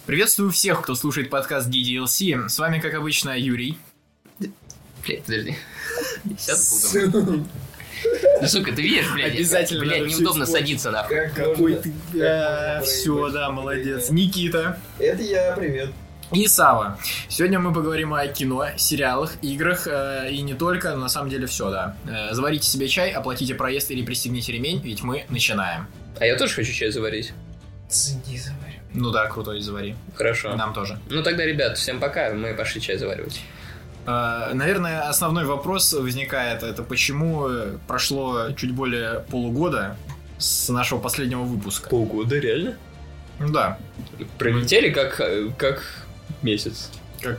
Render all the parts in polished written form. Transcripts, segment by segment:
Приветствую всех, кто слушает подкаст DDLC. С вами, как обычно, Юрий. Блядь, подожди. Сейчас удобно. Ну, сука, ты видишь, блядь? Обязательно. Блядь, неудобно садиться, нахуй. Какой ты... Все, да, молодец. Никита. Это я, привет. И Сава. Сегодня мы поговорим о кино, сериалах, играх и не только, но на самом деле все, да. Заварите себе чай, оплатите проезд или пристегните ремень, ведь мы начинаем. А я тоже хочу чай заварить. Цеди заварю. Ну да, крутой, завари. Хорошо. Нам тоже. Ну тогда, ребят, всем пока, мы пошли чай заваривать. Наверное, основной вопрос возникает, это почему прошло чуть более полугода с нашего последнего выпуска. Полгода, реально? Да. Пролетели как месяц. Как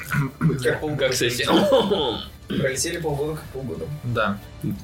сессия. Пролетели полгода как полгода. Да.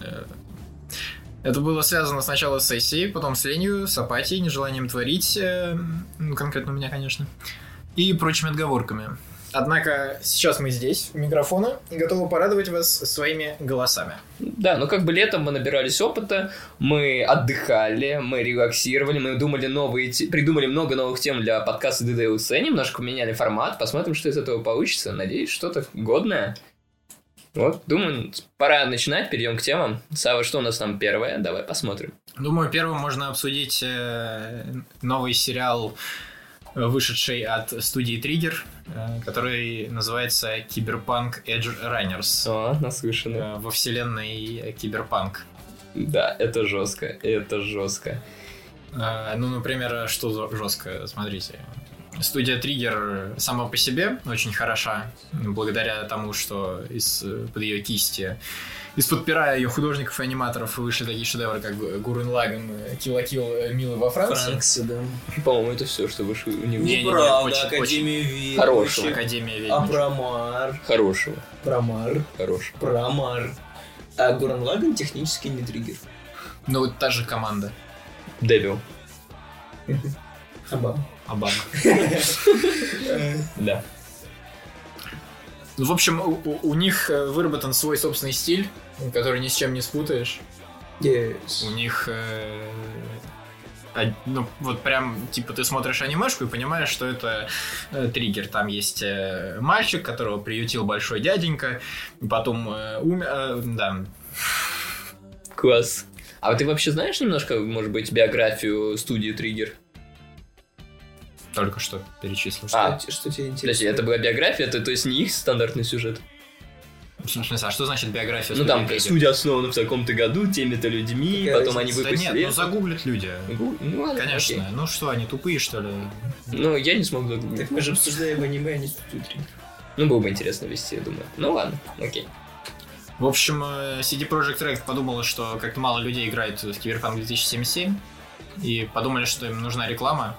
Это было связано сначала с сессией, потом с ленью, с апатией, нежеланием творить, конкретно у меня, конечно, и прочими отговорками. Однако сейчас мы здесь, у микрофона, и готовы порадовать вас своими голосами. Да, ну как бы летом мы набирались опыта, мы отдыхали, мы релаксировали, мы придумали много новых тем для подкаста DDLC, немножко меняли формат, посмотрим, что из этого получится. Надеюсь, что-то годное. Вот, думаю, пора начинать, перейдем к темам. Сава, что у нас там первое? Давай посмотрим. Думаю, первым можно обсудить новый сериал, вышедший от студии Trigger, который называется Cyberpunk Edge Runners. О, наслышано. Во вселенной Киберпанк. Да, это жестко, это жестко. Ну, например, что жестко, смотрите. Студия Trigger сама по себе очень хороша, благодаря тому, что из-под ее кисти, из-под пера ее художников и аниматоров вышли такие шедевры, как Гуррен Лаганн, Kill la Kill Милы во Франции. Да. По-моему, это все, что вышло у него. Неправда, Академия ведьм. Хорошего. Академия ведьм. Апромар. Хорошего. Промар. Хорошего. Промар. А Гуррен Лаганн технически не триггер. Ну, вот та же команда. Девил. Обама. Да. Ну, в общем, у них выработан свой собственный стиль, который ни с чем не спутаешь. Yes. У них... ну, вот прям, типа, ты смотришь анимешку и понимаешь, что это Триггер. Там есть мальчик, которого приютил большой дяденька, потом умер... да. Класс. А ты вообще знаешь немножко, может быть, биографию студии Триггер? Только что перечислил. Что тебе интересно? Подожди, это была биография, то есть не их стандартный сюжет? В смысле, а что значит биография? Ну там Trigger? студия основана в таком-то году, теми-то людьми, Какая потом они разница? выпустили... Да нет, ну загуглят люди. Ну ладно, Конечно. окей. Ну что, они тупые, что ли? Ну, я не смог загуглить. Так мы же обсуждаем аниме, а не студию Триггер. Ну, было бы интересно вести, я думаю. Ну ладно, окей. В общем, CD Projekt Red подумала, что как-то мало людей играет в Cyberpunk 2077, и подумали, что им нужна реклама,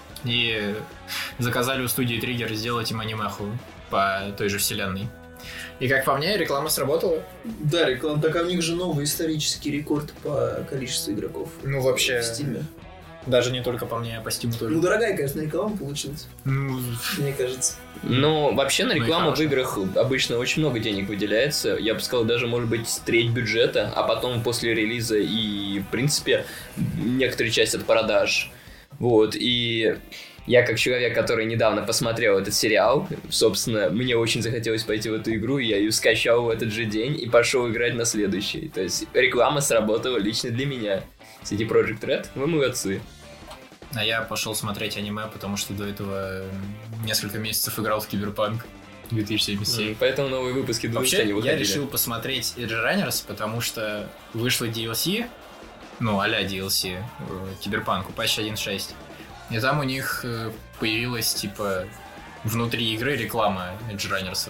и заказали у студии Trigger сделать им анимеху по той же вселенной. И как по мне, реклама сработала. Да, реклама. Так, а у них же новый исторический рекорд по количеству игроков. Ну, вообще, в Стиме. даже не только по мне, а по Steam тоже. Ну, дорогая, конечно, реклама получилась, Ну, мне кажется. Ну, вообще на Ну и рекламу в хорошо. играх обычно очень много денег выделяется. Я бы сказал, даже, может быть, треть бюджета, а потом после релиза и, в принципе, некоторая часть от продаж. Вот, и я как человек, который недавно посмотрел этот сериал, собственно, мне очень захотелось пойти в эту игру, и я ее скачал в этот же день и пошел играть на следующий. То есть реклама сработала лично для меня. CD Projekt Red, вы молодцы. а я пошел смотреть аниме, потому что до этого несколько месяцев играл в Cyberpunk 2077. Поэтому новые выпуски до Вообще, не я выходили. решил посмотреть Edge Runners, потому что вышло DLC, ну, а-ля DLC, Киберпанку, патч 1.6. И там у них появилась, типа, внутри игры реклама Edge Runners'ов.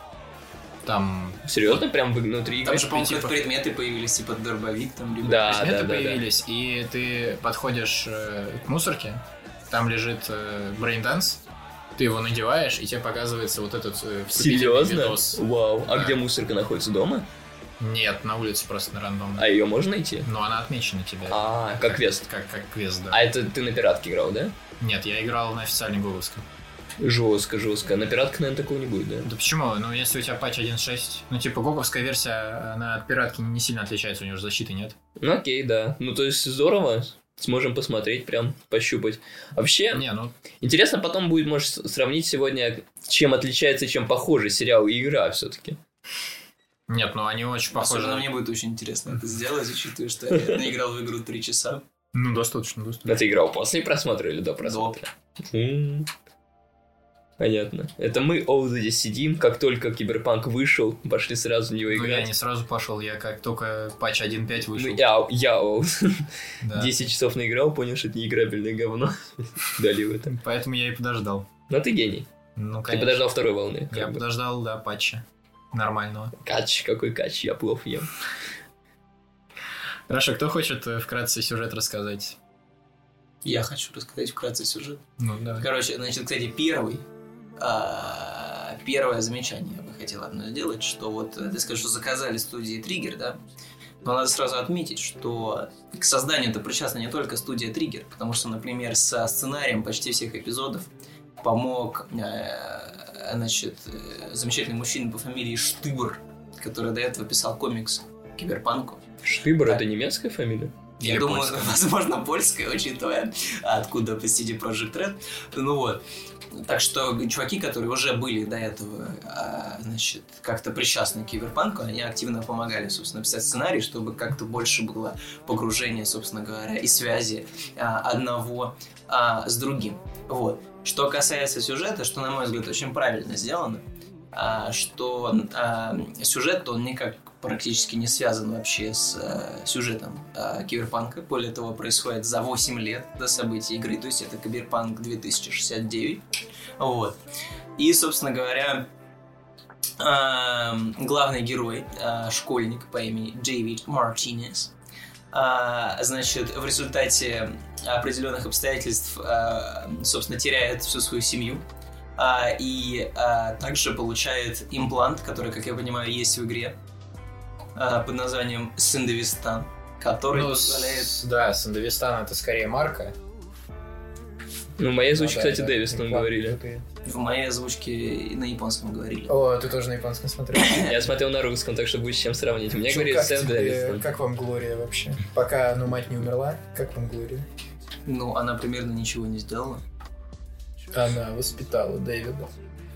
Там... Серьезно? Прям внутри игры? Там же, по-моему, типа- как предметы появились, типа дробовик, там, либо... Да, предметы да. появились, и ты подходишь к мусорке, там лежит брейнденс, ты его надеваешь, и тебе показывается вот этот вступительный Серьезно? видос. Вау. А Да. где мусорка находится? Дома? Нет, на улице просто на рандомно. А ее можно найти? Но она отмечена тебе. А, как квест. Как квест, да. А это ты на пиратке играл, да? Нет, я играл на официальной гоговской. Жестко. На пиратке, наверное, такого не будет, да? Да почему? Ну, если у тебя патч 1.6, ну, типа, гоговская версия, она от пиратки не сильно отличается, у нее же защиты нет. Ну окей, да. Ну то есть здорово. сможем посмотреть, прям пощупать. Вообще, Не, ну, интересно потом будет, может, сравнить сегодня, чем отличается, чем похожи сериал и игра все-таки. нет, ну они очень похожи. Особенно мне будет очень интересно это сделать, учитывая, что я наиграл в игру 3 часа. Ну, достаточно. А ты играл после просмотра или до просмотра? Понятно. Это мы, Оуза, здесь сидим, как только Киберпанк вышел, пошли сразу в него Ну, я играть. не сразу пошел, я как только патч 1.5 вышел. Ну, я Оуз. Да. 10 часов наиграл, понял, что это неиграбельное говно. Долил это. Поэтому я и подождал. Но ты гений. Ну, Ты конечно. подождал второй волны. Я подождал, да, патча. Нормального. Кач, какой кач, я плов ем. Хорошо, кто хочет вкратце сюжет рассказать? Я хочу рассказать вкратце сюжет. Ну, давай. Короче, значит, кстати, первое замечание я бы хотел одно сделать, что вот ты скажешь, что заказали студии Trigger, да? Но надо сразу отметить, что к созданию-то причастна не только студия Trigger, потому что, например, со сценарием почти всех эпизодов помог, значит, замечательный мужчина по фамилии Штыбр, который до этого писал комикс Киберпанку. Штыбр, Да. это немецкая фамилия? Я Или думаю, польская. возможно, польская, учитывая, откуда по CD Projekt Red. Ну вот. Так что чуваки, которые уже были до этого, значит, как-то причастны к Киберпанку, они активно помогали, собственно, писать сценарий, чтобы как-то больше было погружения, собственно говоря, и связи одного с другим. Вот. Что касается сюжета, что, на мой взгляд, очень правильно сделано, что сюжет, он никак практически не связан вообще с сюжетом Киберпанка. Более того, происходит за 8 лет до событий игры, то есть это Киберпанк 2069. Вот. И, собственно говоря, главный герой, школьник по имени Дэвид Мартинес, значит, в результате определенных обстоятельств, собственно, теряет всю свою семью. И также получает имплант, который, как я понимаю, есть в игре, под названием Синдевистан, который позволяет... Да, Сандовистан это скорее марка. Ну, в моей озвучке, Ну, да, кстати, да. Дэвистон говорили. В моей озвучке на японском говорили. О, ты тоже на японском смотрел. Я смотрел на русском, так что будет с чем сравнить. Мне Чё, говорит как Сэм тебе- Дэвистон. Как вам Глория вообще? Пока, мать не умерла, как вам Глория? Ну, она примерно ничего не сделала. Она воспитала Дэвида.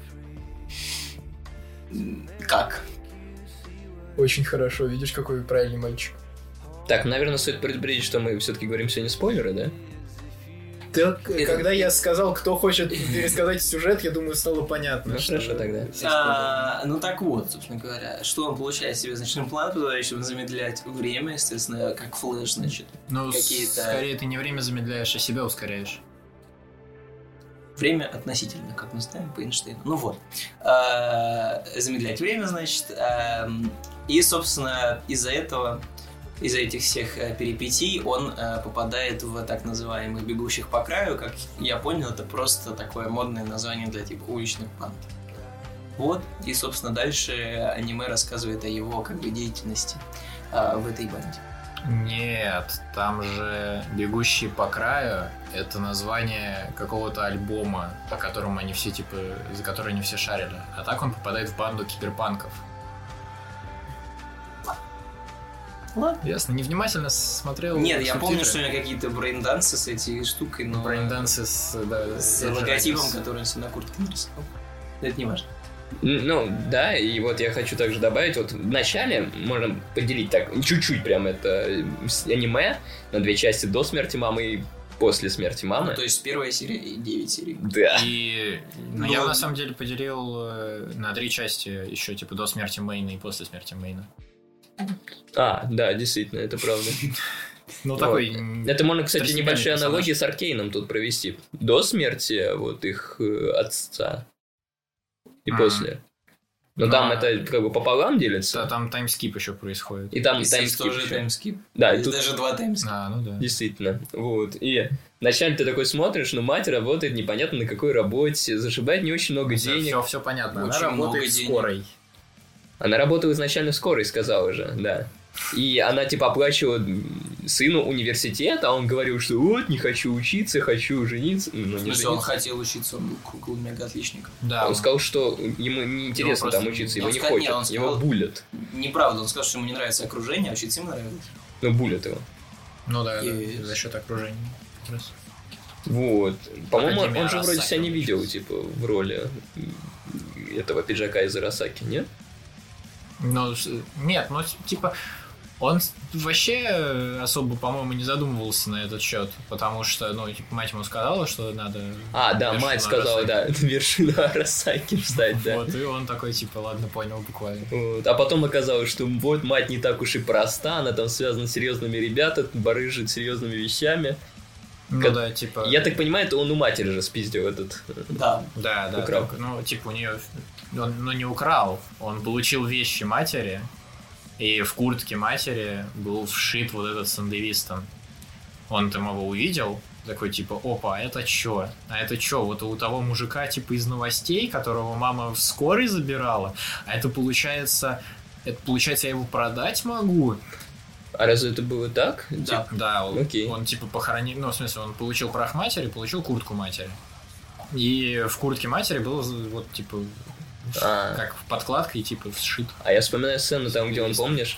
Как? Очень хорошо, видишь, какой правильный мальчик. Так, наверное, стоит предупредить, что мы все-таки говорим сегодня спойлеры, да? Так, когда я сказал, кто хочет пересказать сюжет, я думаю, стало понятно. Ну, что- хорошо тогда. Ну так вот, собственно говоря, что он получает себе, значит, имплант, позволяющий замедлять время, естественно, как флэш, значит. Ну, Какие-то- скорее ты не время замедляешь, а себя ускоряешь. Время относительно, как мы знаем по Эйнштейну. Ну вот. Замедлять время, значит. И, собственно, из-за этого, из-за этих всех перипетий он попадает в так называемых бегущих по краю. Как я понял, это просто такое модное название для типа уличных банд. Вот. И, собственно, дальше аниме рассказывает о его как бы деятельности в этой банде. Нет, там же «Бегущие по краю» — это название какого-то альбома, по которому они все, типа, за который они все шарили. А так он попадает в банду киберпанков. Ладно. Ясно, невнимательно смотрел. Нет, я помню, субтитры. что у меня какие-то брейндансы с этой штукой, но... Брейндансы с, да, с я же логотипом, раз- который он себе на куртке нарисовал. Но это не важно. Ну, да, и вот я хочу также добавить, вот в начале можно поделить так, чуть-чуть прям это аниме на две части: до смерти мамы и после смерти мамы. Ну, то есть первая серия и 9 серий. Да. И Ну, я на самом деле поделил на 3 части еще, типа, до смерти Мейна и после смерти Мейна. А, да, действительно, это правда. Ну, Вот. такой... Это можно, кстати, второстепенный небольшие персонаж. аналогии с Аркейном тут провести. До смерти вот их отца и Мгм. после. Но Ну, там а- это как бы пополам делится. Да, там таймскип еще происходит. И там И здесь таймскип тоже еще. таймскип. Да, и Здесь тут даже 2 таймскипа. А, ну да. действительно. Вот. И вначале ты такой смотришь, ну мать работает непонятно на какой работе, зашибает не очень много денег. Все понятно. Она Очень много работает в денег. скорой. Она работала изначально в скорой, сказала же, да. И она типа оплачивала сыну университет, а он говорил, что вот, не хочу учиться, хочу жениться. Ну, В не смысле, он жениться. хотел учиться, он был кукол мега-отличником. Да. Он сказал, что ему не интересно Его там просто- учиться, его он не сказал- хочет, нет, он его сказал- булят. Неправда, он сказал, что ему не нравится окружение, а учиться ему нравилось. Ну, булят его. Ну да, И- за счет окружения. Как раз. Вот. По-моему, Академия он же вроде Арасаки себя не он видел, типа, в роли этого пиджака из Арасаки, нет? Ну, нет, ну, типа, он вообще особо, по-моему, не задумывался на этот счет, потому что, ну, типа, мать ему сказала, что надо... А, да, вершину мать сказала, Арасаки. да, вершину Арасаки встать, да. Вот, и он такой, типа, ладно, понял буквально. Вот. А потом оказалось, что вот мать не так уж и проста, она там связана с серьезными ребятами, барыжит серьезными вещами. Ну Как- да, типа... Я так понимаю, это он у матери же спиздил этот. Да. Да, украл. так, ну, типа, у нее... Он, ну, не украл, он получил вещи матери, и в куртке матери был вшит вот этот сандевистон. Он там его увидел, такой, типа, опа, а это чё? А это чё? Вот у того мужика, типа, из новостей, которого мама в скорой забирала, а это получается, я его продать могу? А разве это было так? Да. Да, он, Окей. он, типа, похоронил, ну, в смысле, он получил прах матери, получил куртку матери. И в куртке матери был, вот, типа, А. как подкладкой, типа, сшит. А я вспоминаю сцену там, где он, помнишь,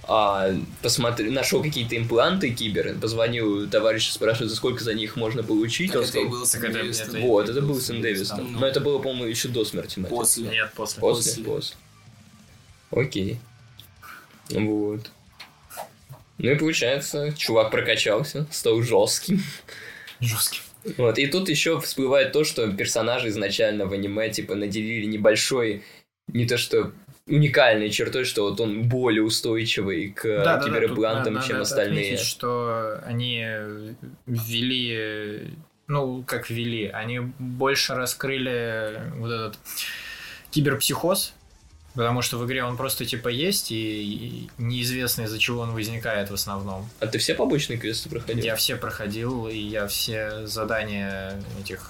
нашел какие-то импланты кибер, позвонил товарищу, спрашивает, за сколько за них можно получить. Так Он это и сказал, был Сэм Так это- Дэвис. это- вот, это был Сэм Дэвис. Там, ну, Но это было, по-моему, еще до смерти матери. после. Нет, после. После? после. Окей. Вот. Ну и получается, чувак прокачался, стал жестким. Жесткий. Вот. И тут еще всплывает то, что персонажи изначально в аниме типа наделили небольшой, не то что уникальной чертой, что вот он более устойчивый к киберплантам, чем остальные. Отметить, что они ввели, ну, как ввели, они больше раскрыли вот этот киберпсихоз, потому что в игре он просто типа есть, и неизвестно, из-за чего он возникает в основном. А ты все побочные квесты проходил? Я все проходил, и я все задания этих...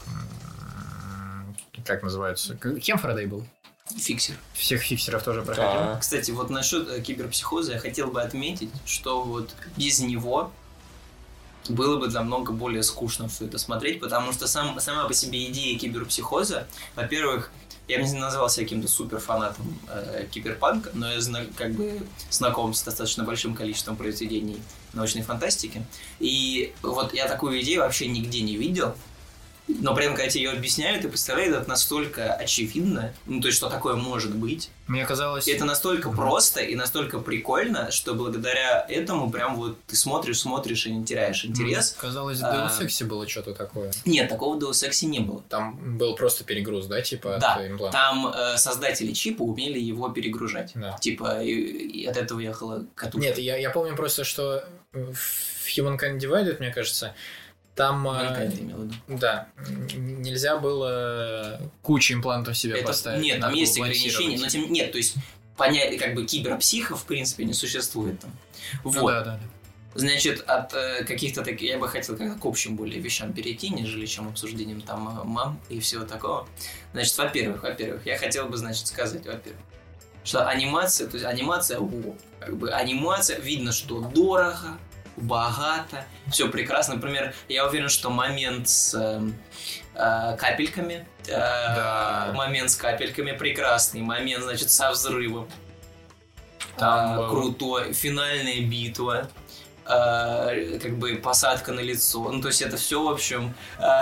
Как называются? Кем Фарадей был? Фиксер. Всех фиксеров тоже проходил. А, Кстати, вот насчет киберпсихоза я хотел бы отметить, что вот без него было бы намного более скучно все это смотреть, потому что сама по себе идея киберпсихоза, во-первых, я бы не назвал себя каким-то суперфанатом киберпанка, но я как бы знаком с достаточно большим количеством произведений научной фантастики. И вот я такую идею вообще нигде не видел. Но при этом, когда тебе ее объясняют и представляют, это настолько очевидно, ну, то есть, что такое может быть. Мне казалось... И это настолько просто и настолько прикольно, что благодаря этому прям вот ты смотришь и не теряешь интерес. Мне казалось, в Deus Ex было что-то такое. Нет, такого в Deus Ex не было. Там был просто перегруз, да, типа Да, от импланта? там создатели чипа умели его перегружать. Да. Типа, и от этого ехала катушка. Нет, я помню просто, что в Humankind Divided, мне кажется, там... Манкайнд имел в виду. Да, нельзя было кучу имплантов себе Это- поставить. Нет, там надо есть было ограничения, но балансировать. нет, то есть понять, как бы киберпсихов в принципе не существует там. Вот. Ну, да. Значит, от каких-то таких... Я бы хотел как-то к общим более вещам перейти, нежели чем обсуждением там мам и всего такого. Значит, во-первых, я хотел бы, значит, сказать, во-первых, что анимация, то есть анимация, как бы анимация, видно, что дорого, богато, все прекрасно. Например, я уверен, что момент с капельками, Да. момент с капельками прекрасный, момент, значит, со взрывом. Там был- Крутой, финальная битва, как бы посадка на лицо. Ну, то есть это все, в общем,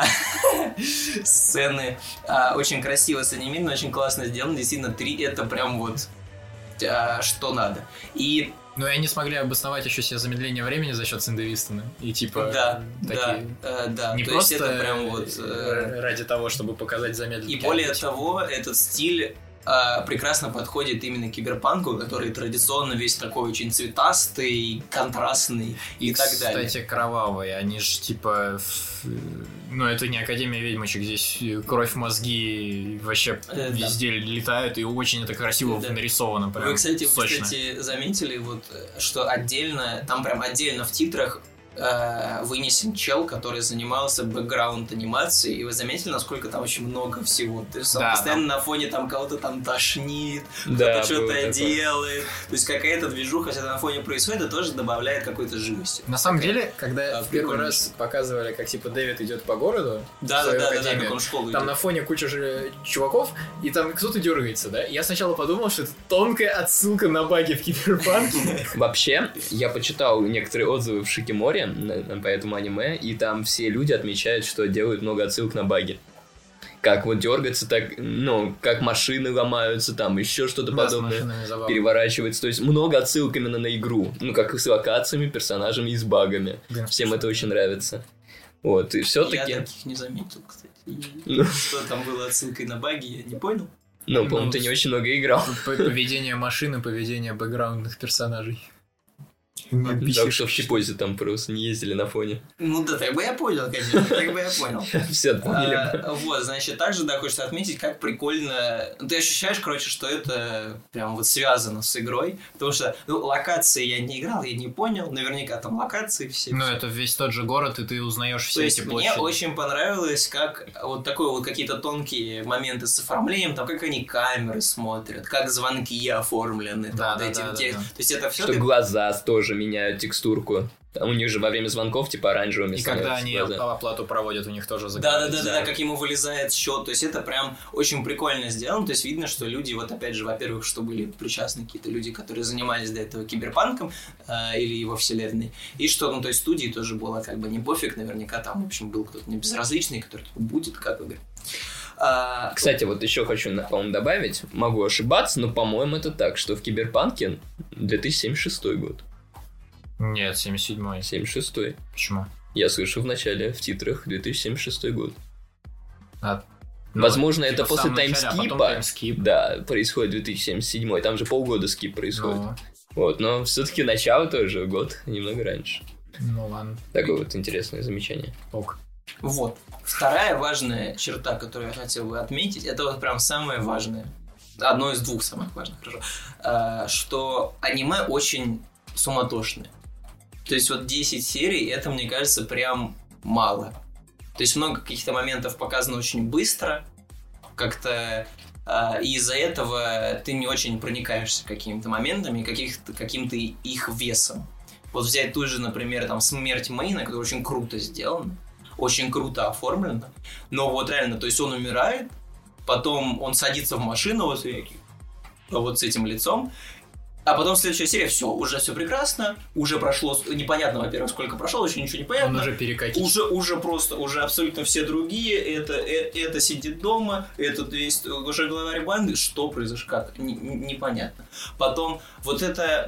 сцены очень красиво санимированы, очень классно сделаны. Действительно, 3 это прям вот что надо. И Но и они смогли обосновать еще себе замедление времени за счет Сэндевистона. И типа да, такие... да, Не то просто есть это прям вот... ради того, чтобы показать замедленное. И более того, этот стиль прекрасно подходит именно киберпанку, который традиционно весь такой очень цветастый, контрастный и так далее. Кстати, кровавые. Они же типа... Ну, это не Академия ведьмочек. Здесь кровь, мозги вообще Да. везде летают. И очень это красиво Да. нарисовано. Прям Вы, кстати, сочно. заметили, вот, что отдельно, там прям отдельно в титрах вынесен чел, который занимался бэкграунд-анимацией, и вы заметили, насколько там очень много всего. То есть Да, постоянно на фоне там кого-то там тошнит, Да, кто-то было что-то такое. делает. То есть какая-то движуха, хотя на фоне происходит, это тоже добавляет какой-то живости. На самом деле, когда в первый прикольно. раз показывали, как типа Дэвид идет по городу, в Да, свою как академию, он в школу там идет. на фоне куча же чуваков, и там кто-то дергается, да? Я сначала подумал, что это тонкая отсылка на баги в Киберпанке. Вообще, я почитал некоторые отзывы в Шикиморе обзоре по этому аниме, и там все люди отмечают, что делают много отсылок на баги. Как вот дергаться, так, ну, как машины ломаются, там еще что-то подобное переворачивается. То есть много отсылок именно на игру. Ну, как и с локациями, персонажами и с багами. Да. Всем это очень нравится. Вот, и все-таки... Я таких не заметил, кстати. Что там было отсылкой на баги, я не понял. Ну, по-моему, ты не очень много играл. Поведение машины, поведение бэкграундных персонажей. Так что в Чипозе там просто не ездили на фоне. Ну да, так бы я понял, конечно, так бы я понял. Все поняли. Вот, значит, также, да, хочется отметить, как прикольно... Ты ощущаешь, короче, что это прям вот связано с игрой, потому что, ну, локации я не играл, я не понял, наверняка там локации все. Ну, это весь тот же город, и ты узнаешь все эти площади. Мне очень понравилось, как вот такое вот какие-то тонкие моменты с оформлением, там, как они камеры смотрят, как звонки оформлены, да, там, да. То есть это все... Что глаза тоже меняют текстурку. У них же во время звонков типа оранжевыми становятся. И когда они глаза. Оплату проводят, у них тоже загорается. Да, как ему вылезает счет. То есть это прям очень прикольно сделано. То есть видно, что люди, вот опять же, во-первых, что были причастны какие-то люди, которые занимались до этого киберпанком или его вселенной. И что, ну, то есть студии тоже было как бы не пофиг. Наверняка там, в общем, был кто-то не безразличный, который будет, как в игре. Кстати, вот еще хочу, по-моему, добавить. Могу ошибаться, но, по-моему, это так, что в Киберпанке 2076 год. Нет, 77-й. 76-й. Почему? Я слышу в начале, в титрах, 2076 год. Ну, возможно, типа это после таймскипа. Таймскип. Да, происходит 2077. Там же полгода скип происходит. Ну. Вот, но все-таки начало тоже год, немного раньше. Ну ладно. Такое вот интересное замечание. Ок. Вот. Вторая важная черта, которую я хотел бы отметить, это вот прям самое важное. Одно из двух самых важных, хорошо. Что аниме очень суматошное. То есть вот 10 серий, это, мне кажется, прям мало. То есть много каких-то моментов показано очень быстро, как-то и из-за этого ты не очень проникаешься какими-то моментами, каким-то их весом. Вот взять ту же, например, там «Смерть Мэйна», которая очень круто сделана, очень круто оформлена, но вот реально, то есть он умирает, потом он садится в машину вот с этим лицом, а потом следующая серия, уже все прекрасно, уже прошло, непонятно, во-первых, сколько прошло, еще ничего не понятно. Он уже перекатил. Уже абсолютно все другие, это сидит дома, этот весь, уже главарь банды, что произошло, как, непонятно. Потом вот это...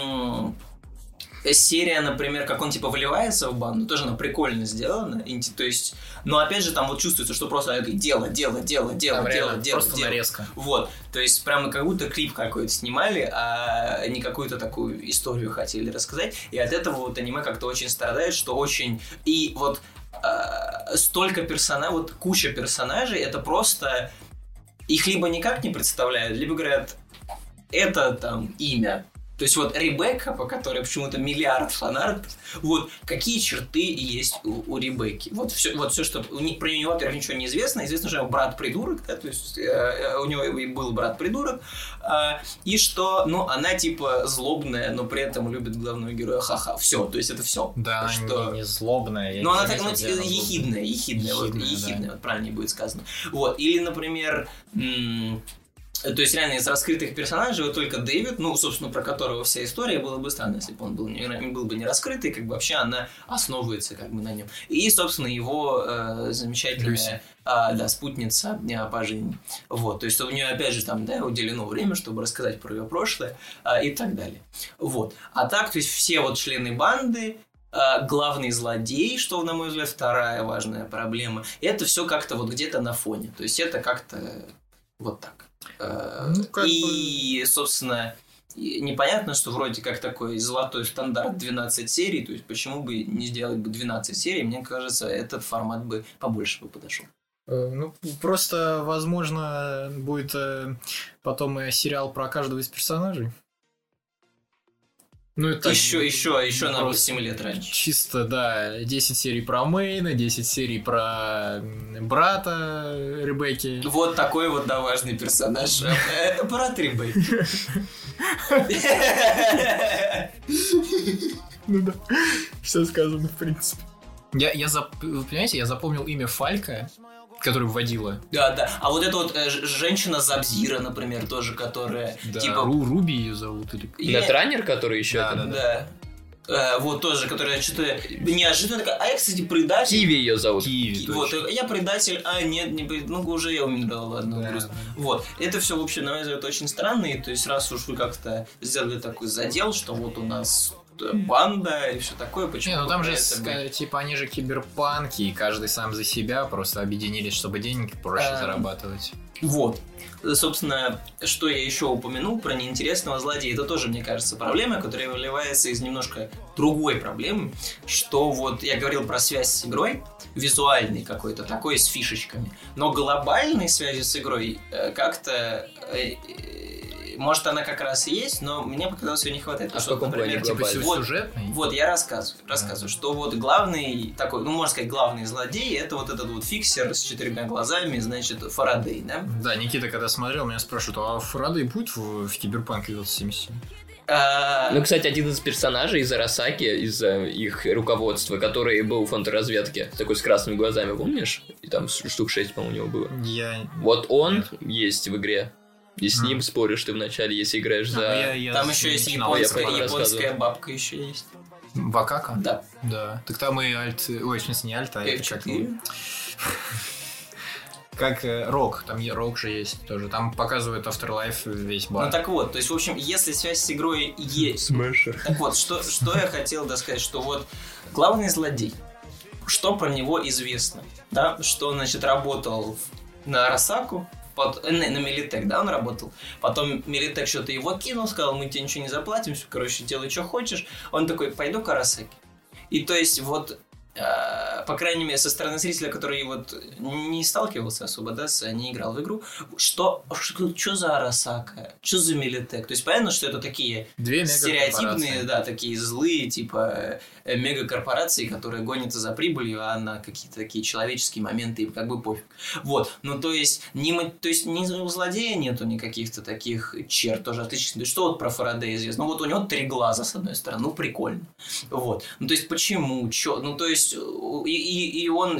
серия, например, как он типа выливается в банду, тоже она прикольно сделана. То есть, но опять же там вот чувствуется, что просто дело. Просто нарезка. Вот, то есть прямо как будто клип какой-то снимали, а не какую-то такую историю хотели рассказать. И от этого вот аниме как-то очень страдает, что очень... И вот столько персонажей, вот куча персонажей, это просто... Их либо никак не представляют, либо говорят, это там имя. То есть вот Ребекка, по которой почему-то миллиард фанартов, вот какие черты есть у Ребекки. Вот все, что про нее, во-первых, ничего не известно. Известно, что брат-придурок, да, то есть у него был брат-придурок, и что, ну, она типа злобная, но при этом любит главного героя, ха-ха, все, то есть это все. Да, что... не злобная. Но она так, ехидная, вот правильнее будет сказано. Вот, или, например... То есть, реально, из раскрытых персонажей вот только Дэвид, ну, собственно, про которого вся история, было бы странно, если бы он был бы не раскрытый, как бы вообще она основывается как бы на нем. И, собственно, его замечательная спутница по жизни. Вот, то есть, у нее, опять же, там, да, уделено время, чтобы рассказать про ее прошлое и так далее. Вот. А так, то есть, все вот члены банды, главный злодей, что, на мой взгляд, вторая важная проблема, это все как-то вот где-то на фоне. То есть, это как-то вот так. Собственно, непонятно, что вроде как такой золотой стандарт 12 серий, то есть почему бы не сделать бы 12 серий, мне кажется, этот формат бы побольше бы подошел. Ну, просто, возможно, будет потом сериал про каждого из персонажей. Ну, это еще на 8 лет раньше. Чисто, да, 10 серий про Мэйна, 10 серий про брата Ребекки. Вот такой вот, да, важный персонаж. Брат Ребекки. Ну да, все сказано, в принципе. Вы понимаете, я запомнил имя Фалька, который вводила. Да. А вот эта вот женщина Забзира, например, тоже, которая... Да, типа... Руби ее зовут. Нетрайнер, который еще... Да. Вот тоже, которая что-то неожиданно такая, а я, кстати, предатель. Киви ее зовут. Киви, Вот, точно. я предатель, а нет, уже я умерла, ладно, Да. грустно. Вот, это все, в общем, на мой взгляд, очень странно, и то есть раз уж вы как-то сделали такой задел, что вот у нас банда и все такое, почему? Не, ну там же, это будет? типа, они же киберпанки, и каждый сам за себя, просто объединились, чтобы денег проще зарабатывать. Вот. Собственно, что я еще упомянул про неинтересного злодея, это тоже, мне кажется, проблема, которая выливается из немножко другой проблемы, что вот я говорил про связь с игрой, визуальный какой-то такой с фишечками, но глобальной связи с игрой как-то... может, она как раз и есть, но мне показалось, ее не хватает. А в каком плане Типа глобальный? сюжетный? Вот, я рассказываю, что вот главный такой, ну, можно сказать, главный злодей, это вот этот вот фиксер с 4 глазами, значит, Фарадей, да? Да, Никита, когда смотрел, меня спрашивают, а Фарадей будет в Киберпанке 2077? Ну, кстати, один из персонажей из Арасаки, из их руководства, который был в контрразведке, такой с красными глазами, помнишь? И там штук 6, по-моему, у него было. Вот он есть в игре. И с ним споришь ты вначале, если играешь за... Там еще есть японская бабка еще есть. Вакака? Да. Да. Так там и альт... Ой, в смысле не альт, а это как Рок. Там Рок же есть тоже. Там показывают Afterlife весь бар. Ну так вот, то есть, в общем, если связь с игрой есть... Смешер. Так вот, что я хотел сказать, что вот главный злодей, что про него известно, да, что, значит, работал на Арасаку, на Милитек, да, он работал. Потом Милитек что-то его кинул, сказал, мы тебе ничего не заплатим, все, короче, делай, что хочешь. Он такой, пойду к Арасаке. И то есть вот, по крайней мере, со стороны зрителя, который вот не сталкивался особо, да, не играл в игру, что за Арасака, что за Милитек? То есть понятно, что это такие стереотипные, да, такие злые, типа мегакорпорации, которые гонятся за прибылью, а на какие-то такие человеческие моменты им как бы пофиг. Вот, ну то есть ни у злодея нету никаких-то таких черт тоже отличных. То есть что вот про Фарадея известно? Ну вот у него 3 глаза с одной стороны, ну прикольно. Вот, ну то есть почему, чё, ну то есть и он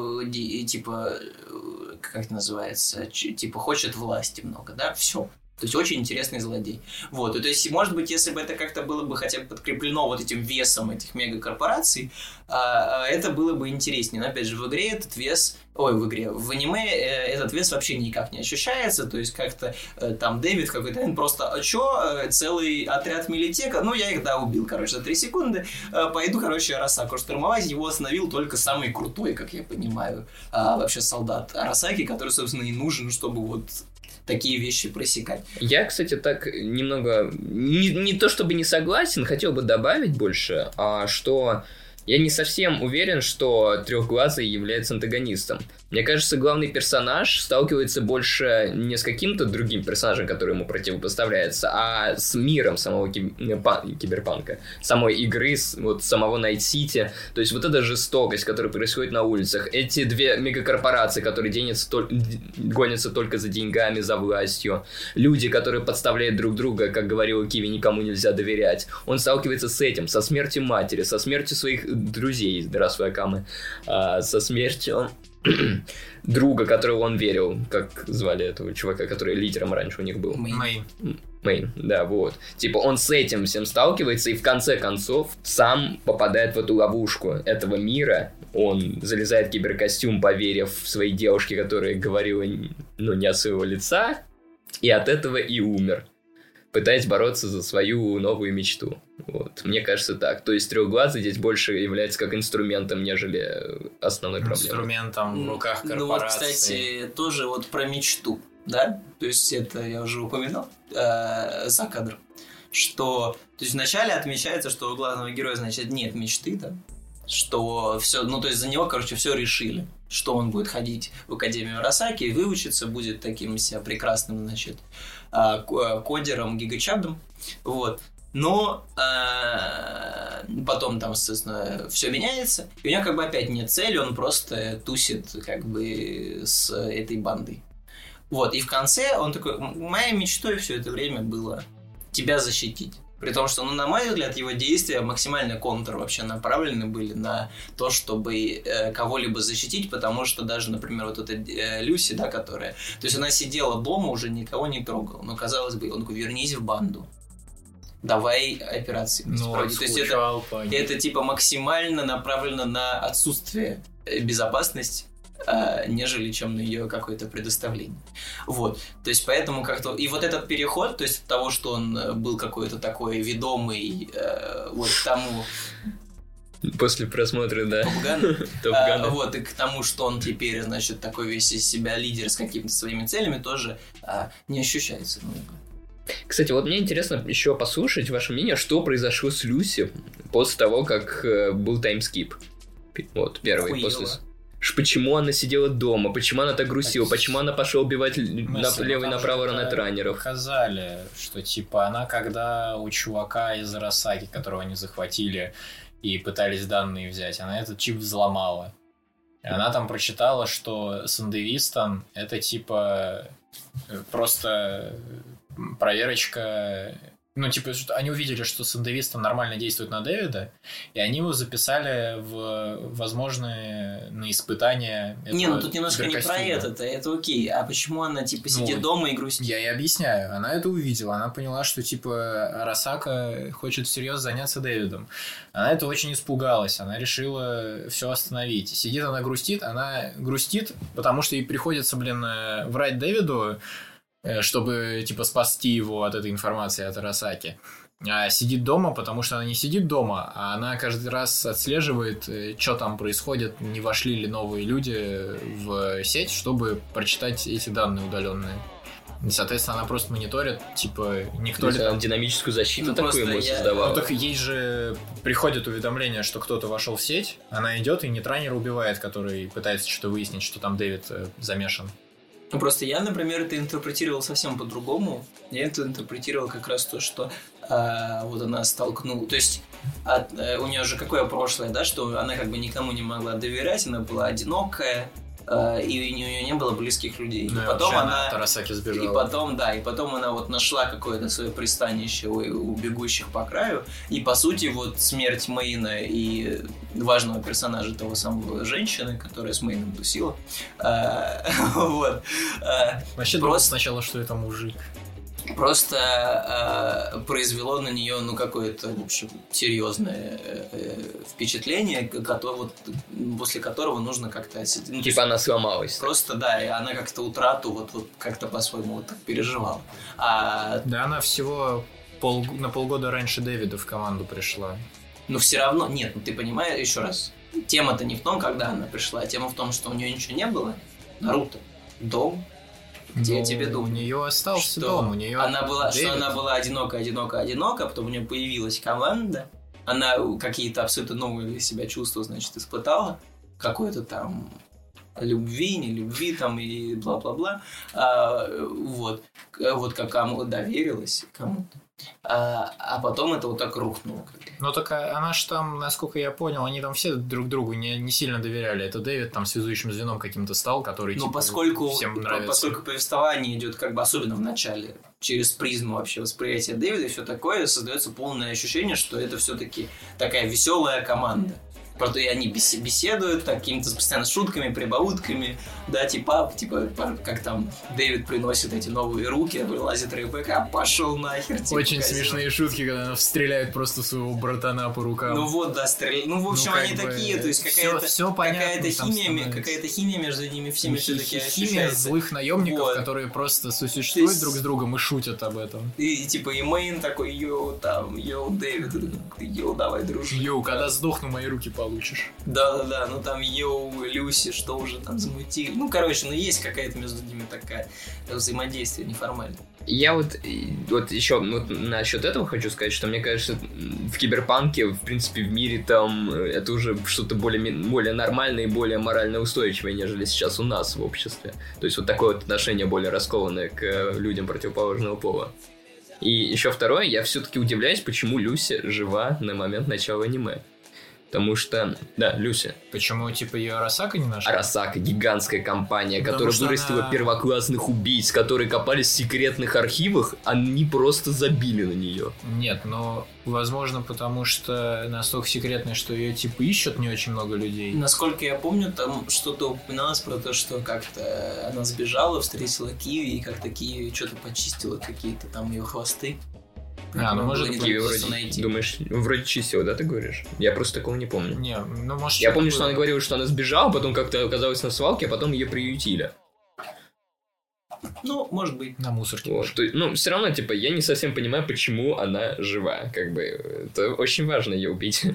типа, как это называется, типа хочет власти много, да, все. То есть очень интересный злодей. Вот. И, то есть, может быть, если бы это как-то было бы хотя бы подкреплено вот этим весом этих мегакорпораций, это было бы интереснее. Но опять же, в игре этот вес... в аниме этот вес вообще никак не ощущается. То есть, как-то там Дэвид в какой-то момент просто, а чё, целый отряд Милитека? Ну, я их, да, убил, короче, за 3 секунды. Пойду, короче, Арасаку штурмовать. Его остановил только самый крутой, как я понимаю, вообще солдат Арасаки, который, собственно, и нужен, чтобы вот... такие вещи пресекать. Я, кстати, так немного... Не то чтобы не согласен, хотел бы добавить больше, что я не совсем уверен, что Трехглазый является антагонистом. Мне кажется, главный персонаж сталкивается больше не с каким-то другим персонажем, который ему противопоставляется, а с миром самого киберпанка, самой игры, вот самого Найт-Сити. То есть вот эта жестокость, которая происходит на улицах, эти 2 мегакорпорации, которые гонятся только за деньгами, за властью, люди, которые подставляют друг друга, как говорила Киви, никому нельзя доверять. Он сталкивается с этим, со смертью матери, со смертью своих друзей, здравствуй, Акамы, со смертью друга, которого он верил, как звали этого чувака, который лидером раньше у них был. Мэйн, да, вот. Типа он с этим всем сталкивается и в конце концов сам попадает в эту ловушку этого мира. Он залезает в киберкостюм, поверив своей девушке, которая говорила, не от своего лица, и от этого и умер, пытаясь бороться за свою новую мечту. Вот. Мне кажется так. То есть Трехглазый здесь больше является как инструментом, нежели основной проблемой. Инструментом в руках корпорации. Ну вот, кстати, тоже вот про мечту, да? То есть это я уже упоминал за кадром, что... То есть вначале отмечается, что у главного героя, значит, нет мечты, да? Что все... Ну, то есть за него, короче, все решили. Что он будет ходить в Академию Арасаки, выучиться, будет таким себя прекрасным, значит, кодером, гигачадом. Вот. Но потом там, естественно, все меняется, и у него как бы опять нет цели, он просто тусит как бы с этой бандой. Вот, и в конце он такой, моей мечтой все это время было тебя защитить. При том, что, на мой взгляд, его действия максимально контр вообще направлены были на то, чтобы кого-либо защитить, потому что даже, например, вот эта Люси, да, которая... То есть она сидела дома, уже никого не трогала, но, казалось бы, он такой, вернись в банду. давай операции. Ну, То есть это типа максимально направлено на отсутствие безопасности, нежели чем на ее какое-то предоставление. Вот. То есть поэтому как-то... И вот этот переход, то есть от того, что он был какой-то такой ведомый вот к тому... После просмотра, да. Топ-Гана. Вот, и к тому, что он теперь, значит, такой весь из себя лидер с какими-то своими целями, тоже не ощущается много. Кстати, вот мне интересно еще послушать ваше мнение, что произошло с Люси после того, как был таймскип. Вот, первый. После... Почему она сидела дома, почему она так грустила, почему она пошла убивать налево и направо раннеров. Показали, что типа она, когда у чувака из Арасаки, которого они захватили и пытались данные взять, она этот чип взломала. И она там прочитала, что Сандевистон это типа просто проверочка. Ну, типа, они увидели, что Сандевистон нормально действует на Дэвида, и они его записали в возможные на испытания. Не, ну тут немножко не про это окей. А почему она, типа, сидит дома и грустит? Я и объясняю. Она это увидела. Она поняла, что, типа, Арасака хочет всерьез заняться Дэвидом. Она это очень испугалась. Она решила все остановить. Сидит она грустит, потому что ей приходится, врать Дэвиду, чтобы, типа, спасти его от этой информации от Арасаки. А сидит дома, потому что она не сидит дома, а она каждый раз отслеживает, что там происходит, не вошли ли новые люди в сеть, чтобы прочитать эти данные удаленные. И, соответственно, она просто мониторит, типа, никто ли там... Динамическую защиту такую ему создавала. Ну, так ей же приходит уведомление, что кто-то вошел в сеть, она идет и нетранера убивает, который пытается что-то выяснить, что там Дэвид замешан. Ну, просто я, например, это интерпретировал совсем по-другому. Я это интерпретировал как раз то, что вот она столкнула... То есть у нее же какое прошлое, да, что она как бы никому не могла доверять, она была одинокая, и у нее не было близких людей. Ну, и потом она... от Арасаки сбежала. И потом она вот нашла какое-то свое пристанище у бегущих по краю. И, по сути, вот смерть Мэйна и важного персонажа того самого женщины, которая с Мэйном тусила. Вот. Вообще думал сначала, что это мужик. Просто произвело на нее, какое-то, в общем, серьезное впечатление, после которого нужно как-то... Типа она сломалась. Просто, да, и она как-то утрату вот как-то по-своему вот так переживала. Да, она всего на полгода раньше Дэвида в команду пришла. Но все равно, нет, ты понимаешь, еще раз, тема-то не в том, когда она пришла, а тема в том, что у нее ничего не было. Наруто, дом. Где я тебе думаю? У нее остался дом, у нее она была одинока, потом у нее появилась команда, она какие-то абсолютно новые для себя чувства, значит, испытала, какой-то там любви, не любви там и бла-бла-бла, вот как кому доверилась кому-то. А потом это вот так рухнуло. Ну так она ж там, насколько я понял, они там все друг другу не сильно доверяли. Это Дэвид там связующим звеном каким-то стал, который всем нравится. Поскольку повествование идет как бы особенно в начале через призму вообще восприятия Дэвида и все такое, создается полное ощущение, что это все-таки такая веселая команда. Просто и они беседуют какими-то постоянно шутками, прибаутками, да, типа, как там Дэвид приносит эти новые руки, вылазит Ребекка, пошел нахер. Типа, очень смешные шутки, когда она стреляет просто своего братана по рукам. Ну вот, да, стреляет. Ну, в общем, они такие, то есть какая-то химия между ними всеми все-таки ощущается. Химия злых наемников, которые просто сосуществуют друг с другом и шутят об этом. И типа и Мэйн такой, йоу, Дэвид, йоу, давай, дружи. Йоу, когда сдохну, мои руки получишь. Да, ну там йоу, Люси, что уже там замутили. Ну, короче, есть какая-то между ними такая взаимодействие неформальное. Я вот еще насчет этого хочу сказать, что мне кажется, в киберпанке, в принципе, в мире там это уже что-то более нормальное и более морально устойчивое, нежели сейчас у нас в обществе. То есть вот такое вот отношение более раскованное к людям противоположного пола. И еще второе, я все-таки удивляюсь, почему Люси жива на момент начала аниме. Потому что, да, Люси. Почему, типа, ее Арасака не нашла? Арасака, гигантская компания, которая вырастила первоклассных убийц, которые копались в секретных архивах, они просто забили на нее. Нет, но, возможно, потому что настолько секретная, что ее, типа, ищут не очень много людей. Насколько я помню, там что-то упоминалось про то, что как-то она сбежала, встретила Киви, и как-то Киви что-то почистила, какие-то там ее хвосты. может быть, вроде, думаешь, вроде чистила, да, ты говоришь? Я просто такого не помню. Не, ну, может... Я помню, что она говорила, что она сбежала, потом как-то оказалась на свалке, а потом ее приютили. Ну, может быть. На мусорке. Вот. Ну, все равно, типа, я не совсем понимаю, почему она жива. Как бы, это очень важно ее убить.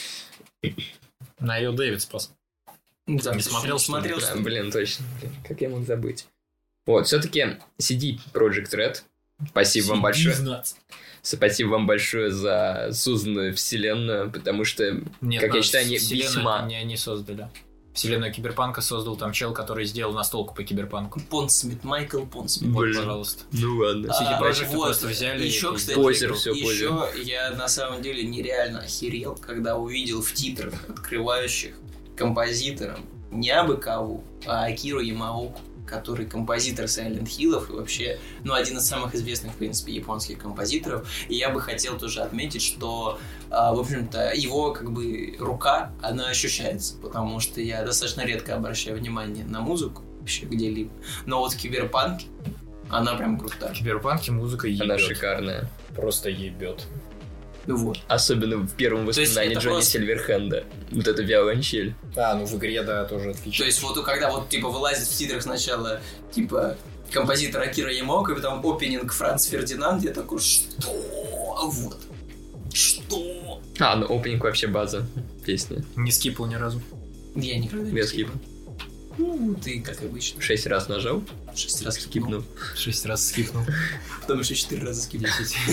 На ее Дэвид спас. Да, не смотрел, смотрел. Да, блин, точно. Блин, как я мог забыть? Вот, все-таки CD Projekt Red. Спасибо вам большое. Спасибо вам большое за созданную вселенную, потому что, нет, как я считаю, они весьма... Не они создали. Вселенную Киберпанка создал там чел, который сделал настолку по Киберпанку. Понсмит, Майкл Понсмит. Вот, пожалуйста. Ну ладно. CD Projekt просто взяли. Еще, кстати, позер. я на самом деле нереально охерел, когда увидел в титрах, открывающих композитором не абы кого, а Акиру Ямаоку, который композитор Silent Hill'ов и вообще, ну, один из самых известных, в принципе, японских композиторов. И я бы хотел тоже отметить, что, в общем-то, его, как бы, рука, она ощущается, потому что я достаточно редко обращаю внимание на музыку вообще где-либо. Но вот в Киберпанке она прям крутая. В Киберпанке музыка ебет. Она шикарная. Просто ебет. Вот. Особенно в первом воспоминании Джонни просто... Сильверхенда. Вот это виолончель. Ну в игре, да, тоже отлично. То есть вот когда вот типа вылазит в титрах сначала типа композитор Акира Ямаока, и потом опенинг Франц Фердинанд, я такой, что? Вот. Что? Ну опенинг вообще база песни. Не скипал ни разу. Я никогда не скипал. Ну, ты как обычно. 6 раз нажал? 6 раз скипнул. 6 раз скипнул. Потом еще 4 раза скипнул.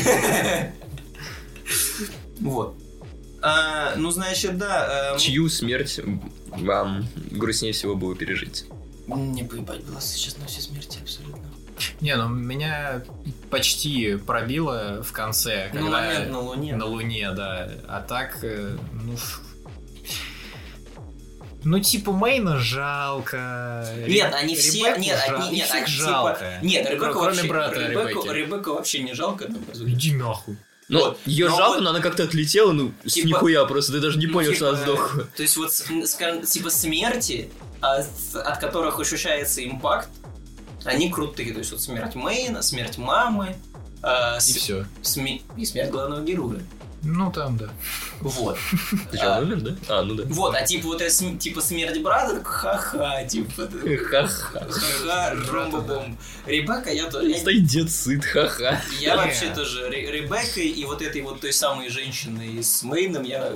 Вот. Ну, значит, да. Чью смерть вам грустнее всего было пережить? Мне поебать было сейчас на все смерти абсолютно. Не, ну меня почти пробило в конце, когда... момент на Луне. На Луне, да. А так, ну, типа, Мэйна жалко. Нет, они все... Нет, их жалко. Нет, Ребекку кроме вообще... брата Ребекку вообще не жалко. Иди нахуй. Ну, вот, ее жалко, но она как-то отлетела, с нихуя просто, ты даже не понял, что она сдохла. То есть вот, скажем, типа смерти, от которых ощущается импакт, они крутые. То есть вот смерть Мэйна, смерть мамы. И все. И смерть главного героя. Ну, там, да. Вот. Ты что, умер, да? Ну да. Вот, типа вот это, типа смерть брата, так ха-ха, типа. Ха-ха, ромба-бом. Ребекка, я тоже... Стоит дед сыт, ха-ха. Я вообще тоже Ребеккой и вот этой вот той самой женщиной с Мэйном, я...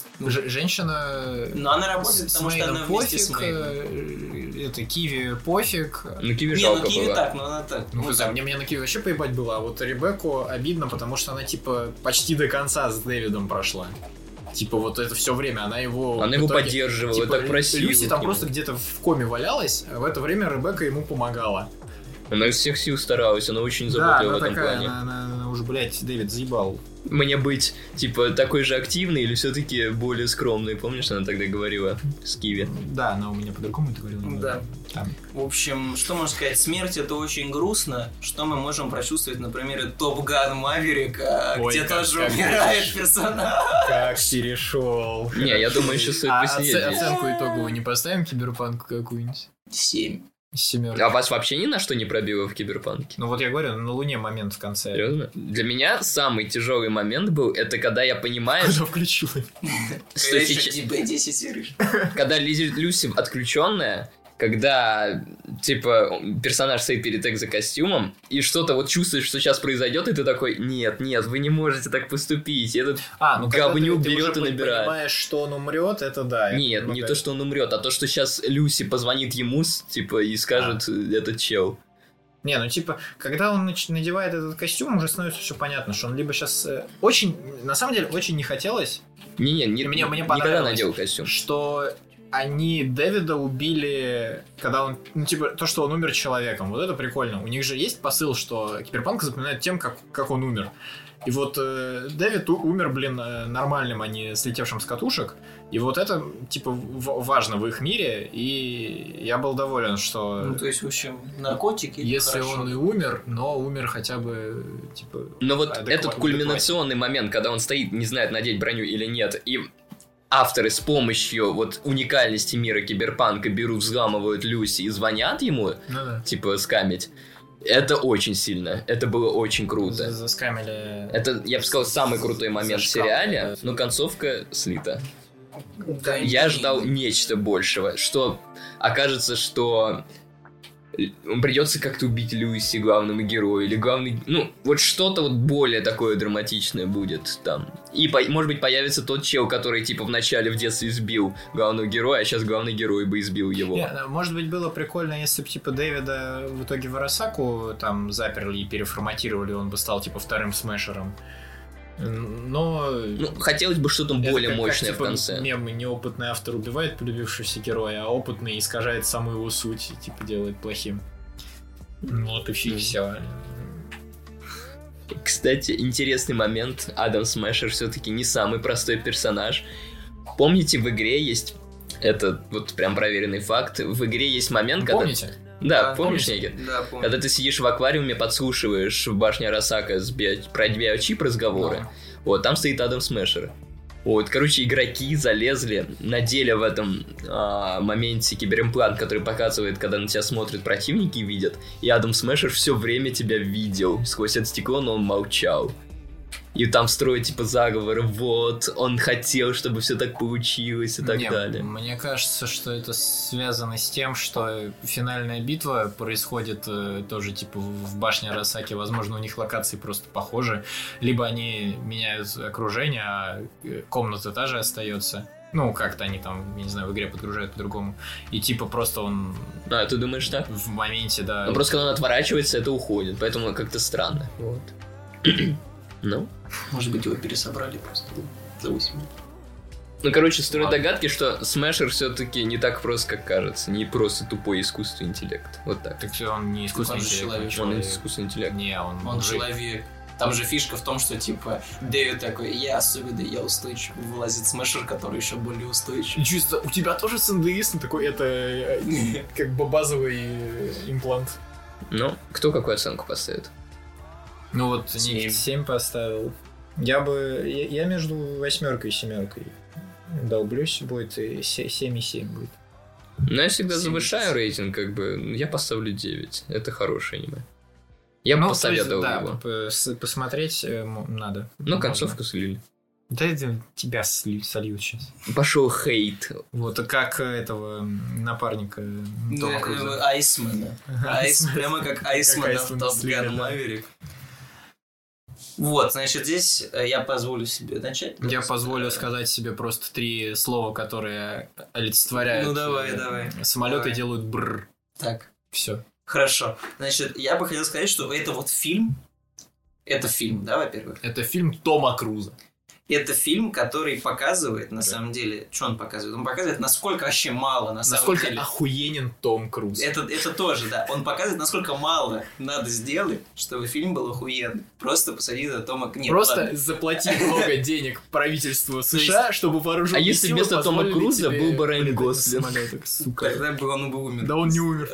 Женщина... Но она работает, потому что она вместе с Мэйном. Это Киви пофиг. Ну, Киви жалко было. Не, ну Киви так, но она так. Ну, да, мне на Киви вообще поебать было, а вот Ребекку обидно, потому что она, типа, почти до конца с Дэвидом прошла. Типа, вот это все время она его поддерживала, типа, так просила. Люси там просто где-то в коме валялась, а в это время Ребекка ему помогала. Она из всех сил старалась, она очень заботлива в этом плане. Она уже, блядь, Дэвид заебал. Мне быть, типа, такой же активной или все-таки более скромной? Помнишь, она тогда говорила с Киви? Да, она у меня по-другому это говорила. Да. Там. В общем, что можно сказать? Смерть — это очень грустно. Что мы можем прочувствовать, например, Топ Ган Маверик, где тоже умирает персонаж. Как перешел. Не, я думаю, еще стоит посидеть. Оценку итоговую не поставим Киберпанку какую-нибудь? 7. 7. А вас вообще ни на что не пробило в Киберпанке? Ну вот я говорю, на Луне момент в конце. Серьезно? Для меня самый тяжелый момент был, это когда я понимаю... Когда включила. Когда еще тебе 10 Когда Люси отключенная, когда, типа, персонаж стоит перед экзокостюмом, и что-то вот чувствуешь, что сейчас произойдет, и ты такой, нет, вы не можете так поступить, этот говнюк берет и набирает. Ты понимаешь, что он умрет, это да. Нет, не то, что он умрет, а то, что сейчас Люси позвонит ему, типа, и скажет, этот чел. Не, ну типа, когда он надевает этот костюм, уже становится все понятно, что он либо сейчас очень, на самом деле, очень не хотелось. Мне никогда надел костюм. Что они Дэвида убили, когда он, ну типа, то, что он умер человеком. Вот это прикольно. У них же есть посыл, что Киберпанк запоминает тем, как он умер. И вот Дэвид умер, нормальным, а не слетевшим с катушек. И вот это, типа, важно в их мире. И я был доволен, что... Ну, то есть, в общем, наркотики... Если он и умер, но умер хотя бы, типа... Но вот этот кульминационный момент, когда он стоит, не знает, надеть броню или нет, и... Авторы с помощью уникальности мира Киберпанка взламывают Люси и звонят ему, типа, скамить. Это очень сильно. Это было очень круто. Заскамили... Это, я бы сказал, самый крутой момент в сериале, но концовка слита. Да, я ждал нечто большего, что окажется, что придется как-то убить Люси, главному герою, или главный... Ну, вот что-то вот более такое драматичное будет там. И, может быть, появится тот чел, который, типа, вначале в детстве избил главного героя, а сейчас главный герой бы избил его. Может быть, было прикольно, если бы, типа, Дэвида в итоге в Арасаку там заперли и переформатировали, он бы стал, типа, вторым смешером. Но... Ну, хотелось бы что-то более мощное в конце. Мем, неопытный автор убивает полюбившегося героя, а опытный искажает саму его суть и, типа, делает плохим. Вот и все. Кстати, интересный момент. Адам Смешер все-таки не самый простой персонаж. Помните, в игре есть... Это вот прям проверенный факт. В игре есть момент, когда... Помните? Да, помнишь, Негин? Да, помню. Когда ты сидишь в аквариуме, подслушиваешь в башне Арасака про биочип разговоры, вот, там стоит Адам Смешер. Вот, короче, игроки залезли, надели в этом моменте киберимплант, который показывает, когда на тебя смотрят противники и видят, и Адам Смешер все время тебя видел сквозь это стекло, но он молчал. И там строят, типа, заговоры, вот, он хотел, чтобы все так получилось и так далее. Мне кажется, что это связано с тем, что финальная битва происходит тоже, типа, в башне Арасаки. Возможно, у них локации просто похожи. Либо они меняют окружение, а комната та же остается. Ну, как-то они там, я не знаю, в игре подгружают по-другому. И, типа, просто он... А, ты думаешь так? В моменте, да. Ну, просто когда он отворачивается, это уходит, поэтому как-то странно. Вот. Ну? Может быть, его пересобрали просто за 8 минут. Ну, короче, строят догадки, что Смешер все-таки не так прост, как кажется. Не просто тупой искусственный интеллект. Вот так. Так он не искусственный интеллект. Он искусственный интеллект. Не, он человек. Там же фишка в том, что, типа, Дэвид такой, я особенный, я устойчивый. Вылазит Смешер, который еще более устойчивый. Чисто, у тебя тоже с НДС, ну, такой, это как бы базовый имплант. Ну, кто какую оценку поставит? Ну вот, 7 поставил. Я между 8 и 7 долблюсь, будет 7,7 будет. Ну, я всегда завышаю рейтинг, как бы, я поставлю 9. Это хорошее аниме. Я бы посоветовал его. Посмотреть надо. Ну, концовку слили. Да это тебя сольют сейчас. Пошел хейт. Вот, как этого напарника Тома Круза. Айсмена. Прямо как Айсмена в Top Gun Maverick. Вот, значит, здесь я позволю себе начать. Я позволю сказать себе просто 3 слова, которые олицетворяют. Ну, давай. Самолеты делают бррр. Так. Все. Хорошо. Значит, я бы хотел сказать, что это вот фильм. Это фильм, да, во-первых? Это фильм Тома Круза. Это фильм, который показывает, на самом деле, что он показывает? Он показывает, насколько вообще мало, на самом деле. Насколько охуенен Том Круз. Это тоже, да. Он показывает, насколько мало надо сделать, чтобы фильм был охуенный. Просто посади на Тома... Нет, просто ладно. заплати много денег правительству США, чтобы вооруженные силы. А если вместо Тома Круза был бы Райан Гослинг? Тогда бы он бы умер. Да он не умер.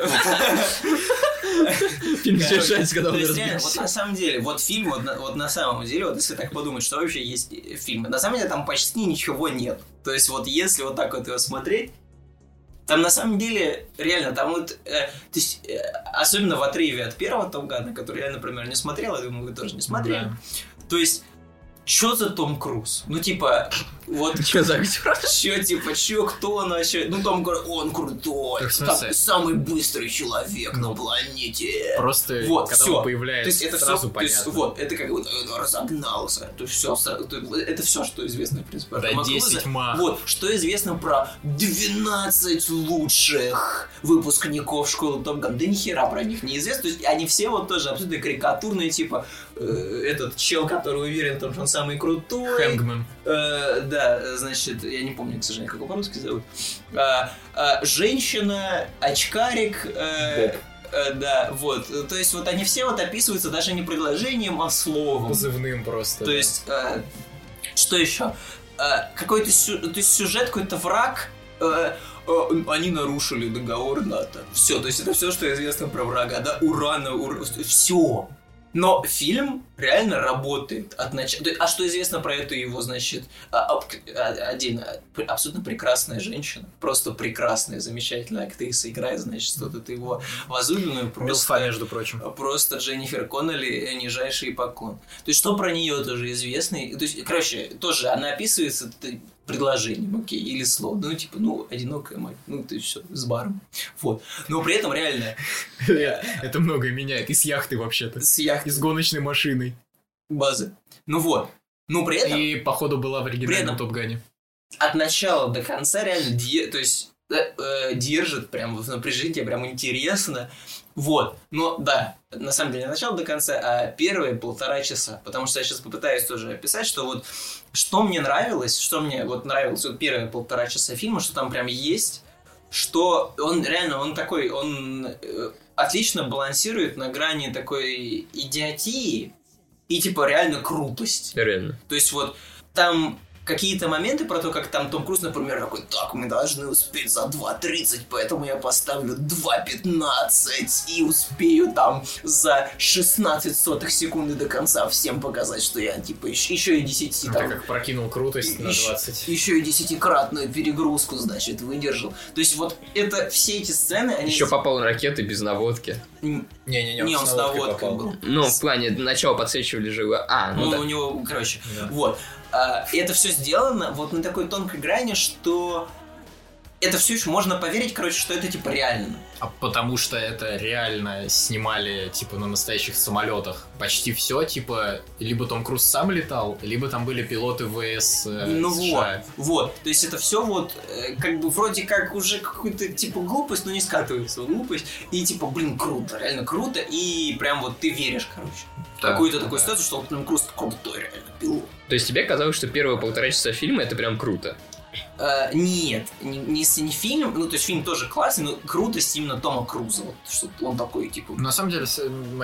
Фильм завершается, когда он разбился. Вот на самом деле, вот фильм, вот на самом деле, вот если так подумать, что вообще есть фильм, на самом деле там почти ничего нет. То есть вот если вот так вот его смотреть, там на самом деле реально, там вот, то есть, особенно в отрыве от первого Топ Гана, который я, например, не смотрел, я думаю, вы тоже не смотрели. Да. То есть, чё за Том Круз? Ну, типа, вот... Чё за актер? Чё, кто он вообще? Ну, Том Круз, он крутой, самый быстрый человек на планете. Просто, вот, когда всё. он появляется, то есть, это сразу всё, понятно. То есть, вот, это как бы разогнался. То есть, это все, что известно, в принципе, про Тома Круза. 10 мах. Вот, что известно про 12 лучших выпускников школы Топ Ган. Да нихера про них не известно. То есть, они все вот тоже абсолютно карикатурные, типа, этот чел, который уверен в том, что он самый крутой. Хэнгман. Да, значит, я не помню, к сожалению, как его по-русски зовут. Женщина, очкарик. Да, вот. То есть, вот они все вот описываются даже не предложением, а словом. Позывным просто. То есть, что еще? Какой-то сюжет, какой-то враг. Они нарушили договор НАТО. Все, то есть это все, что известно про врага, да? Урана, все. Но фильм реально работает от начала. А что известно про эту его, значит, отдельно, абсолютно прекрасная женщина, просто прекрасная, замечательная актриса играет, значит, вот эту его возлюбленную. Милфа, между прочим. Просто Дженнифер Коннелли, нижайший поклон. То есть, что про нее тоже известно. То есть, короче, тоже она описывается предложением, окей, или словом. Ну, типа, одинокая мать. Ты все, с баром. Вот. Но при этом реально... Это многое меняет. И с яхты вообще-то. С яхты. И с гоночной машиной. Базы. Вот. Но при этом... И, походу, была в оригинальном Топ Гане. От начала до конца реально держит прям в напряжении, прям интересно. Вот. Но да, на самом деле, не от начала до конца, а первые 1,5 часа. Потому что я сейчас попытаюсь тоже описать, что вот что мне нравилось, вот первые 1,5 часа фильма, что там прям есть, что он реально, он отлично балансирует на грани такой идиотии и типа реально крутость. Реально. То есть вот там какие-то моменты про то, как там Том Круз, например, такой: так, мы должны успеть за 2:30, поэтому я поставлю 2:15 и успею там за 16 секунды до конца всем показать, что я типа еще и 10 там... Ты как прокинул крутость на 20. Еще и 10-кратную перегрузку, значит, выдержал. То есть вот это все эти сцены, они... Еще попал на ракеты без наводки. Не, он с наводкой был. Ну, в плане, начало подсвечивали же его. Да. У него, короче, вот. И это все сделано вот на такой тонкой грани, что это все еще можно поверить, короче, что это типа реально. А потому что это реально снимали типа на настоящих самолетах. Почти все, типа, либо Том Круз сам летал, либо там были пилоты ВС США. Вот. То есть это все вот как бы вроде как уже какую-то типа глупость, но не скатывается в глупость. И типа, круто, реально круто. И прям вот ты веришь, короче. Да, какую-то такую ситуацию, что Том Круз крутой реально пилот. То есть тебе казалось, что первые 1,5 часа фильма это прям круто? Нет, не фильм, то есть фильм тоже классный, но крутость именно Тома Круза, вот, что он такой, типа... На самом деле,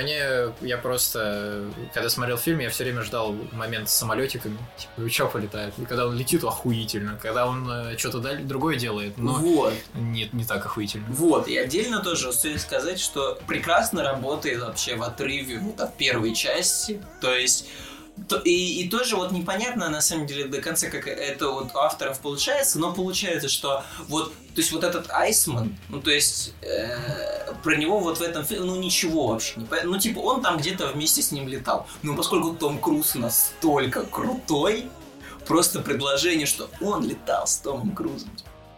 я просто, когда смотрел фильм, я все время ждал момент с самолетиками, типа, что полетает, и когда он летит, охуительно, когда он что-то другое делает, но не так охуительно. Вот, и отдельно тоже стоит сказать, что прекрасно работает вообще в отрыве вот от первой части, то есть... И тоже вот непонятно, на самом деле, до конца, как это вот у авторов получается, но получается, что вот, то есть вот этот Айсман, то есть про него вот в этом фильме, ничего вообще не понятно. Типа, он там где-то вместе с ним летал. Но поскольку Том Круз настолько крутой, просто предложение, что он летал с Томом Крузом.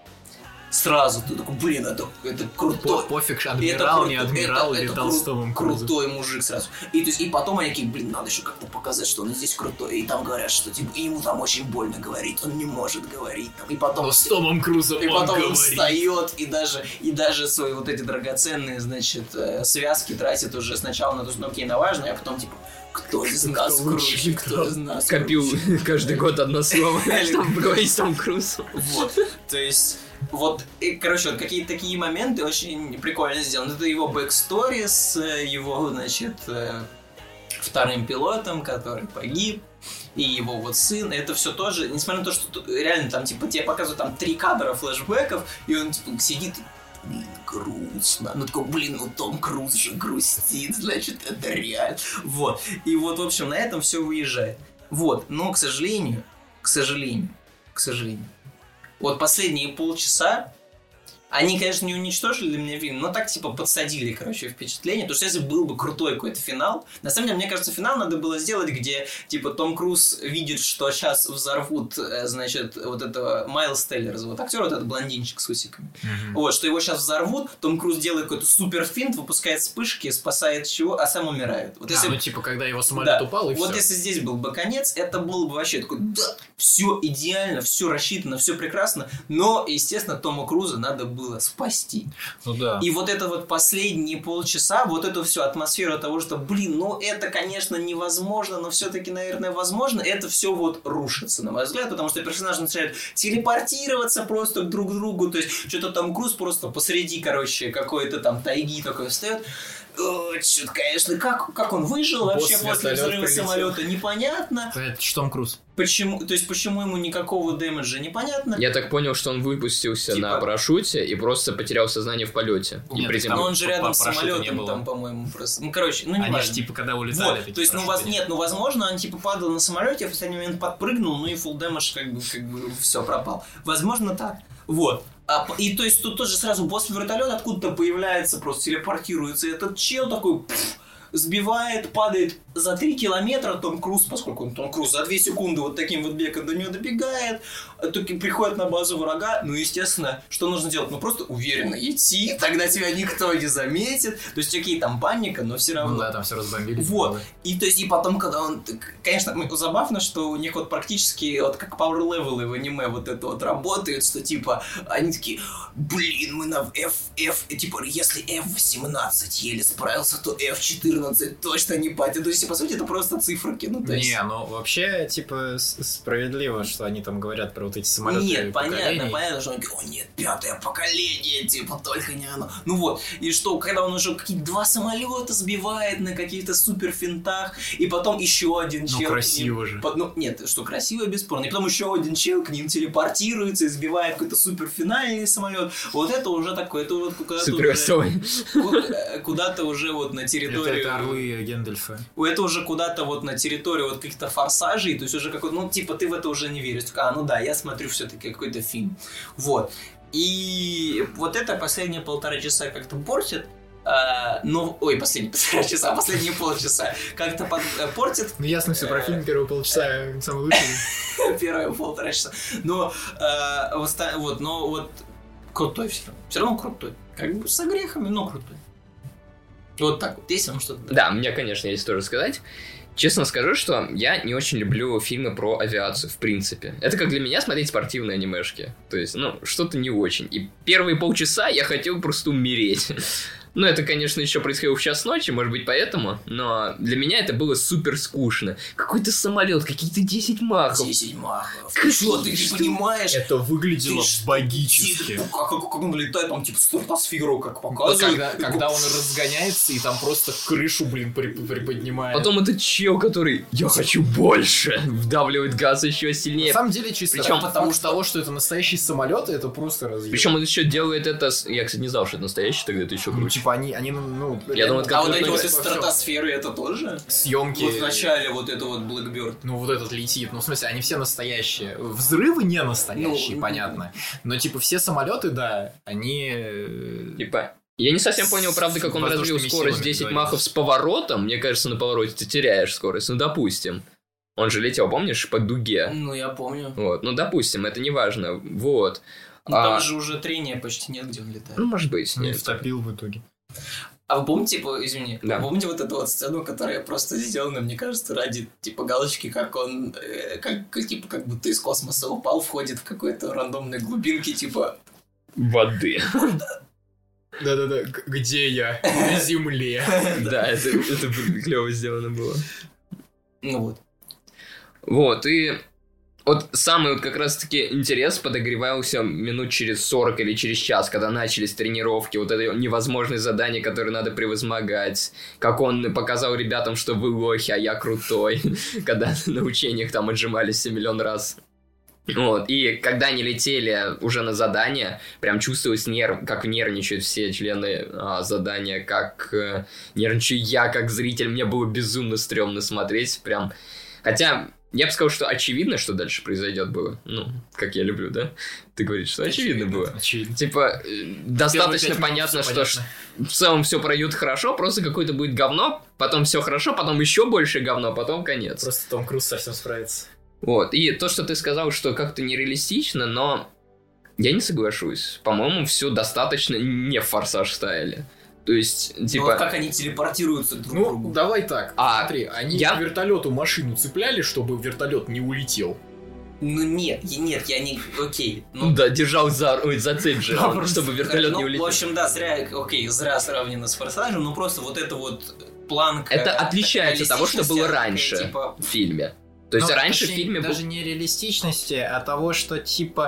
Сразу ты такой, это крутой. Пофиг, адмирал, не адмирал, летал с Томом Крузом. Крутой мужик сразу. И потом они такие, надо еще как-то показать, что он здесь крутой. И там говорят, что типа ему там очень больно говорить, он не может говорить. И потом... Но с Томом Крузом и потом он встает и даже свои вот эти драгоценные, значит, связки тратит уже сначала на то, что окей, на важное, а потом типа... Кто из нас круче, кто из нас копил каждый год одно слово, чтобы говорить с Томом Крузом. Вот, то есть... Вот, короче, вот какие-то такие моменты очень прикольно сделаны. Это его бэкстори с его, значит, вторым пилотом, который погиб, и его вот сын. Это все тоже, несмотря на то, что реально там, типа, тебе показывают там 3 кадра флешбеков, и он, типа, сидит, грустно. Такой, Том Круз же грустит, значит, это реально. Вот. И вот, в общем, на этом все выезжает. Вот. Но, к сожалению, вот последние полчаса, они, конечно, не уничтожили для меня фильм, но так, типа, подсадили, короче, впечатление. Потому что если был бы крутой какой-то финал... На самом деле, мне кажется, финал надо было сделать, где, типа, Том Круз видит, что сейчас взорвут, значит, вот этого Майлз Теллера, вот актер, вот этот блондинчик с усиками. Вот, что его сейчас взорвут, Том Круз делает какой-то супер финт, выпускает вспышки, спасает чего, а сам умирает. Вот если... типа, когда его самолет упал, и вот все. Если здесь был бы конец, это было бы вообще такой, все идеально, все рассчитано, все прекрасно, но, естественно, Тома Круза надо было спасти. И вот это вот последние полчаса, вот эту всю атмосферу того, что, это, конечно, невозможно, но все-таки, наверное, возможно, это все вот рушится, на мой взгляд, потому что персонажи начинают телепортироваться просто друг к другу, то есть что-то там Круз просто посреди, короче, какой-то там тайги такой встает. Что-то, конечно, как он выжил вообще после взрыва самолета, непонятно. Это что Том Круз? Почему ему никакого дэмэджа, непонятно. Я так понял, что он выпустился на парашюте и просто потерял сознание в полете. Нет, но он же рядом с самолетом там, по-моему, просто. Ну, короче, не важно. важно. Они же, типа, когда улетали... Вот, то есть, возможно, он, типа, падал на самолете, в последний момент подпрыгнул, ну и full damage, как бы все пропал. Возможно, так. Вот. И то есть, тут тоже сразу после вертолета откуда-то появляется, просто телепортируется этот чел такой... сбивает, падает за 3 километра Том Круз, поскольку Том Круз за 2 секунды вот таким вот бегом до него добегает, только приходит на базу врага, ну, естественно, что нужно делать? Ну, просто уверенно идти, тогда тебя никто не заметит, то есть, окей, там паника, но все равно. Ну да, там все разбомбили. Вот, и то есть, и потом, когда он, конечно, забавно, что у них вот практически, вот как power-левелы в аниме вот это вот работают, что, типа, они такие, блин, мы на F, типа, если F-18 еле справился, то F-14 точно не патит. То есть, по сути, это просто циферки. Ну, то есть... Не, ну вообще, типа, справедливо, что они там говорят про вот эти самолеты. Нет, понятно, что он говорит, о нет, 5-е поколение, типа, только не оно. Ну вот, и что, когда он уже какие-то 2 самолета сбивает на каких-то суперфинтах, и потом еще один чел... Ну, красиво же. Ну, нет, что красиво, бесспорно. И потом еще один чел к ним телепортируется и сбивает какой-то суперфинальный самолет. Вот это уже такое, это вот куда-то уже вот на территорию... Это орлы Гэндальфа. Это уже куда-то вот на территорию вот каких-то форсажей, то есть уже какой-то, ну, типа, ты в это уже не веришь. Ну да, я смотрю все-таки какой-то фильм. Вот. И вот это последние 1,5 часа как-то портит. Последние полчаса как-то портит. Ну, ясно все про фильм, первые полчаса самый лучший. Первые 1,5 часа. Но вот крутой все равно крутой. Как бы с огрехами, но крутой. Вот так вот, есть вам что-то? Да, мне, конечно, есть тоже сказать. Честно скажу, что я не очень люблю фильмы про авиацию, в принципе. Это как для меня смотреть спортивные анимешки. То есть, что-то не очень. И первые полчаса я хотел просто умереть. Ну, это, конечно, еще происходило в час ночи, может быть, поэтому, но для меня это было супер скучно. Какой-то самолет, какие-то 10 махов. 10 махов. Что, ты не понимаешь? Это выглядело богически. Как он летает, там, типа, стратосферу, как показывают. Когда он разгоняется, и там просто крышу, приподнимает. Потом этот чел, который «я хочу больше», вдавливает газ еще сильнее. На самом деле, чисто потому что того, что это настоящий самолет, это просто разъем. Причем он еще делает это... Я, кстати, не знал, что это настоящий, тогда это еще круче. Типа они, я думаю, а вот эти вот из стратосферы, это тоже? Съемки. Вот в начале вот это вот Blackbird. Ну, вот этот летит. Ну, в смысле, они все настоящие. Взрывы не настоящие, понятно. Но, типа, все самолеты, да, они... Типа... Я не совсем понял, правда, как он развил скорость 10 махов с поворотом. Мне кажется, на повороте ты теряешь скорость. Ну, допустим. Он же летел, помнишь, по дуге. Ну, я помню. Вот, ну, допустим, это не важно. Вот. Ну, там же уже трения почти нет, где он летает. Ну, может быть. Не втопил в итоге. А вы помните, извини, да. Вы помните вот эту вот сцену, которая просто сделана, мне кажется, ради, типа, галочки, как он, как будто из космоса упал, входит в какой-то рандомной глубинке, типа... Воды. Да-да-да, где я? На земле. Да, это клево сделано было. Ну вот. Вот, и... Вот самый вот как раз-таки интерес подогревался минут через 40 или через час, когда начались тренировки, вот это невозможное задание, которое надо превозмогать, как он показал ребятам, что вы лохи, а я крутой, когда на учениях там отжимались 7 миллион раз. Вот, и когда они летели уже на задание, прям чувствовалось как нервничают все члены задания, как нервничаю я, как зритель, мне было безумно стрёмно смотреть, прям, хотя... Я бы сказал, что очевидно, что дальше произойдет было. Ну, как я люблю, да? Ты говоришь, что очевидно было. Очевидно. Типа, достаточно понятно, что в целом все пройдет хорошо, просто какое-то будет говно, потом все хорошо, потом еще больше говно, потом конец. Просто Том Круз совсем справится. Вот, и то, что ты сказал, что как-то нереалистично, но я не соглашусь. По-моему, все достаточно не в «Форсаж» стайле. То есть, типа... Ну, вот как они телепортируются друг к другу. Ну, давай так. Смотри, они к вертолету машину цепляли, чтобы вертолет не улетел. Ну, нет, я не... Окей. Ну да, держал за цепь же, чтобы вертолет не улетел. В общем, да, зря сравнено с «Форсажем», но просто вот это вот планка... Это отличается от того, что было раньше в фильме. То есть раньше в фильме... Даже не реалистичности, а того, что, типа...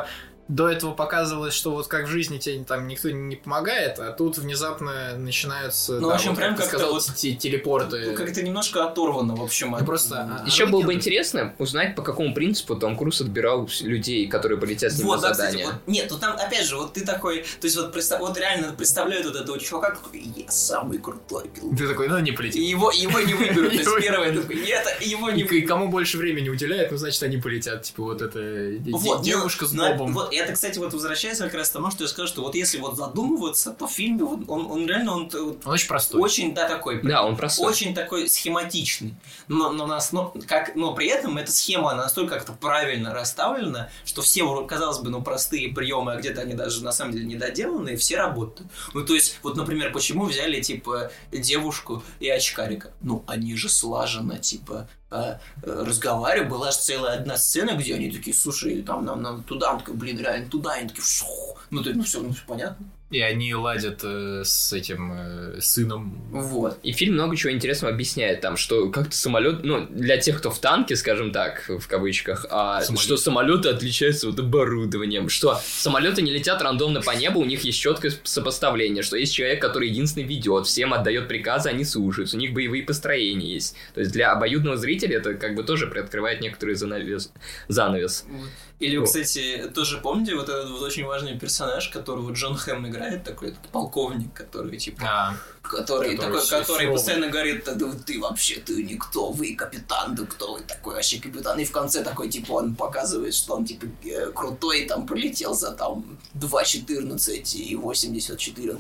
до этого показывалось, что вот как в жизни тебе там никто не помогает, а тут внезапно начинаются, в общем, прям как сказал, телепорты. Как-то немножко оторвано, в общем. Просто еще было бы интересно узнать, по какому принципу Том Круз отбирал людей, которые полетят с ним на задание. Кстати, нет, ну там, опять же, вот ты такой, то есть вот реально представляют вот этого чувака, такой, я самый крутой пилот. Ты такой, не полетит. И его не выберут, то есть первое, такой, нет, его не выберут. И кому больше времени уделяют, значит, они полетят. Типа, вот эта девушка с бобом. Вот, это, кстати, вот возвращаясь как раз к тому, что я скажу, что вот если вот задумываться, то фильм, он реально, он очень простой. Очень, такой. Да, он простой. Очень такой схематичный. Но при этом эта схема настолько как-то правильно расставлена, что все, казалось бы, простые приемы, а где-то они даже на самом деле недоделанные, все работают. Ну, то есть, вот, например, почему взяли, типа, девушку и очкарика? Ну, они же слаженно, типа, разговаривали, была же целая одна сцена, где они такие, слушай, там нам туда, он такой, блин, реально туда, они такие, все понятно. И они ладят с этим сыном. Вот. И фильм много чего интересного объясняет там, что как-то самолет, для тех, кто в танке, скажем так, в кавычках, что самолеты отличаются вот оборудованием, что самолеты не летят рандомно по небу, у них есть четкое сопоставление, что есть человек, который единственный ведет, всем отдает приказы, они слушаются, у них боевые построения есть. То есть для обоюдного зрителя это как бы тоже приоткрывает некоторый занавес. Или, кстати, тоже помните вот этот вот очень важный персонаж, которого Джон Хэм играет, такой этот полковник, который типа... Который постоянно говорит, да ты вообще, ты никто, вы капитан, да кто вы такой вообще капитан? И в конце такой, типа, он показывает, что он, типа, крутой, там, прилетел за, там, 2.14 и 84.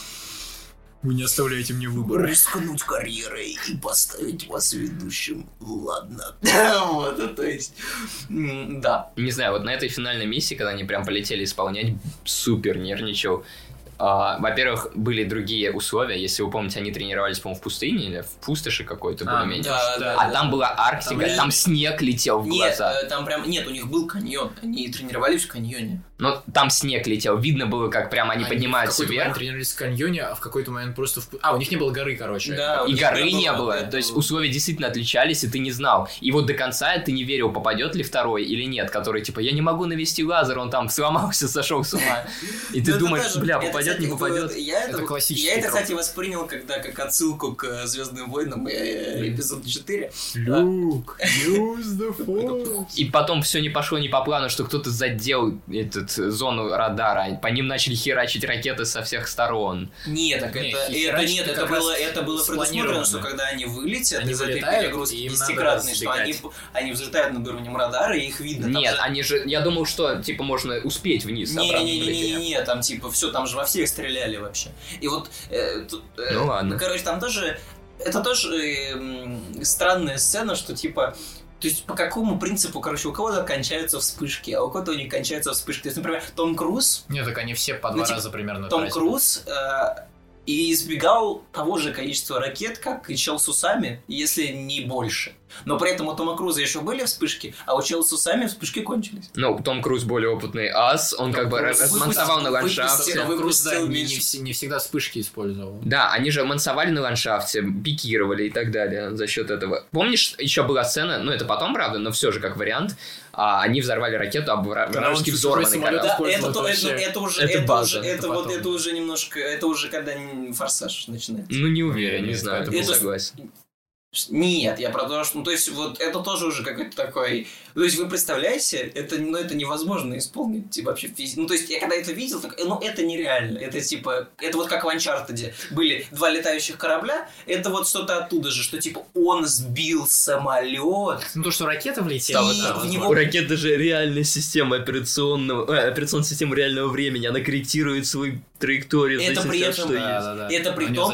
Вы не оставляете мне выбора. Рискнуть карьерой и поставить вас ведущим. Ладно. Вот, то есть, да. Не знаю, вот на этой финальной миссии, когда они прям полетели исполнять, супер нервничал. Во-первых, были другие условия. Если вы помните, они тренировались, по-моему, в пустыне или в пустоши какой-то более-менее. Да, там была Арктика, там снег летел в глаза. Нет, там прям... Нет, у них был каньон. Они тренировались в каньоне. Но там снег летел. Видно было, как прям они поднимаются вверх. Они тренировались в каньоне, а в какой-то момент просто... у них не было горы, короче. Да, и горы не было. То есть условия действительно отличались, и ты не знал. И вот до конца ты не верил, попадет ли второй или нет, который типа, я не могу навести лазер, он там сломался, сошел с ума. И ты думаешь, бля, попадет, не попадет. Это классический. Я это, кстати, воспринял как отсылку к Звездным войнам эпизод 4. Люк, use the force. И потом все не пошло не по плану, что кто-то задел зону радара, по ним начали херачить ракеты со всех сторон. Нет, так это было предусмотрено, что когда они вылетят из этой перегрузки десятикратной, что они взлетают над уровнем радара, и их видно. Нет, они же, я думал, что типа можно успеть вниз. Не, там типа все, там же во всех стреляли вообще. И вот, ну ладно. Короче, там тоже, это тоже странная сцена, что типа, то есть по какому принципу, короче, у кого-то кончаются вспышки, а у кого-то не кончаются вспышки. То есть, например, Том Круз... Нет, так они все по 2 раза примерно Том Круз и избегал того же количества ракет, как и чел с усами, если не больше. Но при этом у Тома Круза еще были вспышки, а у чела с усами вспышки кончились. Ну, Том Круз более опытный ас, он как бы размансовал на ландшафте. Том Круз, да, не всегда вспышки использовал. Да, они же мансовали на ландшафте, пикировали и так далее за счет этого. Помнишь, еще была сцена, ну это потом, правда, но все же как вариант, они взорвали ракету, а вражеский взорванный канал. Да, это уже немножко, это уже когда форсаж начинается. Ну не уверен, не знаю, это согласен. Нет, я про то, что... то есть, вот это тоже уже какой-то такой... То есть, вы представляете, это невозможно исполнить типа, вообще физически. Ну, то есть, я когда это видел, так, это нереально. Это типа... Это вот как в Uncharted были 2 летающих корабля, это вот что-то оттуда же, что типа он сбил самолет. Ну, то, что ракета влетела. У ракеты же реальная система операционная система реального времени, она корректирует свою траекторию. Это при этом... Это при том...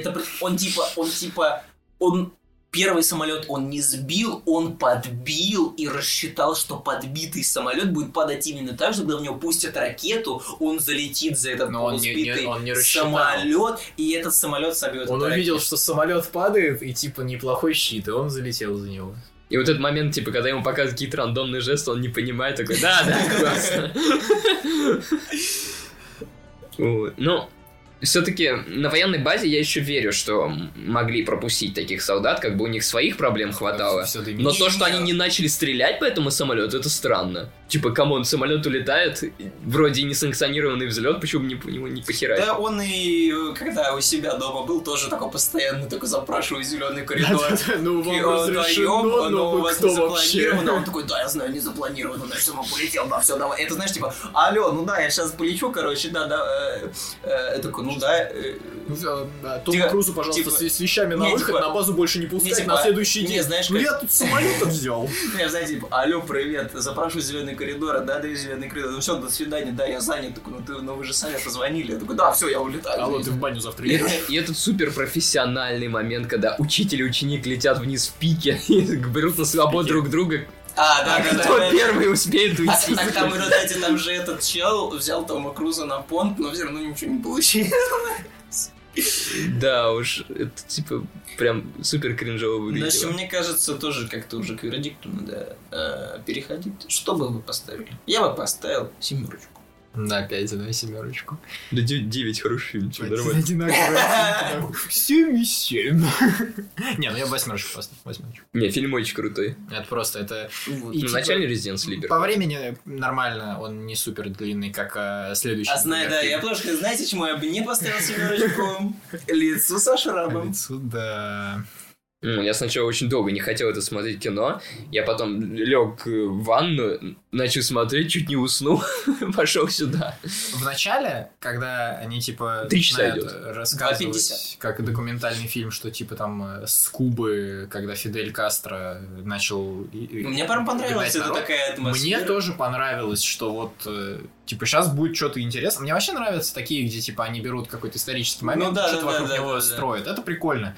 Он первый самолет он не сбил, он подбил и рассчитал, что подбитый самолет будет падать именно так, что когда в него пустят ракету, он залетит за этот полусбитый самолет, и этот самолет собьет. Он увидел, что самолет падает, и типа неплохой щит, и он залетел за него. И вот этот момент, типа, когда ему показывают какие-то рандомные жесты, он не понимает, такой, да, классно. Ну... Все-таки на военной базе я еще верю, что могли пропустить таких солдат, как бы у них своих проблем хватало. Но то, что они не начали стрелять по этому самолету, это странно. Типа, камон, самолет улетает, вроде несанкционированный взлет, почему бы его не похерать? Да, он и когда у себя дома был, тоже такой постоянно такой запрашиваю зеленый коридор. Ну, вам разрешено, но у вас не запланировано. Он такой, да, я знаю, не запланировано, значит, он полетел, да, все, давай. Это, знаешь, типа, алло, ну да, я сейчас полечу, короче, да. Я такой, ну да. Тому Крузу, пожалуйста, с вещами на выход, на базу больше не пускать на следующий день. Ну, я тут самолет взял. Я, знаете, типа, алло, привет, запрашиваю зеленый коридор, да, даю зеленый коридор, ну все, до свидания, да, я занят, такой, ну вы же сами позвонили, я такой, да, все, я улетаю. Алло, ты в баню завтра едешь. И этот суперпрофессиональный момент, когда учитель и ученик летят вниз в пике и берут на свободу друг друга. Да. Кто первый успеет уйти? Так там, в результате, там же этот чел взял Тома Круза на понт, но все равно ничего не получилось. Да уж, это типа прям супер кринжово выглядело. Значит, мне кажется, тоже как-то уже к вердикту надо переходить. Что бы вы поставили? Я бы поставил 7. Да, 5, да, 7. Да 9 хороший фильм, что нормально. 7 и 7. Не, ну я 8 поставил. Не, фильм очень крутой. Это просто, это... Начальный Резидент Слибер. По времени нормально, он не супер длинный, как следующий. Да, я тоже, знаете, почему я бы не поставил 7? Лицо со шрамом. Лицо, да... Я сначала очень долго не хотел это смотреть кино. Я потом лег в ванну, начал смотреть, чуть не уснул, пошел сюда. В начале, когда они типа 3 часа начинают рассказывать, как документальный фильм, что типа там с Кубы, когда Фидель Кастро начал... Мне прям понравилась эта такая атмосфера. Мне тоже понравилось, что вот типа сейчас будет что-то интересное. Мне вообще нравятся такие, где типа они берут какой-то исторический момент, что-то вокруг него строят. Это прикольно.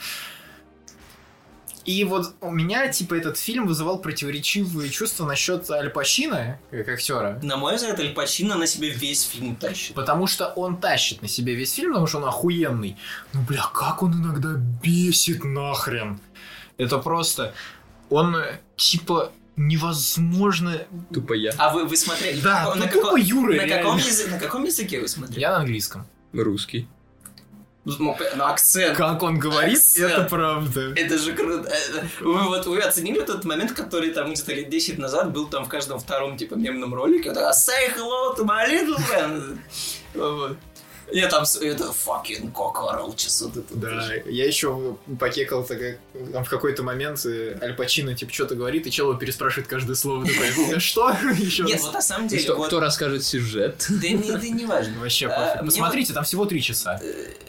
И вот у меня, типа, этот фильм вызывал противоречивые чувства насчет Аль Пачино, как актера. На мой взгляд, Аль Пачино на себе весь фильм тащит. Потому что он тащит на себе весь фильм, потому что он охуенный. Ну, бля, как он иногда бесит нахрен. Это просто... Он, типа... невозможно... Тупо я. А вы смотрели... Да, тупо Юра, на каком языке вы смотрели? Я на английском. Русский. Ну, акцент. Как он говорит, акцент. Это правда. Это же круто. Вы оценили тот момент, который там где-то лет 10 назад был там в каждом втором типа мемном ролике? Say hello to my little friend. Вот. Я там, это fucking cockroaches. Вот это да, тоже. Я еще покекал, там в какой-то момент Аль Пачино типа что-то говорит, и чел его переспрашивает каждое слово. Такой, что? Нет, вот на самом деле... Кто расскажет сюжет? Да не важно. Вообще, посмотрите, там всего 3 часа.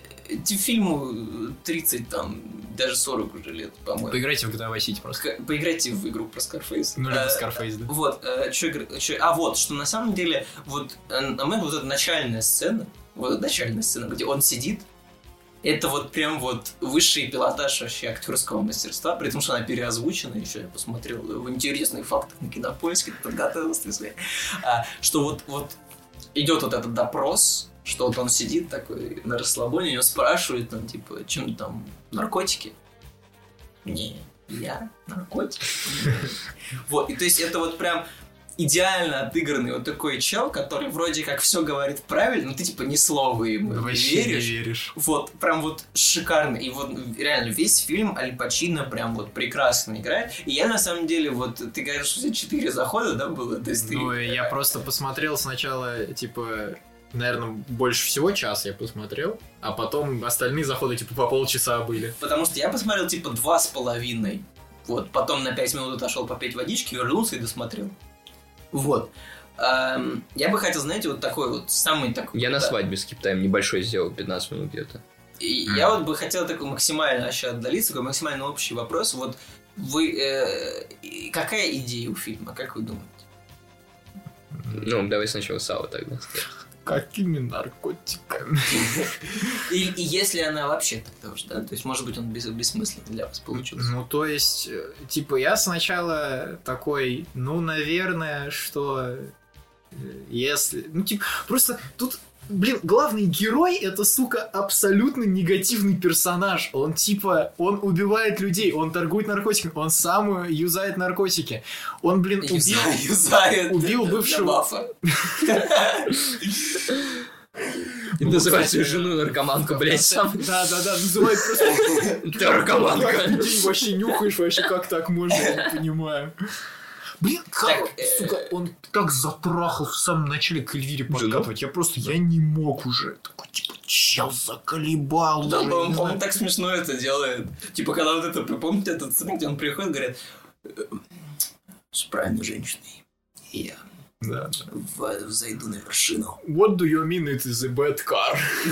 Фильму 30, там, даже 40 уже лет, по-моему. Поиграйте в GTA Vice City просто. Поиграйте в игру про Scarface. Ну, либо Scarface, да. Вот, что на самом деле, вот, на мой вот эта начальная сцена, где он сидит, это вот прям вот высший пилотаж вообще актерского мастерства, при том, что она переозвучена, еще я посмотрел в интересных фактах на Кинопоиске, подготовился, что вот идет вот этот допрос, что вот он сидит такой на расслабоне, его спрашивают, там, типа, чем там, наркотики? Не, я наркотики. Вот, и то есть это вот прям идеально отыгранный вот такой чел, который вроде как все говорит правильно, но ты типа ни слова ему не веришь. Вот, прям вот шикарно. И вот реально весь фильм Аль Пачино прям вот прекрасно играет. И я на самом деле, вот, ты говоришь, что у тебя 4 захода, да, было? То есть ну, я просто посмотрел сначала, типа... Наверное, больше всего час я посмотрел, а потом остальные заходы типа по полчаса были. Потому что я посмотрел типа 2,5. Вот, потом на 5 минут отошел попить водички, вернулся и досмотрел. Вот. Я бы хотел, знаете, вот такой вот самый такой... Я на свадьбе скиптайм небольшой сделал, 15 минут где-то. И я вот бы хотел такой максимально вообще отдалиться, такой максимально общий вопрос. Вот вы... какая идея у фильма, как вы думаете? Ну, давай сначала Сава тогда. Какими наркотиками? И если она вообще тогда уже, да? То есть, может быть, он бессмысленный для вас получился. Ну, то есть, типа, я сначала такой, ну, наверное, что если... Ну, типа, просто тут... Блин, главный герой это, сука, абсолютно негативный персонаж. Он, типа, он убивает людей, он торгует наркотиками, он сам юзает наркотики. Он, блин, убил бывшего... И называет свою жену наркоманку, блядь, сам. Да, называет просто... Ты наркоманка. Ты вообще нюхаешь, вообще как так можно, я не понимаю. Блин, как, Так, сука, он так затрахал в самом начале к Эльвире подкатывать. Я не мог уже. Такой, типа, чел заколебал. Да, уже, не он знаю. так смешно это делает. Типа, когда вот это, помните этот сцен, где он приходит, говорит, с правильной женщиной, и я Да. взойду на вершину. What do you mean it is a bad car?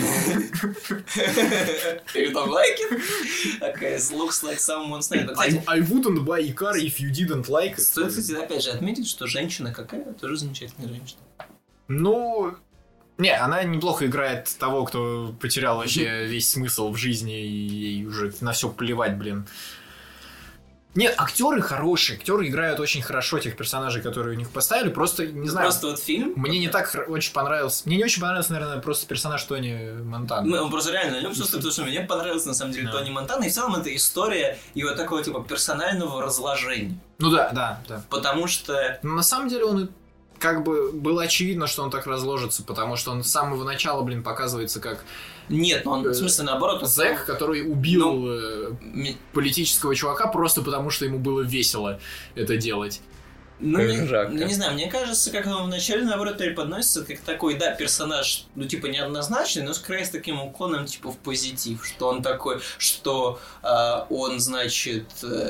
You don't like it? Okay, looks like someone snapped. Кстати, I wouldn't buy a car if you didn't like it. стоит, кстати, опять же отметить, что женщина какая? Тоже замечательная женщина. Ну, не, она неплохо играет того, кто потерял вообще весь смысл в жизни и уже на все плевать, блин. Нет, актеры хорошие, актеры играют очень хорошо тех персонажей, которые у них поставили, просто, не знаю, Просто вот фильм... мне не так очень понравился, мне не очень понравился, наверное, просто персонаж Тони Монтана. Он просто реально любопытно, потому что мне понравился, на самом деле, Тони Монтана, и в целом это история его такого, типа, персонального разложения. Ну да. Потому что... Но на самом деле он как бы было очевидно, что он так разложится, потому что он с самого начала, блин, показывается как Нет, он, в смысле, наоборот... он зэк, стал- который убил ми- политического чувака просто потому, что ему было весело это делать. Ну, Ржака. не знаю, мне кажется, как он вначале, наоборот, преподносится как такой, да, персонаж, ну, типа, неоднозначный, но скорее с таким уклоном, типа, в позитив, что он такой, что он, значит,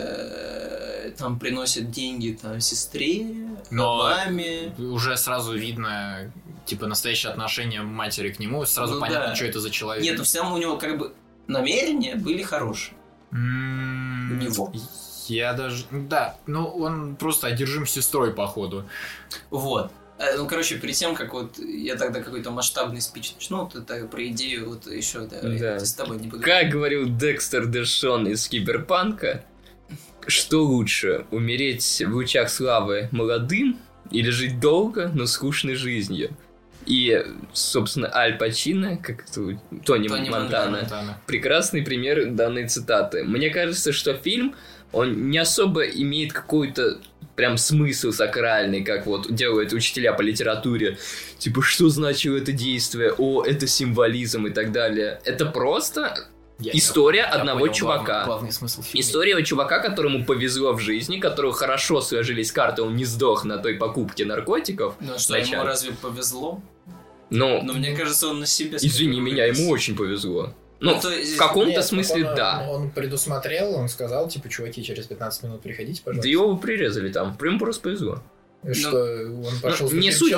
там приносит деньги, там, сестре, Но маме. уже сразу видно, типа, настоящее отношение матери к нему, сразу Ну понятно, да. что это за человек. Нет, в целом у него, как бы, намерения были хорошие. У У него. Я даже... Да, Ну, он просто одержим сестрой, походу. Вот. Ну, короче, перед тем, как вот я тогда какой-то масштабный спич начну, вот это про идею вот еще, да, Да. я с тобой не буду. Как говорил Декстер Дэшон из Киберпанка, что лучше, умереть в лучах славы молодым или жить долго, но скучной жизнью? И, собственно, Аль Пачино, как это, Тони Монтана, Монтана. прекрасный пример данной цитаты. Мне кажется, что фильм, он не особо имеет какой-то прям смысл сакральный, как вот делают учителя по литературе. Типа, что значило это действие? О, это символизм и так далее. Это просто история одного понял чувака. Главный смысл фильма. История чувака, которому повезло в жизни, которого хорошо сложились карты, он не сдох на той покупке наркотиков. Ну что, Вначале. ему разве повезло? Но, Но мне кажется, он на себе... извини меня, ему очень повезло. Ну, то есть- в каком-то Нет, смысле, он, да. Он предусмотрел, он сказал, типа, чуваки, через 15 минут приходите, Да пожалуйста. его прирезали там, прям просто повезло. Что он пошел Ну, не суть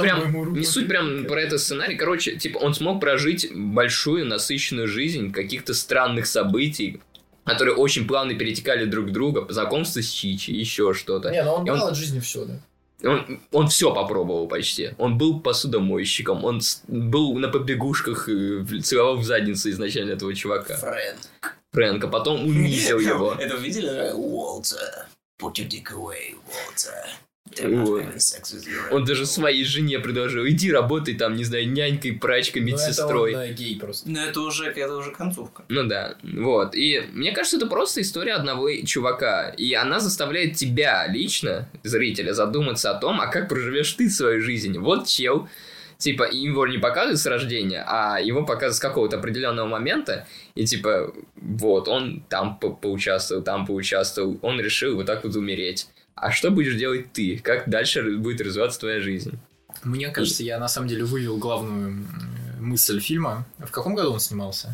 прям про этот сценарий. Короче, типа, он смог прожить большую, насыщенную жизнь каких-то странных событий, которые очень плавно перетекали друг в друга, знакомство с Чичи, еще что-то. Не, ну он И он- брал от жизни все, да. Он все попробовал почти. Он был посудомойщиком, он был на побегушках, целовал в задницу изначально этого чувака. Фрэнка, потом унизил его. Это вы видели? Уолтер, put your dick away, Уолтер. Вот. Он даже своей жене предложил: иди работай там, не знаю, нянькой, прачкой, медсестрой. Ну, это он, да, гей просто. Ну, это уже концовка. Ну да, вот. И мне кажется, это просто история одного чувака. И она заставляет тебя лично, зрителя, задуматься о том, а как проживешь ты свою жизнь. Вот чел, типа, его не показывают с рождения, а его показывают с какого-то определенного момента. И типа, вот, он там поучаствовал, он решил вот так вот умереть. А что будешь делать ты? Как дальше будет развиваться твоя жизнь? Мне кажется, я на самом деле вывел главную мысль фильма. В каком году он снимался?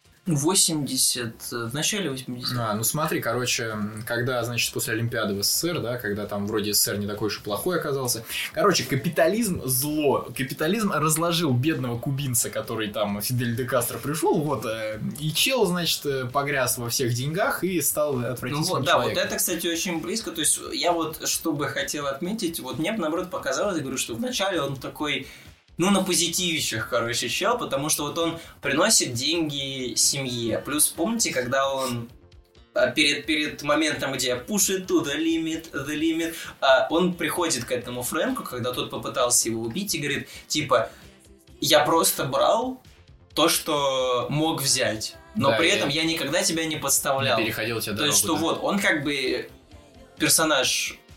80... В начале 80-х. Ну смотри, короче, когда, значит, после Олимпиады в СССР, да, когда там вроде СССР не такой уж и плохой оказался. Короче, капитализм зло. Капитализм разложил бедного кубинца, который там, Фидель де Кастро пришел, вот, и чел, значит, погряз во всех деньгах и стал Ну отвратительным вот, да, вот человеком. это, кстати, очень близко. То есть я вот, что бы хотел отметить, вот мне бы, наоборот, показалось, я говорю, что вначале он такой... Ну, на позитивищах, короче, чел, потому что вот он приносит деньги семье. Плюс, помните, когда он перед моментом, где push it to the limit, он приходит к этому Фрэнку, когда тот попытался его убить, и говорит, типа, я просто брал то, что мог взять, но Да, при я- этом я никогда тебя не подставлял. Переходил тебе То дорогу. есть, что да. вот, он как бы персонаж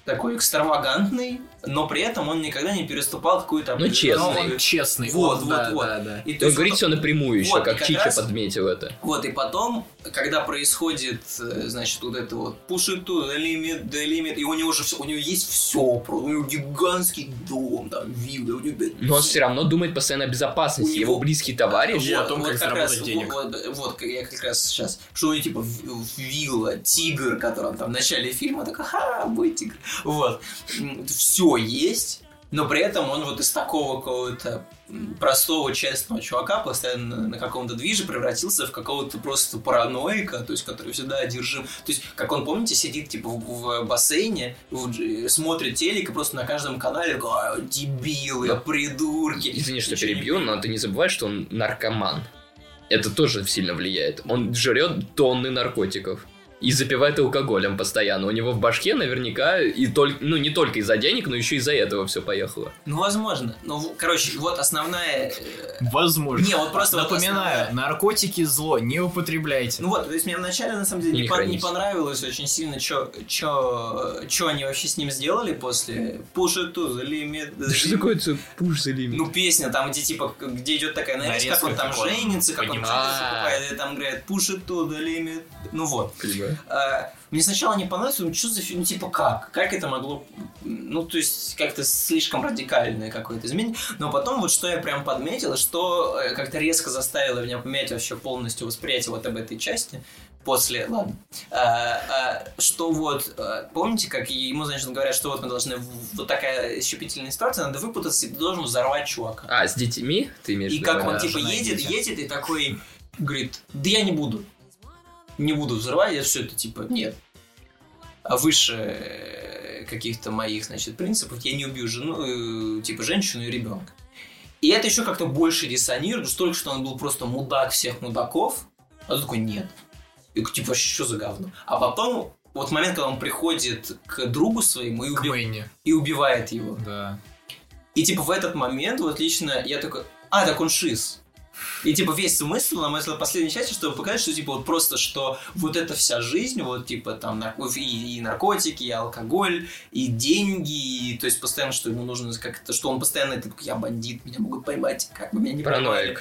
такой экстравагантный, но при этом он никогда не переступал какую-то честный. Он честный. Вот. Да. И то Он есть говорит все напрямую еще, вот, и как как Чича раз- подметил это. Вот, и потом, когда происходит, значит, вот это вот push it to the limit, и у него же у него есть все, у него гигантский дом, там, вилла, у него... Но он все равно думает постоянно о безопасности. У его него- близкий товарищ. И о том, как как раз, заработать денег. Вот, я как раз сейчас, что у него типа вилла, тигр, который он там в начале фильма такой, мой тигр. Вот. Все есть, но при этом он вот из такого какого-то простого, честного чувака постоянно на каком-то движе превратился в какого-то просто параноика, то есть, который всегда одержим. То есть, как он, помните, сидит типа в бассейне, смотрит телек и просто на каждом канале такой, дебилы, придурки. Извини, что Ничего не перебью, но ты не забывай, что он наркоман. Это тоже сильно влияет. Он жрет тонны наркотиков. И запивает алкоголем постоянно. У него в башке наверняка не только из-за денег, но еще из-за этого все поехало. Ну, возможно. Ну, короче, вот основная... Возможно. Не, вот просто вот Напоминаю, основная- наркотики зло, не употребляйте. Ну вот, то есть мне вначале, на самом деле, Не не хранись. понравилось очень сильно, что они вообще с ним сделали после Push It to the Limit. Да что такое это пуш за лимит? Ну, песня, там, где, типа, где идет такая нарезка, как он там Нарезка, как он женится, как он поднимает. что-то покупает, и там играет Push It to the Limit. Ну вот. Понимаю. Мне сначала не понравилось, ну что за фильм, ну типа как? Как это могло, ну то есть как-то слишком радикальное какое-то изменение. Но потом вот что я прям подметил, что как-то резко заставило меня поменять вообще полностью восприятие вот об этой части. После, ладно, что вот, помните, как ему, значит, говорят, что вот мы должны, вот такая щепетильная ситуация, надо выпутаться, и ты должен взорвать чувака. С детьми ты имеешь в И виду? как он да, типа жена и едет дети. и такой говорит, да я не буду взрывать, я все это типа, нет. А выше каких-то моих, значит, принципов я не убью жену, типа женщину и ребенка. И это еще как-то больше диссонирует, что только что он был просто мудак всех мудаков, а тут такой нет. И типа, что за говно? А потом, вот момент, когда он приходит к другу своему К Мэнни. и убивает его. Да. И типа в этот момент, вот лично я такой, так он шиз. И типа весь смысл, на мой взгляд, последней части, чтобы показать, что типа вот просто, что вот эта вся жизнь, вот типа там и наркотики, и алкоголь, и деньги, и, то есть постоянно, что ему нужно как-то, что он постоянно такой, я бандит, меня могут поймать, как бы меня не поймали.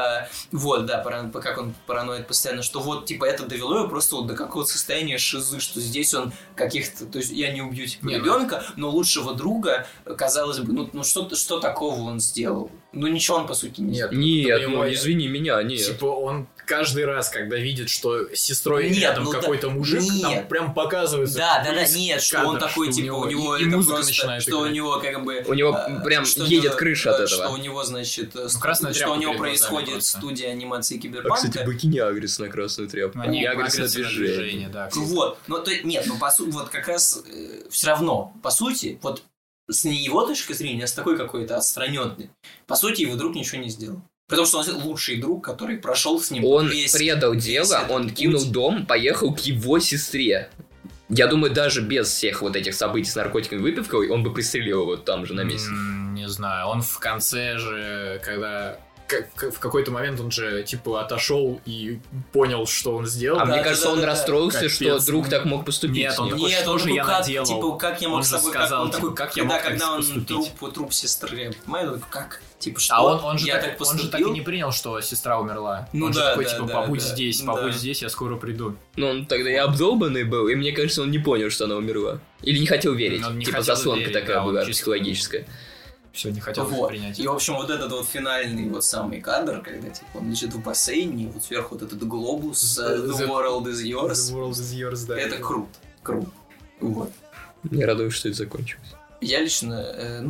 Вот, да, как он параноид постоянно, что вот типа это довело его просто вот до какого-то состояния шизы, что здесь он каких-то, то есть я не убью типа ребенка, но лучшего друга, казалось бы, ну что такого он сделал? Ну ничего он по сути не сделал. Нет, ему- ну извини меня, нет. Типа он каждый раз, когда видит, что с сестрой Нет, рядом ну да, какой-то мужик, там нет. прям показывается. Да, весь нет, что кадр, он такой, что типа, у него и это музыка просто, начинает что у играть. него как бы... У него прям что у едет него- крыша от Что этого. у него, значит, красная что у тряпка него перед глазами происходит просто. студия анимации А, Киберпанка. кстати, быкини агрес на красную тряпку. Они И агрес на агрессивное движение. да. Вот, ну то нет, ну по сути, вот как раз все равно, по сути, вот с не его точки зрения, а с такой какой-то отстраненный, по сути, его друг ничего не сделал. Потому что он лучший друг, который прошел с ним Он весь... предал весь дело, этот он путь. кинул дом, поехал к его сестре. Я думаю, даже без всех вот этих событий с наркотиками и выпивкой, он бы пристрелил его там же на месте. Не знаю, он в конце же, когда... В какой-то момент он же, типа, отошел и понял, что он сделал. А Да, мне да, кажется, да, он да, да. расстроился, Капец, что друг ну, так мог поступить нет, с он ним. такой, Нет, что он же такой, я как, наделал? типа, как я мог Он с же тобой, сказал, он типа, такой, как я мог так когда он поступить? труп сестры, понимаешь, он такой, как? Типа, что? А он же я так, так он поступил? же так и не принял, что сестра умерла. Ну он же да, такой, да, типа, да, побудь да, здесь, да. побудь здесь, я скоро приду. Но он тогда и обдолбанный был, и мне кажется, он не понял, что она умерла. Или не хотел верить. Он не Типа хотел заслонка верить, такая да, он была, чисто- психологическая. Все, не хотел Вот. принять. И, в общем, вот этот вот финальный вот самый кадр, когда, типа, он лежит в бассейне, и вот сверху вот этот глобус The World is Yours. The world is yours, да. Это круто. Вот. Не радуюсь, что это закончилось. Я лично,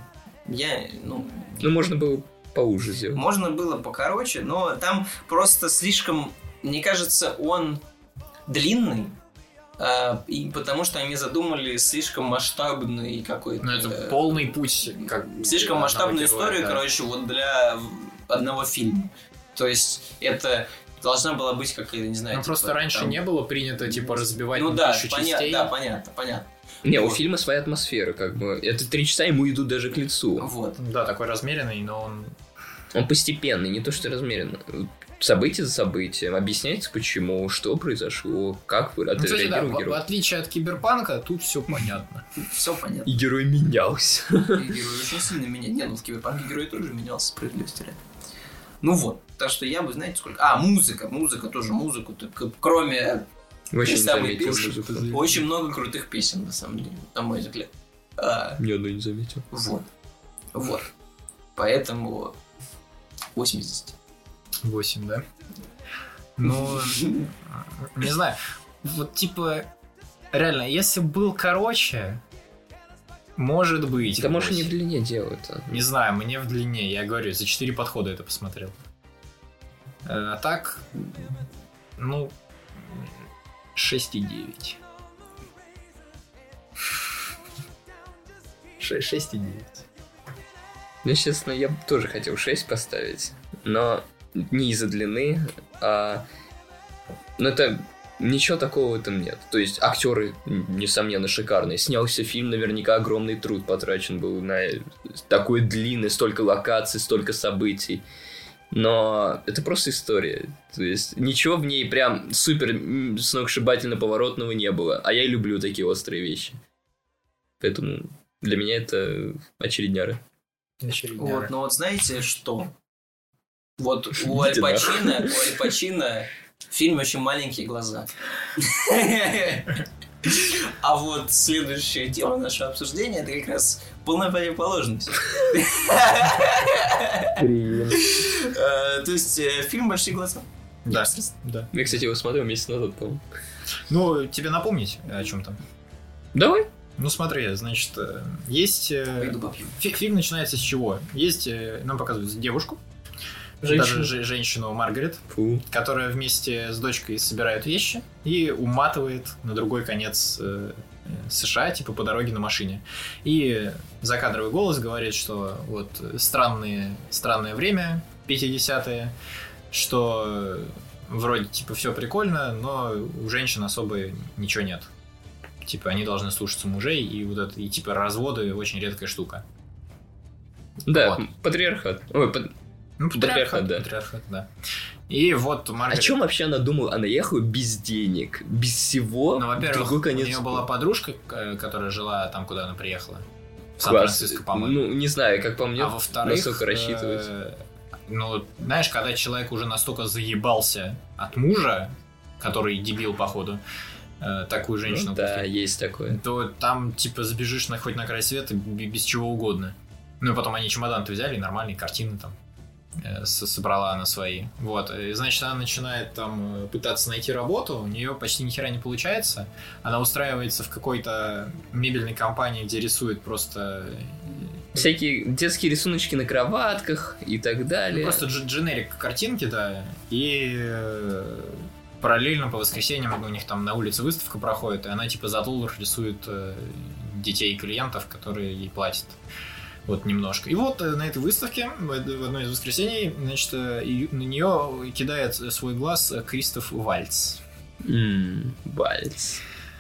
Ну, можно было поуже сделать. можно было покороче, но там просто слишком, мне кажется, он длинный, и потому что они задумали слишком масштабный какой-то... Ну, это полный путь. Как слишком одного масштабную героя, историю, да. короче, вот для одного фильма. То есть это должна была быть какая-то, не знаю... Ну, типа, просто раньше там- не было принято, типа, разбивать Ну на да, 1000 частей. понятно. Не, у Вот. фильма своя атмосфера, как бы. Это 3 часа ему идут даже к лицу. Вот. Да, такой размеренный, но он... Он постепенный, не то что размеренно. событие за событием, объясняется почему, что произошло, как Ну, кстати, да, отреагировал в герой. отличие от Киберпанка, тут все понятно. Все понятно. И герой менялся. И герой очень сильно меняется. Не, ну в Киберпанке герой тоже менялся, справедливости ради. Ну вот. Так что я бы, знаете, сколько... музыка тоже, музыку. Кроме Вообще не самой заметил песни, музыку. очень много крутых песен, на самом деле, на мой взгляд. Ни одной не заметил. Вот. Поэтому 8 из 10. 8, да? Ну, не знаю. Вот, типа, реально, если был короче, может быть. Да может не в 8. длине дело-то. Не знаю, мне в длине, я говорю, за 4 подхода это посмотрел. А так, ну, 6,9. 6,9. Ну, честно, я бы тоже хотел 6 поставить, но не из-за длины, но это ничего такого в этом нет. То есть актеры, несомненно, шикарные. Снялся фильм, наверняка огромный труд потрачен был на такой длинный, столько локаций, столько событий. Но это просто история. То есть ничего в ней прям супер сногсшибательно поворотного не было. А я и люблю такие острые вещи. Поэтому для меня это очередняры. Вот, но вот знаете что? Вот у Аль Пачино в фильме очень маленькие глаза. А вот следующая тема нашего обсуждения это как раз полная противоположность. То есть фильм «Большие глаза». Да, да. Я, кстати, его смотрел месяц назад, по-моему. Ну, тебе напомнить о чем там? Давай. Ну, смотри, значит, есть... Фильм начинается с чего? Есть, нам показывают девушку, даже женщину Маргарет, которая вместе с дочкой собирает вещи и уматывает на другой конец США, типа по дороге на машине. И закадровый голос говорит, что вот странное время, 50-е, что вроде типа все прикольно, но у женщин особо ничего нет. Типа они должны слушаться мужей, и вот это, и типа разводы очень редкая штука. Да, вот. Патриархат. Ой, патриархат, да. Патриархат, да. И вот Маргарет... О чем вообще она думала? Она ехала без денег, без всего. Ну, во-первых, другой конец... у нее была подружка, которая жила там, куда она приехала. В Сан-Франциско, по-моему. Ну, не знаю, как по мне, а во-вторых, насколько рассчитывать. Ну, знаешь, когда человек уже настолько заебался от мужа, который дебил, походу, такую женщину, да, есть такое. То там, типа, сбежишь хоть на край света без чего угодно. Ну, и потом они чемодан-то взяли, нормальные картины там собрала она свои. Вот. И, значит, она начинает там пытаться найти работу, у нее почти ни хера не получается. Она устраивается в какой-то мебельной компании, где рисует просто... Всякие детские рисуночки на кроватках и так далее. Ну, просто дженерик картинки, да. И параллельно по воскресеньям у них там на улице выставка проходит, и она типа за $1 рисует детей клиентов, которые ей платят. Вот немножко. И вот на этой выставке, в одно из воскресений, значит, на нее кидает свой глаз Кристоф Вальц. Вальц.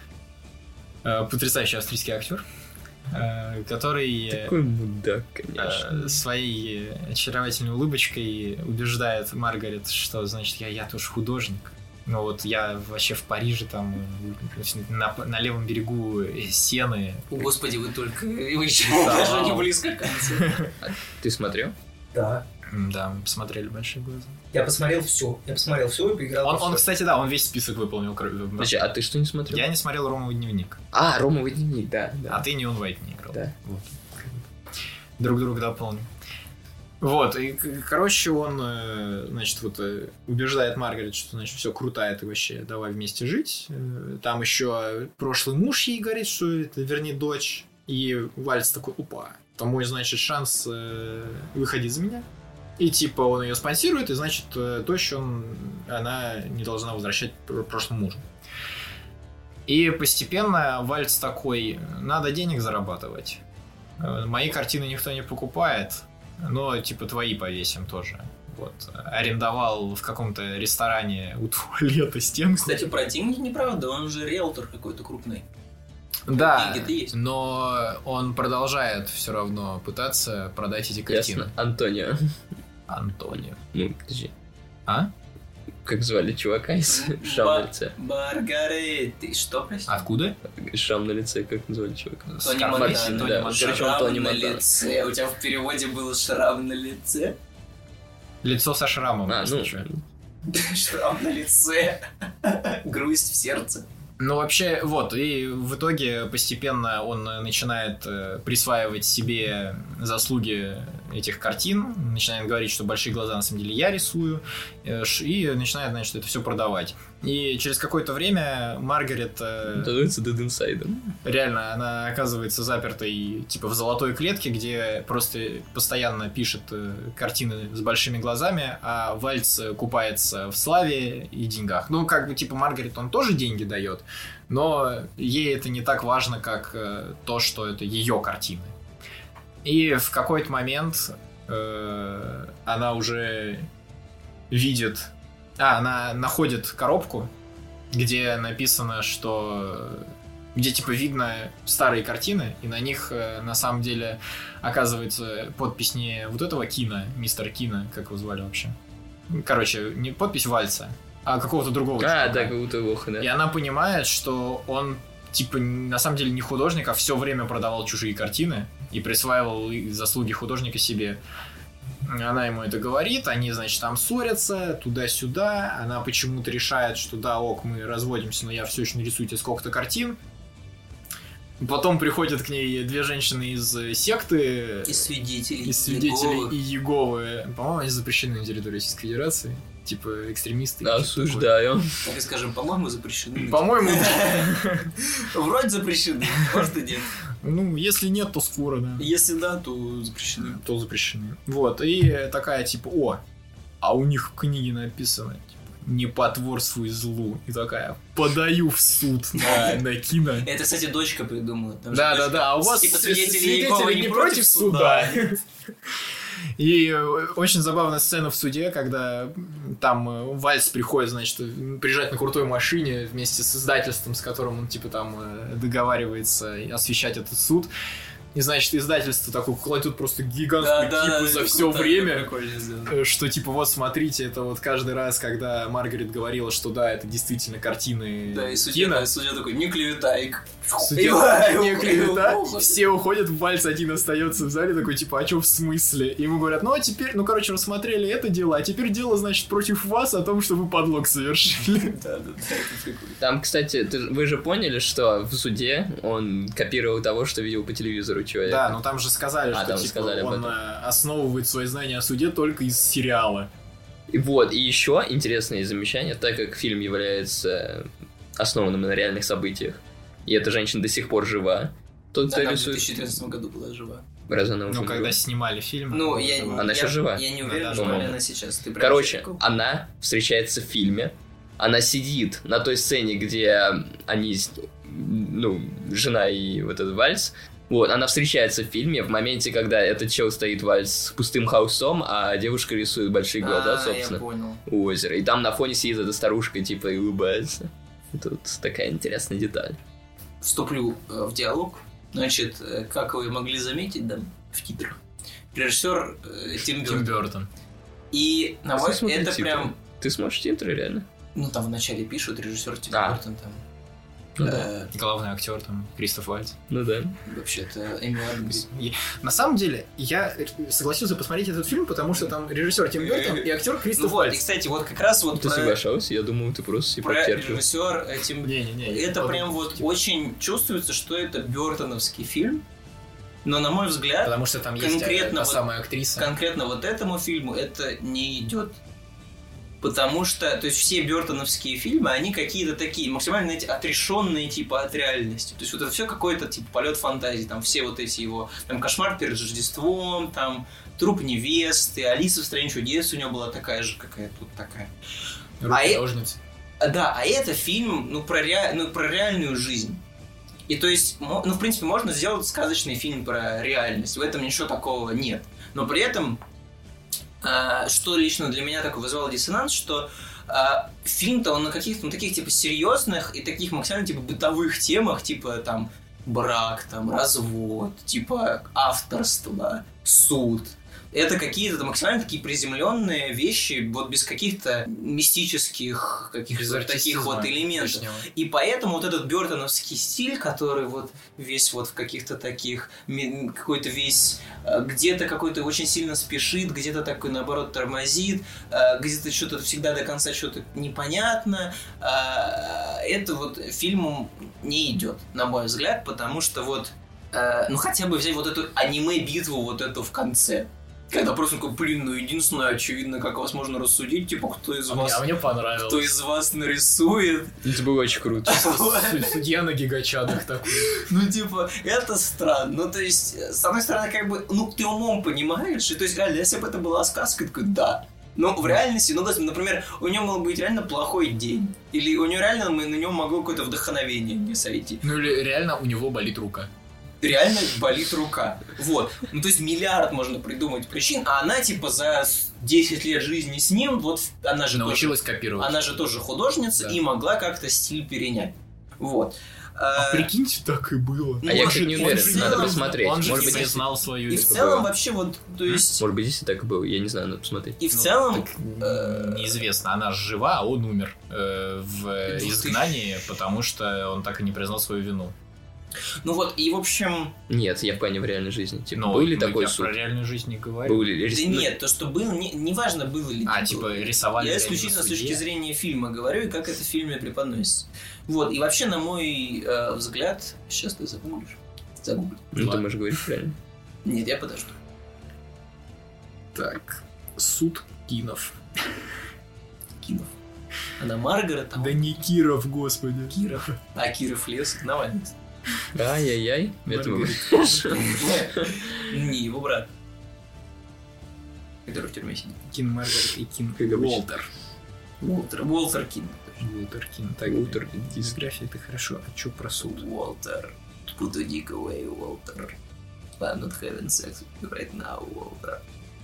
Потрясающий австрийский актер, который такой мудак, конечно, своей очаровательной улыбочкой убеждает Маргарет, что, значит, я тоже художник. Ну вот я вообще в Париже, там, на левом берегу Сены. О, господи, вы только... Вы еще даже не близко к концу. Ты смотрел? Да. Да, мы посмотрели «Большие глаза». Я посмотрел все и поиграл. Он, кстати, да, он весь список выполнил. Значит, а ты что не смотрел? Я не смотрел «Ромовый дневник». А, «Ромовый дневник», да. А ты «Неон Вайт» не играл. Да. Вот. Друг друга дополним. Вот, и, короче, он, значит, вот убеждает Маргарет, что, значит, все крутая, ты вообще, давай вместе жить. Там еще прошлый муж ей говорит, что это, вернее, дочь. И Вальц такой, опа, это мой, значит, шанс выходить за меня. И, типа, он ее спонсирует, и, значит, дочь она не должна возвращать прошлому мужу. И постепенно Вальц такой, надо денег зарабатывать. Мои картины никто не покупает. Но, типа, твои повесим тоже. Вот. Арендовал в каком-то ресторане у туалета стенку. Кстати, про деньги неправда, он же риэлтор какой-то крупный. Да, деньги-то есть. Но он продолжает все равно пытаться продать эти картины. Ясно. Антонио. Антонио. Ну, подожди. А? Как звали чувака из шрам на лице? Маргареты. Что, прости? Откуда? Шрам на лице, как назвали чувака? Тони Мартин, Монтана. да. Короче, он Тони Шрам на Монтана. лице. У тебя в переводе было шрам на лице? Лицо со шрамом. если чё. Шрам на лице. Грусть в сердце. Ну, вообще, вот, и в итоге постепенно он начинает присваивать себе заслуги этих картин, начинает говорить, что большие глаза на самом деле я рисую, и начинает, значит, это все продавать. И через какое-то время Маргарет... Становится Dead Inside. Реально, она оказывается запертой, типа, в золотой клетке, где просто постоянно пишет картины с большими глазами, а Вальц купается в славе и деньгах. Ну, как бы, типа, Маргарет, он тоже деньги дает, но ей это не так важно, как то, что это ее картины. И в какой-то момент она уже видит... она находит коробку, где написано, что... Где, типа, видно старые картины, и на них, на самом деле, оказывается подпись не вот этого Кина, мистер Кина, как его звали вообще. Короче, не подпись Вальца, а какого-то другого чувака. Да, какого-то лоха, да. И она понимает, что он, типа, на самом деле не художник, а все время продавал чужие картины и присваивал заслуги художника себе. Она ему это говорит, они, значит, там ссорятся, туда-сюда. Она почему-то решает, что да, ок, мы разводимся, но я все еще нарисую тебе сколько-то картин. Потом приходят к ней две женщины из секты. И свидетелей. И Иеговы. По-моему, они запрещены на территории Российской Федерации. Типа экстремисты. Осуждаю. Так и скажем, по-моему, запрещены. По-моему, вроде запрещены, может и нет. ну, если нет, то скоро, да. Если да, то запрещены. То запрещены. Вот, и такая, типа, а у них в книге написано, типа, не потворствуй злу. И такая, подаю в суд на Кина. Это, кстати, дочка придумала. Да, а у вас типа свидетели не против суда. И очень забавная сцена в суде, когда там Вальц приходит, значит, приезжать на крутой машине вместе с издательством, с которым он, типа, там договаривается освещать этот суд. И, значит, издательство такое кладет просто гигантскую кипу за все время, что, типа, вот, смотрите, это вот каждый раз, когда Маргарет говорила, что да, это действительно картины да, и Кина. судья такой, не клеветай. Не клевета, все уходят, Вальц один остается в зале, такой, типа, а что в смысле? И ему говорят, ну, а теперь, короче, рассмотрели это дело, а теперь дело, значит, против вас о том, что вы подлог совершили. Да, это прикольно. Там, кстати, вы же поняли, что в суде он копировал того, что видел по телевизору человека? Да, но там же сказали, что, типа, он основывает свои знания о суде только из сериала. И вот, и еще интересное замечание, так как фильм является основанным на реальных событиях, и эта женщина до сих пор жива. Тот, да, она в 2013 году была жива. Разве она уже когда жива? снимали фильм, она сейчас жива. Я не уверен, что она сейчас. Короче, она встречается в фильме, она сидит на той сцене, где они, жена и вот этот Вальц. Вот, она встречается в фильме в моменте, когда этот чел стоит Вальц с пустым холстом, а девушка рисует большие глаза, собственно, у озера. И там на фоне сидит эта старушка, типа, и улыбается. Тут такая интересная деталь. Вступлю в диалог. Значит, как вы могли заметить, да, в титрах, режиссер Тим Бёртон. И на мой взгляд, это титры. прям... Ты смотришь титры, реально? Ну, там вначале пишут, режиссер Тим Бёртон там. Главный актер там Кристоф Вальц. Ну да. Вообще-то Эми Адамс. На самом деле, я согласился посмотреть этот фильм, потому что там режиссер Тим Бёртон и актер Кристоф Вальц. И, кстати, вот как раз вот ты соглашался, я думал, ты просто про режиссер Тим... Не. Это прям вот очень чувствуется, что это бёртоновский фильм. Но, на мой взгляд, потому что там есть та самая актриса. Конкретно вот этому фильму это не идет. Потому что, то есть, все бёртоновские фильмы, они какие-то такие максимально, знаете, отрешенные, типа, от реальности. То есть, вот это все какой-то, типа, полет фантазии. Там все вот эти его, там, «Кошмар перед Рождеством», там, «Труп невесты», «Алиса в стране чудес» у него была такая же, какая тут такая. Руки-ножницы. Да, а это фильм, про реальную жизнь. И, то есть, в принципе, можно сделать сказочный фильм про реальность. В этом ничего такого нет. Но при этом... Что лично для меня такой вызвало диссонанс, что фильм-то он на каких-то таких типа серьезных и таких максимально типа бытовых темах, типа там брак, там развод, типа авторство, суд. это какие-то максимально такие приземленные вещи, вот без каких-то мистических каких-то таких вот элементов. лишнего. И поэтому вот этот бёртоновский стиль, который вот весь вот в каких-то таких, какой-то весь, где-то какой-то очень сильно спешит, где-то такой, наоборот, тормозит, где-то что-то всегда до конца что-то непонятно, это вот фильму не идет, на мой взгляд, потому что вот, ну хотя бы взять вот эту аниме-битву вот эту в конце. Когда просто такой, блин, ну единственное, очевидно, как вас можно рассудить, типа, кто из вас... мне понравилось. Кто из вас нарисует. Это было очень круто. Судья на гигачадах такой. Ну, типа, это странно. Ну, то есть, с одной стороны, как бы, ну, ты умом понимаешь, и, то есть, реально, если бы это была сказка, такой, да. Но в реальности, ну, например, у него мог быть реально плохой день. Или у него реально, на него могло какое-то вдохновение не сойти. Ну или реально у него болит рука. Реально болит рука. Вот. Ну, то есть, миллиард можно придумать причин, а она, типа, за 10 лет жизни с ним, вот, она же Научилась тоже, копировать. она же тоже художница, Да. и могла как-то стиль перенять. Вот. Прикиньте, так и было. А я, может, кстати, не он уверен, в надо целом- посмотреть. Он же Может быть, не если- знал свою И в это целом было. вообще вот, то есть... Может быть, если так и было, я не знаю, надо посмотреть. И в целом... Неизвестно, она жива, а он умер в 2000. изгнании, потому что он так и не признал свою вину. Ну вот, и в общем... Нет, я в плане в реальной жизни. Типа, Но был ли ну, такой я суд? про реальную жизнь не говорю. Был ли... Да нет, то, что был, неважно, было ли. Типа рисовали. Я реально исключительно с судье. точки зрения фильма говорю, и как это в фильме преподносится. Вот, и вообще, на мой взгляд... Сейчас ты загуглишь. Загугли. Ну, ты Ладно. можешь говорить правильно. Нет, я подожду. Так, суд Кинов. Кинов. Она Маргарет, а он Да не Киров, господи. Киров. А Киров лес, Навальный. Ай-яй-яй. Это мы- Не, его брат. Который в тюрьме сидит. Кин Маргарет и Кин Как обычно. Уолтер. Уолтер Кин. Уолтер Кин. Так, Уолтер, дисграфия это хорошо. А чё про суд? Уолтер. Put a dick away, Уолтер. I'm not having sex with you right now, Уолтер.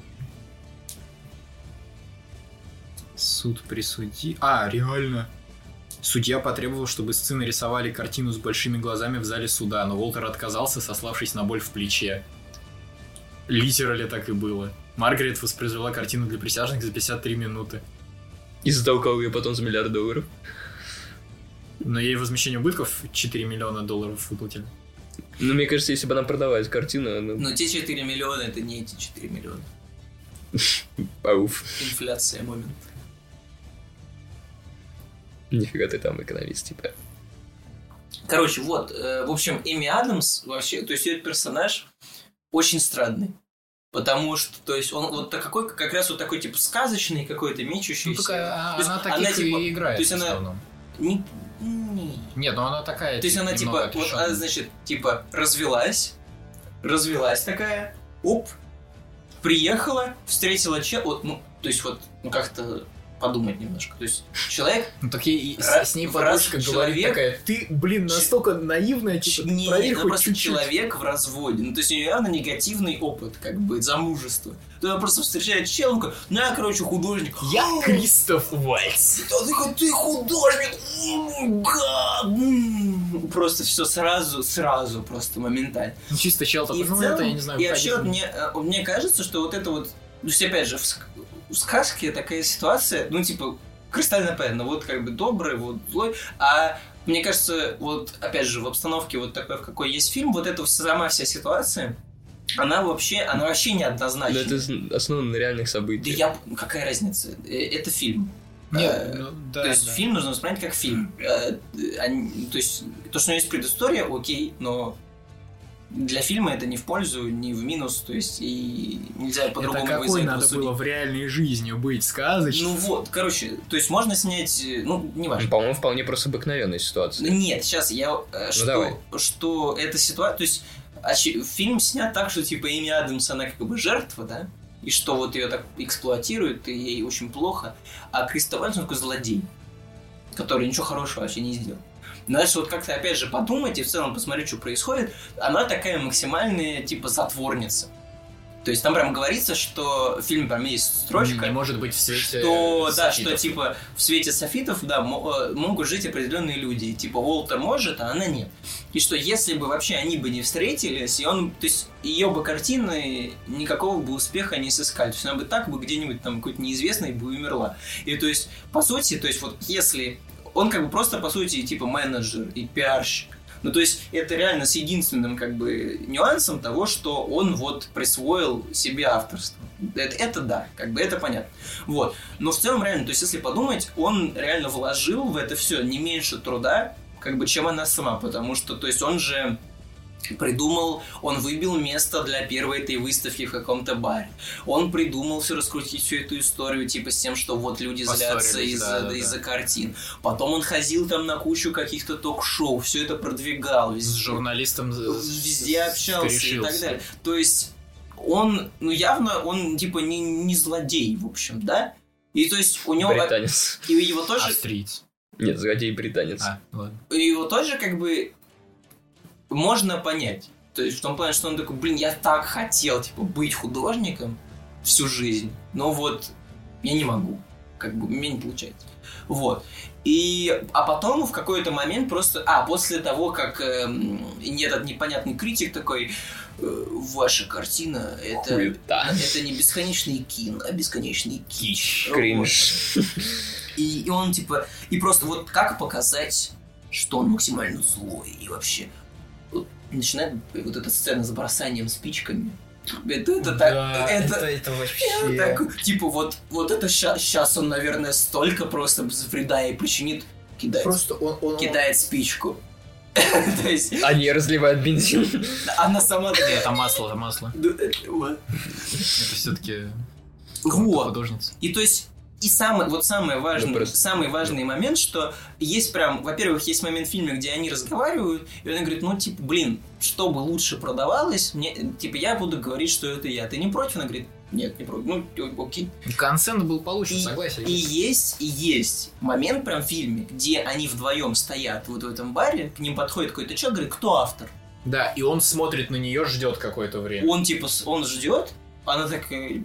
Суд присуди... реально. Судья потребовал, чтобы сцены рисовали картину с большими глазами в зале суда, но Уолтер отказался, сославшись на боль в плече. Литерали так и было. Маргарет воспроизвела картину для присяжных за 53 минуты. И затолкал ее потом за $1 миллиард. Но ей возмещение убытков $4 миллиона выплатили. Ну, мне кажется, если бы она продавалась картину, она... Но те 4 миллиона, это не эти 4 миллиона. Ауф. Инфляция, момент. Нифига ты там экономист, типа. Короче, вот, в общем, Эми Адамс вообще, то есть ее персонаж очень странный. Потому что, то есть, он вот такой, как раз вот такой, типа, сказочный какой-то, мечущийся. То есть она таких типа, и играет то есть в она- основном. Не. Нет, ну она такая. То есть она, немного типа, вот, отрешённая. она, значит, типа, развелась такая, оп, приехала, встретила вот, ну, то есть, вот, ну, как-то подумать немножко. То есть, человек... Ну так ей Раз- с ней раз подружка говорит человек- такая, ты, блин, настолько наивная, типа, ты Не, проверь ну хоть просто чуть-чуть. человек в разводе. Ну, то есть у нее явно негативный опыт, как бы, замужества. То она просто встречает чел, он такой, ну, я, короче, художник. Я Кристоф Уальц. Ты художник! Просто все сразу, просто моментально. Ну чисто чел И такой, в ну целом, это я не знаю. и вообще, вот входить мне кажется, что вот это вот, то есть, опять же, в сказке такая ситуация, ну, типа, кристально понятно, вот как бы добрый, вот злой, а мне кажется, вот, опять же, в обстановке вот такой, в какой есть фильм, вот эта сама вся ситуация, она вообще Но неоднозначна. это основано на реальных Да событиях. какая разница? Это фильм. Нет, ну, да, То есть да. фильм нужно воспринимать как фильм. То есть то, что у него есть предыстория, окей, но для фильма это не в пользу, не в минус, то есть и нельзя по-другому Это его из-за какой этого надо судить. было в реальной жизни быть сказочным? Ну вот, короче, то есть можно снять, ну, неважно. По-моему, вполне просто обыкновенная ситуация. Нет, сейчас я... давай. что эта ситуация... То есть фильм снят так, что типа Эми Адамс, она как бы жертва, да? И что вот ее так эксплуатируют, и ей очень плохо. А Кристоф Вальц, он такой злодей, который ничего хорошего вообще не сделал. Но дальше вот как-то опять же подумать и в целом посмотреть, что происходит. Она такая максимальная, типа, затворница. То есть там прям говорится, что в фильме прям есть строчка... Не может быть в свете что, да, софитов. что типа в свете софитов, да, могут жить определенные люди. И, типа Уолтер может, а она нет. И что если бы вообще они бы не встретились, и он, то есть ее бы картины никакого бы успеха не сыскали. То есть она бы так бы где-нибудь там какой-то неизвестной бы умерла. И то есть, по сути, то есть вот если... Он как бы просто, по сути, типа менеджер и пиарщик. Ну, то есть, это реально с единственным, как бы, нюансом того, что он вот присвоил себе авторство. Это да, как бы, это понятно. Вот. Но в целом, реально, то есть, если подумать, он реально вложил в это все не меньше труда, как бы, чем она сама, потому что, то есть, он же придумал, он выбил место для первой этой выставки в каком-то баре. Он придумал все раскрутить всю эту историю, типа с тем, что вот люди злятся из-за картин. Потом он ходил там на кучу каких-то ток-шоу, все это продвигал. С журналистом везде общался и так далее. То есть он, ну явно, он типа не злодей, в общем, да? И то есть у него... Британец. И его тоже... Австриец. Нет, злодей британец. Ладно. Его тоже как бы можно понять. То есть в том плане, что он такой, блин, я так хотел, типа, быть художником всю жизнь, но вот я не могу. Как бы, у меня не получается. Вот. А потом в какой-то момент просто... после того, как этот непонятный критик такой, ваша картина, это не бесконечный кино, а бесконечный кич. Кринж. И он типа... И просто вот как показать, что он максимально злой и вообще... Начинает вот эта сцена с бросанием спичками. Это вообще... Так, типа, вот это сейчас он, наверное, столько просто вреда и причинит. Кидает. Просто он кидает спичку. То есть... Они разливают бензин. Она сама... Это масло. Это все-таки художница. И то есть... И самый важный момент, что есть прям, во-первых, есть момент в фильме, где они разговаривают, и он говорит, ну, типа, блин, чтобы лучше продавалось, мне, типа, я буду говорить, что это я. Ты не против? Она говорит, нет, не против. Ну, окей. Консенс был получен, согласен. И есть момент прям в фильме, где они вдвоем стоят вот в этом баре, к ним подходит какой-то человек, говорит, кто автор? Да, и он смотрит на нее, ждет какое-то время. Он, типа, он ждет, она такая,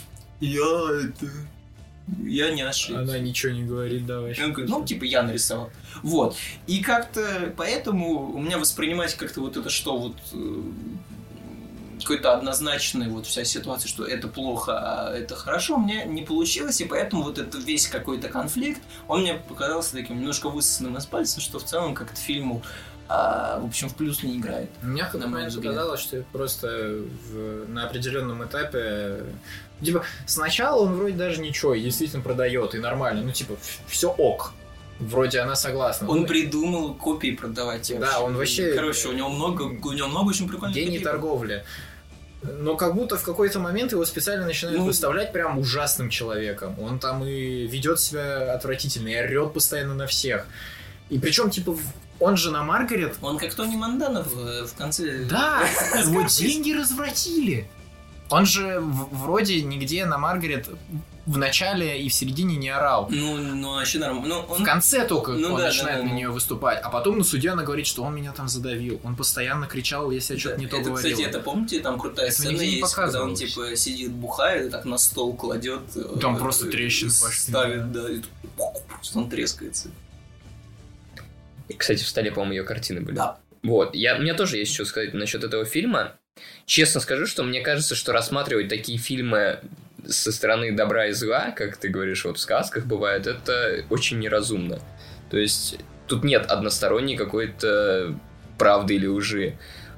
я не ошибся. Она ничего не говорит, да, вообще. Он говорит, ну, типа, я нарисовал. Вот. И как-то поэтому у меня воспринимать как-то вот это, что вот какой-то однозначный вот вся ситуация, что это плохо, а это хорошо, мне не получилось, и поэтому вот этот весь какой-то конфликт, он мне показался таким немножко высосанным из пальца, что в целом как-то фильму в общем, в плюс не играет. Мне показалось, что просто на определенном этапе... Типа, сначала он вроде даже ничего, действительно продает, и нормально. Ну, типа, все ок. Вроде она согласна. Он придумал копии продавать. Да, он вообще... Короче, у него много очень прикольных гений копий. Торговли. Но как будто в какой-то момент его специально начинают выставлять прям ужасным человеком. Он там и ведет себя отвратительно, и орет постоянно на всех. И причем, типа, он же на Маргарет... Он как Тони Монтана в конце... Да, его деньги развратили. Он же вроде нигде на Маргарет в начале и в середине не орал. Ну вообще нормально. В конце только он начинает на нее выступать. А потом на суде она говорит, что он меня там задавил. Он постоянно кричал, если я что-то не то говорил. Кстати, это помните, там крутая сцена есть, когда он типа сидит, бухает, и так на стол кладет. Там просто трещины пошли. Ставит, да, и просто он трескается. Кстати, в столе, по-моему, ее картины были. Да. Вот. У меня тоже есть что сказать насчет этого фильма. Честно скажу, что мне кажется, что рассматривать такие фильмы со стороны добра и зла, как ты говоришь, вот в сказках бывает, это очень неразумно. То есть тут нет односторонней какой-то правды или лжи.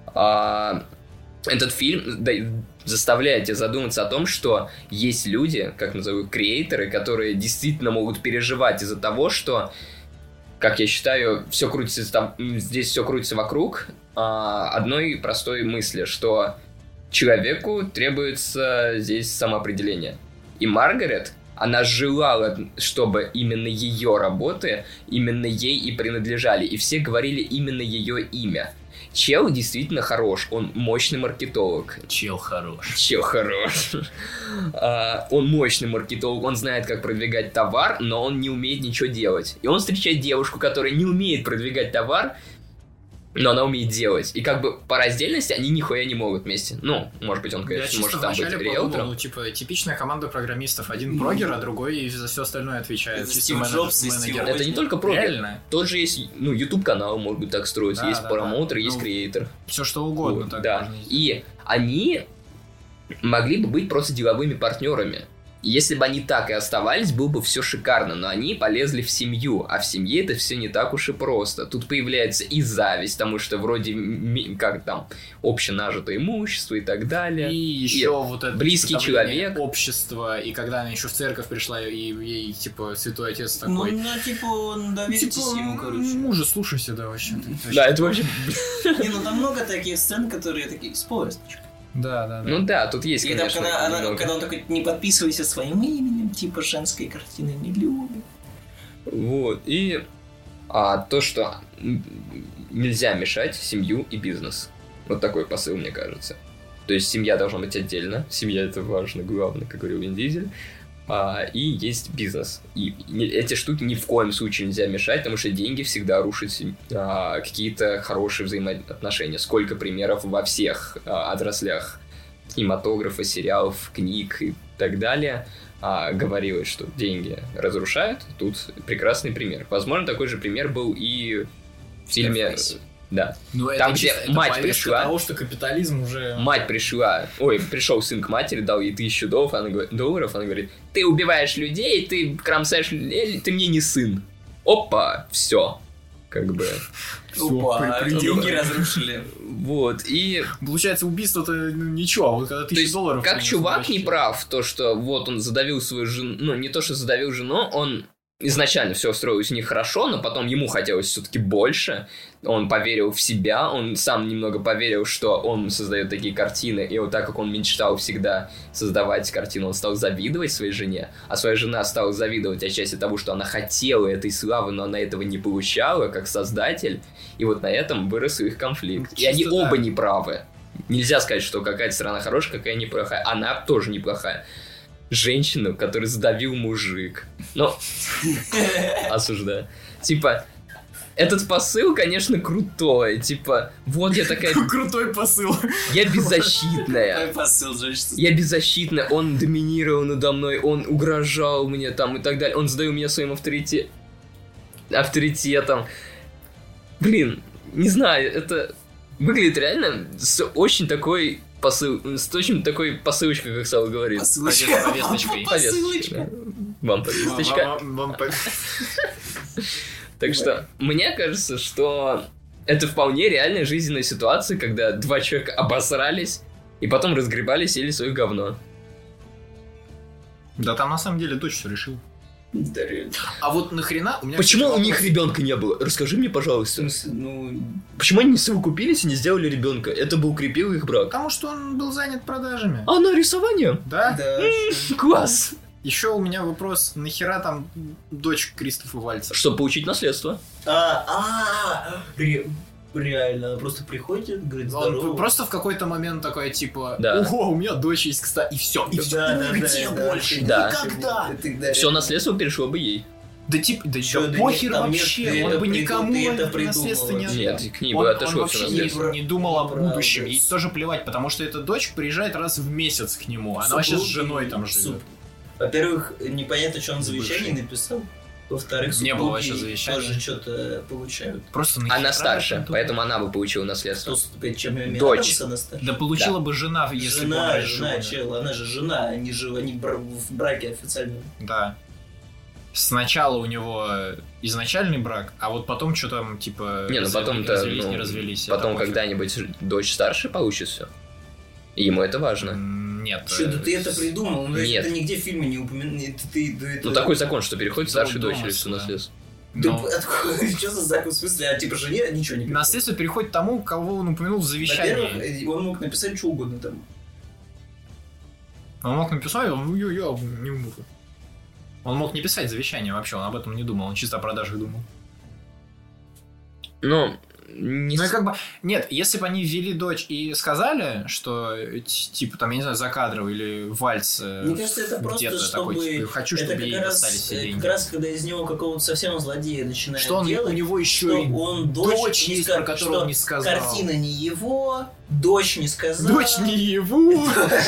Этот фильм заставляет тебя задуматься о том, что есть люди, как назову, креаторы, которые действительно могут переживать из-за того, что, как я считаю, здесь все крутится вокруг одной простой мысли, что человеку требуется здесь самоопределение. И Маргарет, она желала, чтобы именно ее работы именно ей и принадлежали, и все говорили именно ее имя. Чел действительно хорош, он мощный маркетолог. Чел хорош. Он мощный маркетолог, он знает, как продвигать товар, но он не умеет ничего делать. И он встречает девушку, которая не умеет продвигать товар, но она умеет делать. И как бы по раздельности они нихуя не могут вместе. Ну, может быть, он, конечно, может там быть риэлтором. Ну, типа, типичная команда программистов. Один прогер, а другой за все остальное отвечает. Это Стив Джобс и Стив Это не только прогер. Реально? Тот же есть, ну, YouTube-канал, может быть, так строится. Да, есть да, промоутер, да. есть Ну, креатор. Все что угодно Вот, так да. можно сделать. И они могли бы быть просто деловыми партнерами. И если бы они так и оставались, было бы все шикарно, но они полезли в семью, а в семье это все не так уж и просто. Тут появляется и зависть, потому что вроде, как там, общенажитое имущество и так далее. И еще вот это близкий человек. Общество, и когда она еще в церковь пришла, и ей, типа, святой отец такой... Ну, типа, доверьтесь ему, короче. Мужа, слушайся, да, вообще. Да, это вообще... Не, ну там много таких сцен, которые такие, спойлерочка. Да. Ну да, тут есть, И там, конечно, когда он такой, не подписывайся своим именем, типа, женской картины не любит. Вот, и то, что нельзя мешать семью и бизнес. Вот такой посыл, мне кажется. То есть семья должна быть отдельно. Семья — это важно, главное, как говорил Вин Дизель. И есть бизнес. И эти штуки ни в коем случае нельзя мешать, потому что деньги всегда рушат какие-то хорошие взаимоотношения. Сколько примеров во всех отраслях кинематографа, сериалов, книг и так далее говорилось, что деньги разрушают. Тут прекрасный пример. Возможно, такой же пример был и в фильме... Да. Ну, Там, это где чисто, мать это повестка пришла. того, что капитализм уже... Мать пришла, пришел сын к матери, дал ей $1000, она говорит, ты убиваешь людей, ты кромсаешь людей, ты мне не сын. Опа, все. Как бы. Опа, деньги разрушили. Вот, и... Получается, убийство-то ничего, а вот когда $1000... Как чувак не прав, то, что вот он задавил свою жену, ну, не то, что задавил жену, он... Изначально все устроилось у них хорошо, но потом ему хотелось все-таки больше. Он поверил в себя, он сам немного поверил, что он создает такие картины, и вот так как он мечтал всегда создавать картину, он стал завидовать своей жене, а своя жена стала завидовать отчасти того, что она хотела этой славы, но она этого не получала как создатель, и вот на этом вырос их конфликт. И они оба неправы. Нельзя сказать, что какая-то сторона хорошая, какая неплохая. Она тоже неплохая. Женщину, которую задавил мужик. Ну, осуждаю. Типа, этот посыл, конечно, крутой. Типа, вот я такая... Крутой посыл. Я беззащитная. Посыл, женщина. Я беззащитная. Он доминировал надо мной, он угрожал мне там и так далее. Он задавил меня своим авторитетом. Блин, не знаю, это выглядит реально с очень такой... с очень такой посылочкой, как Сава говорит. Повесточкой. Повесточка. Вам повесточка. Так что, мне кажется, что это вполне реальная жизненная ситуация, когда два человека обосрались и потом разгребали, сели свое говно. Да там на самом деле дочь все решила. Да, реально. А вот нахрена у меня... Почему у них ребенка не было? Расскажи мне, пожалуйста. В смысле, ну... Почему они не совокупились и не сделали ребенка? Это бы укрепило их брак. Потому что он был занят продажами. А на рисование? Да? Да. Класс! Еще у меня вопрос, нахера там дочь Кристофа Вальца? Чтобы получить наследство. Реально, она просто приходит, говорит, Он здорово. просто в какой-то момент такой, типа, Да. ого, у меня дочь есть, кстати, и все. И все. Да, Нигде да, больше. да. Никогда. Все наследство перешло бы ей. Да типа, да Чё, да похер нет, там нет, вообще, ты он это бы никому ты это придумала. наследство не отдал. Нет, к ней Он бы отошло вообще все не, наследство. не думал о Неправда. будущем, ей тоже плевать, потому что эта дочь приезжает раз в месяц к нему, она вообще с женой там живет. Во-первых, непонятно, что он в завещании написал. Во-вторых, Не было супруги вообще завещания. тоже что-то получают. Просто нахера Она старше, это? поэтому она бы получила наследство. Чем я Дочь. она старше. Да получила бы жена, если бы Жена, она жена, жила. чел, она же жена, они в браке официально. Да. Сначала у него изначальный брак, а вот потом что там, типа, Не, ну потом-то, развелись, ну, не развелись. потом это пофиг. когда-нибудь дочь старше получит все. И ему это важно. Нет. Что, да ты это придумал? Ну, Нет. это нигде в фильме не упоминает. Ну такой закон, что переходит Это старшей дочери все да. наследство. Но Что за закон? В смысле, а типа жене ничего не наследство переходит тому, кого он упомянул в завещании. Во-первых, он мог написать что угодно там. Он мог написать, он, я не умру. Он мог не писать завещание вообще, он об этом не думал, он чисто о продажах думал. Ну, Не Ну, и как бы, нет, если бы они ввели дочь и сказали, что, типа, там, я не знаю, закадрово или вальс Мне кажется, это просто, где-то чтобы... такой, типа, хочу, это чтобы как ей раз, достались все деньги. как раз, когда из него какого-то совсем злодея начинают Что он, делать, у него еще что и он дочь есть, про которую он не сказал. Картина не его, дочь не сказала. Дочь не его!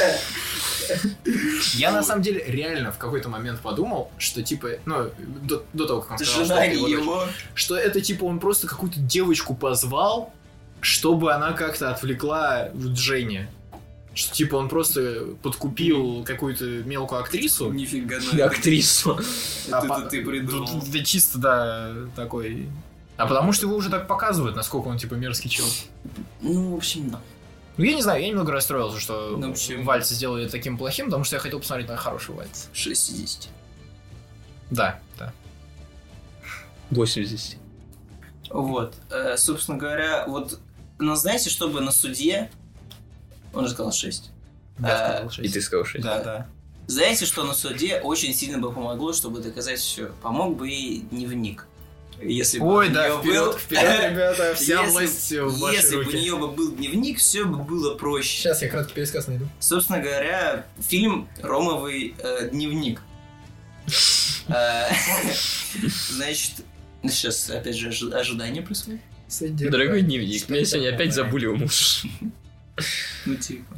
Я на самом деле реально в какой-то момент подумал, что типа, ну, до того, как он сказал, что Жена это не его дочь, его. что это типа он просто какую-то девочку позвал, чтобы она как-то отвлекла Дженни. Что типа он просто подкупил какую-то мелкую актрису. Нифига, актрису. это ты придумал. Да чисто, да, такой. А потому что его уже так показывают, насколько он типа мерзкий чел. Ну, в общем, да. Ну, я не знаю, я немного расстроился, что Ну, почему? Вальц сделали таким плохим, потому что я хотел посмотреть на хороший Вальц. 6 из 10. Да, да. 80. Вот. Собственно говоря, вот, но знаете, чтобы на суде... Он же сказал 6. Я сказал 6. И ты сказал 6. Да, да. Знаете, что на суде очень сильно бы помогло, чтобы доказать все. Помог бы и дневник. Если бы Ой, у да, неё вперед, был- вперед, ребята, вся Если- власть в ваши Если бы у руки. нее бы был дневник, все бы было проще. Сейчас я краткий пересказ найду. Собственно говоря, фильм «Ромовый дневник». Значит, сейчас опять же ожидание происходит. Дорогой дневник, меня сегодня опять забулил муж. Ну типа.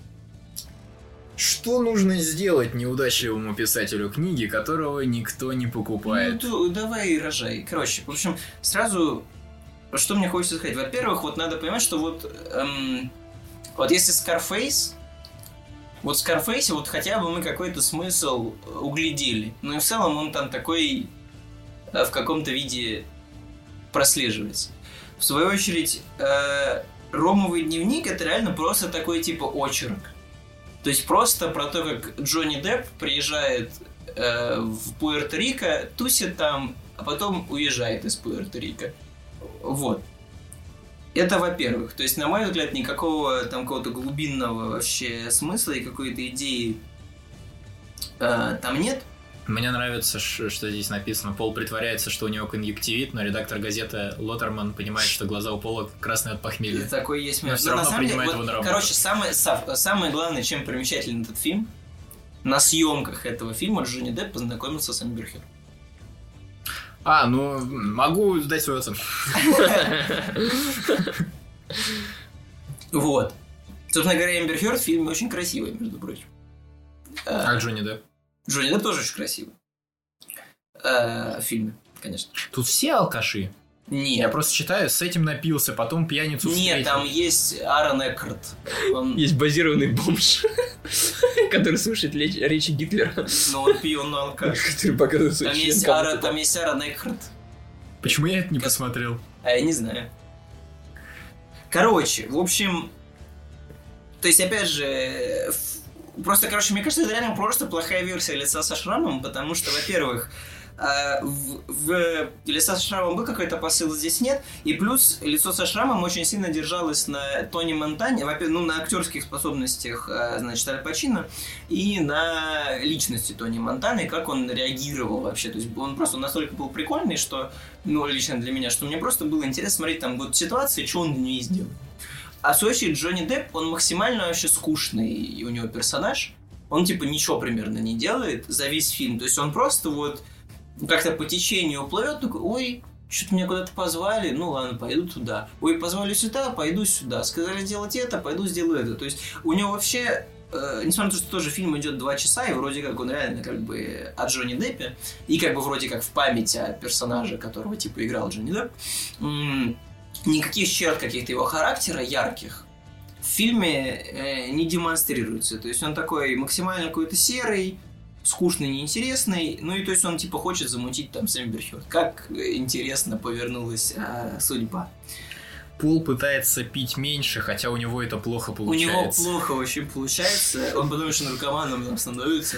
Что нужно сделать неудачливому писателю книги, которого никто не покупает? Ну, давай рожай. Короче, в общем, сразу, что мне хочется сказать. Во-первых, вот надо понимать, что вот если Scarface, вот в Scarface вот хотя бы мы какой-то смысл углядели. Но и в целом он там такой в каком-то виде прослеживается. В свою очередь, «Ромовый дневник» — это реально просто такой типа очерк. То есть просто про то, как Джонни Депп приезжает в Пуэрто-Рико, тусит там, а потом уезжает из Пуэрто-Рико. Вот. Это во-первых. То есть, на мой взгляд, никакого там какого-то глубинного вообще смысла и какой-то идеи там нет. Мне нравится, что здесь написано. Пол притворяется, что у него конъюнктивит, но редактор газеты Лоттерман понимает, что глаза у Пола красные от похмелья. Такой есть Но момент. всё Но равно на самом деле, принимает вот, его на работу. короче, самое главное, чем примечателен этот фильм, на съемках этого фильма Джонни Депп познакомился с Амбер Хёрд. А, ну, могу дать свою оценку. Вот. Собственно говоря, Амбер Хёрд в фильме очень красивый, между прочим. А Джонни Депп? Джонни Депп тоже очень красивый. В фильме, конечно. Тут все алкаши. Я Нет. просто читаю, с этим напился, потом пьяницу Нет, встретил. там есть Аарон Экхарт. Он, Есть базированный бомж, который слушает речи Гитлера, но он пьет на алкаш. который показывает свой Там член есть, кому-то. там есть Аарон Экхарт. Почему я это не посмотрел? А я не знаю. Короче, в общем... То есть, опять же... Просто, короче, мне кажется, это реально просто плохая версия «Лица со шрамом», потому что, во-первых, в «Лица со шрамом» был какой-то посыл, здесь нет, и плюс «Лицо со шрамом» очень сильно держалось на Тони Монтане, ну, на актерских способностях, значит, Аль Пачино, и на личности Тони Монтаны, как он реагировал вообще, то есть он просто настолько был прикольный, что, ну, лично для меня, что мне просто было интересно смотреть там вот ситуации, что он в ней сделал. А в свою очередь Джонни Депп, он максимально вообще скучный, и у него персонаж. Он типа ничего примерно не делает за весь фильм. То есть он просто вот как-то по течению уплывет, такой, ой, что-то меня куда-то позвали, ну ладно, пойду туда. Ой, позвали сюда, пойду сюда. Сказали делать это, пойду сделаю это. То есть у него вообще, несмотря на то, что тоже фильм идет 2 часа, и вроде как он реально как бы о Джонни Деппе, и как бы вроде как в память о персонаже, которого типа играл Джонни Депп, никаких черт каких-то его характера ярких в фильме не демонстрируется. То есть он такой максимально какой-то серый, скучный, неинтересный. Ну и то есть он типа хочет замутить там с Амбер Хёрд. Как интересно повернулась судьба. Пол пытается пить меньше, хотя у него это плохо У получается. него плохо вообще получается. Он подумает, что наркоманом там становится.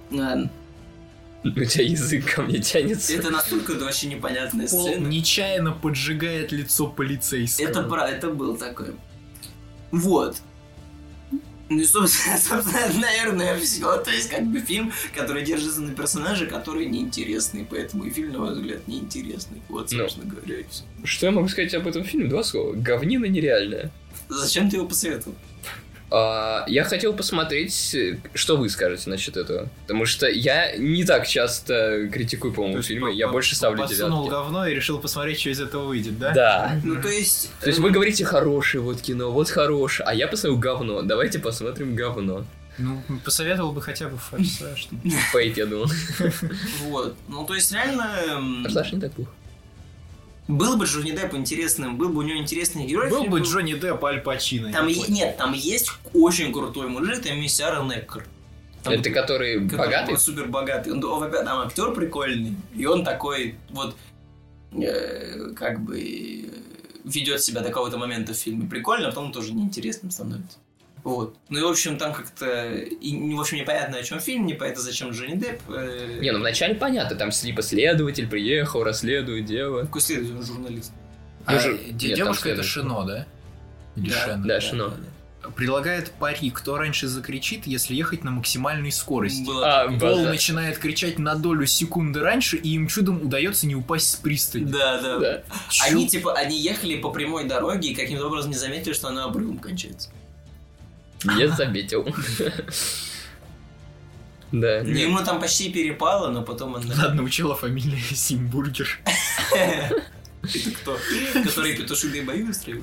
У тебя язык ко мне тянется. Это настолько вообще непонятная Пол сцена. нечаянно поджигает лицо полицейского. Это был такой. Вот. Ну и, собственно, наверное, все. То есть, как бы фильм, который держится на персонаже, который неинтересный, поэтому и фильм, на мой взгляд, неинтересный. Вот, собственно говоря, и все. Что я могу сказать об этом фильме? 2 слова. Говнина нереальная. Зачем ты его посоветовал? Я хотел посмотреть, что вы скажете насчет этого. Потому что я не так часто критикую, по-моему, фильмы. Я больше ставлю подсунул 9. говно и решил посмотреть, что из этого выйдет, да? Да. Ну, то есть... То есть вы говорите хорошее вот кино, вот хорошее, а я посмотрел говно. Давайте посмотрим говно. Ну, посоветовал бы хотя бы «Форсаж». Фейт, я думал. Вот. Ну, то есть, реально... «Форсаж» не так плохо. Был бы Джонни Депп интересным, был бы у него интересный герой. Был бы Джонни Депп, Аль Пачино. Нет, там есть очень крутой мужик, там есть Аарон Эккар. Это который богатый? Он супер богатый. Там актер прикольный, и он такой вот как бы ведет себя до какого-то момента в фильме прикольно, а потом тоже неинтересным становится. Вот. Ну и, в общем, там как-то... И, в общем, непонятно, о чем фильм, непонятно, зачем Джонни Депп. Не, ну вначале понятно, там типа следователь приехал, расследует дело. Какой следователь, он журналист. Девушка это Шино, да? Или Шена? Да, Шино. Прилагает пари, кто раньше закричит, если ехать на максимальной скорости. Пол да. начинает кричать на долю секунды раньше, и им чудом удается не упасть с пристани. Да. Они ехали по прямой дороге и каким-то образом не заметили, что она обрывом кончается. Я заметил. Да. Ему там почти перепало, но потом он... Ладно, учила фамилия Симбургер. Это кто? Который петушиные бои устроил?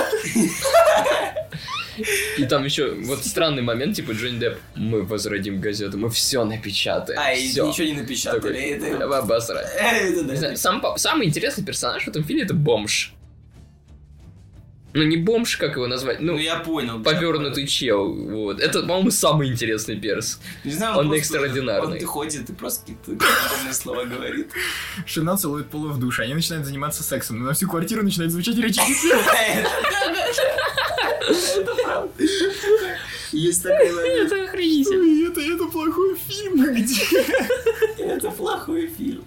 И там еще вот странный момент, типа Джонни Депп, мы возродим газету, мы все напечатаем. И ничего не напечатали. Обосрать. Самый интересный персонаж в этом фильме — это бомж. Ну, не бомж, как его назвать, ну я понял. повернутый чел, вот. Это, по-моему, самый интересный перс. Не знаю, он экстраординарный. Он ходит и просто какие-то умные слова говорит. Шина целует Пола в душе, они начинают заниматься сексом, но на всю квартиру начинает звучать речь. Это правда. Есть такой момент. Это охренительно. Это плохой фильм, где? Это плохой фильм.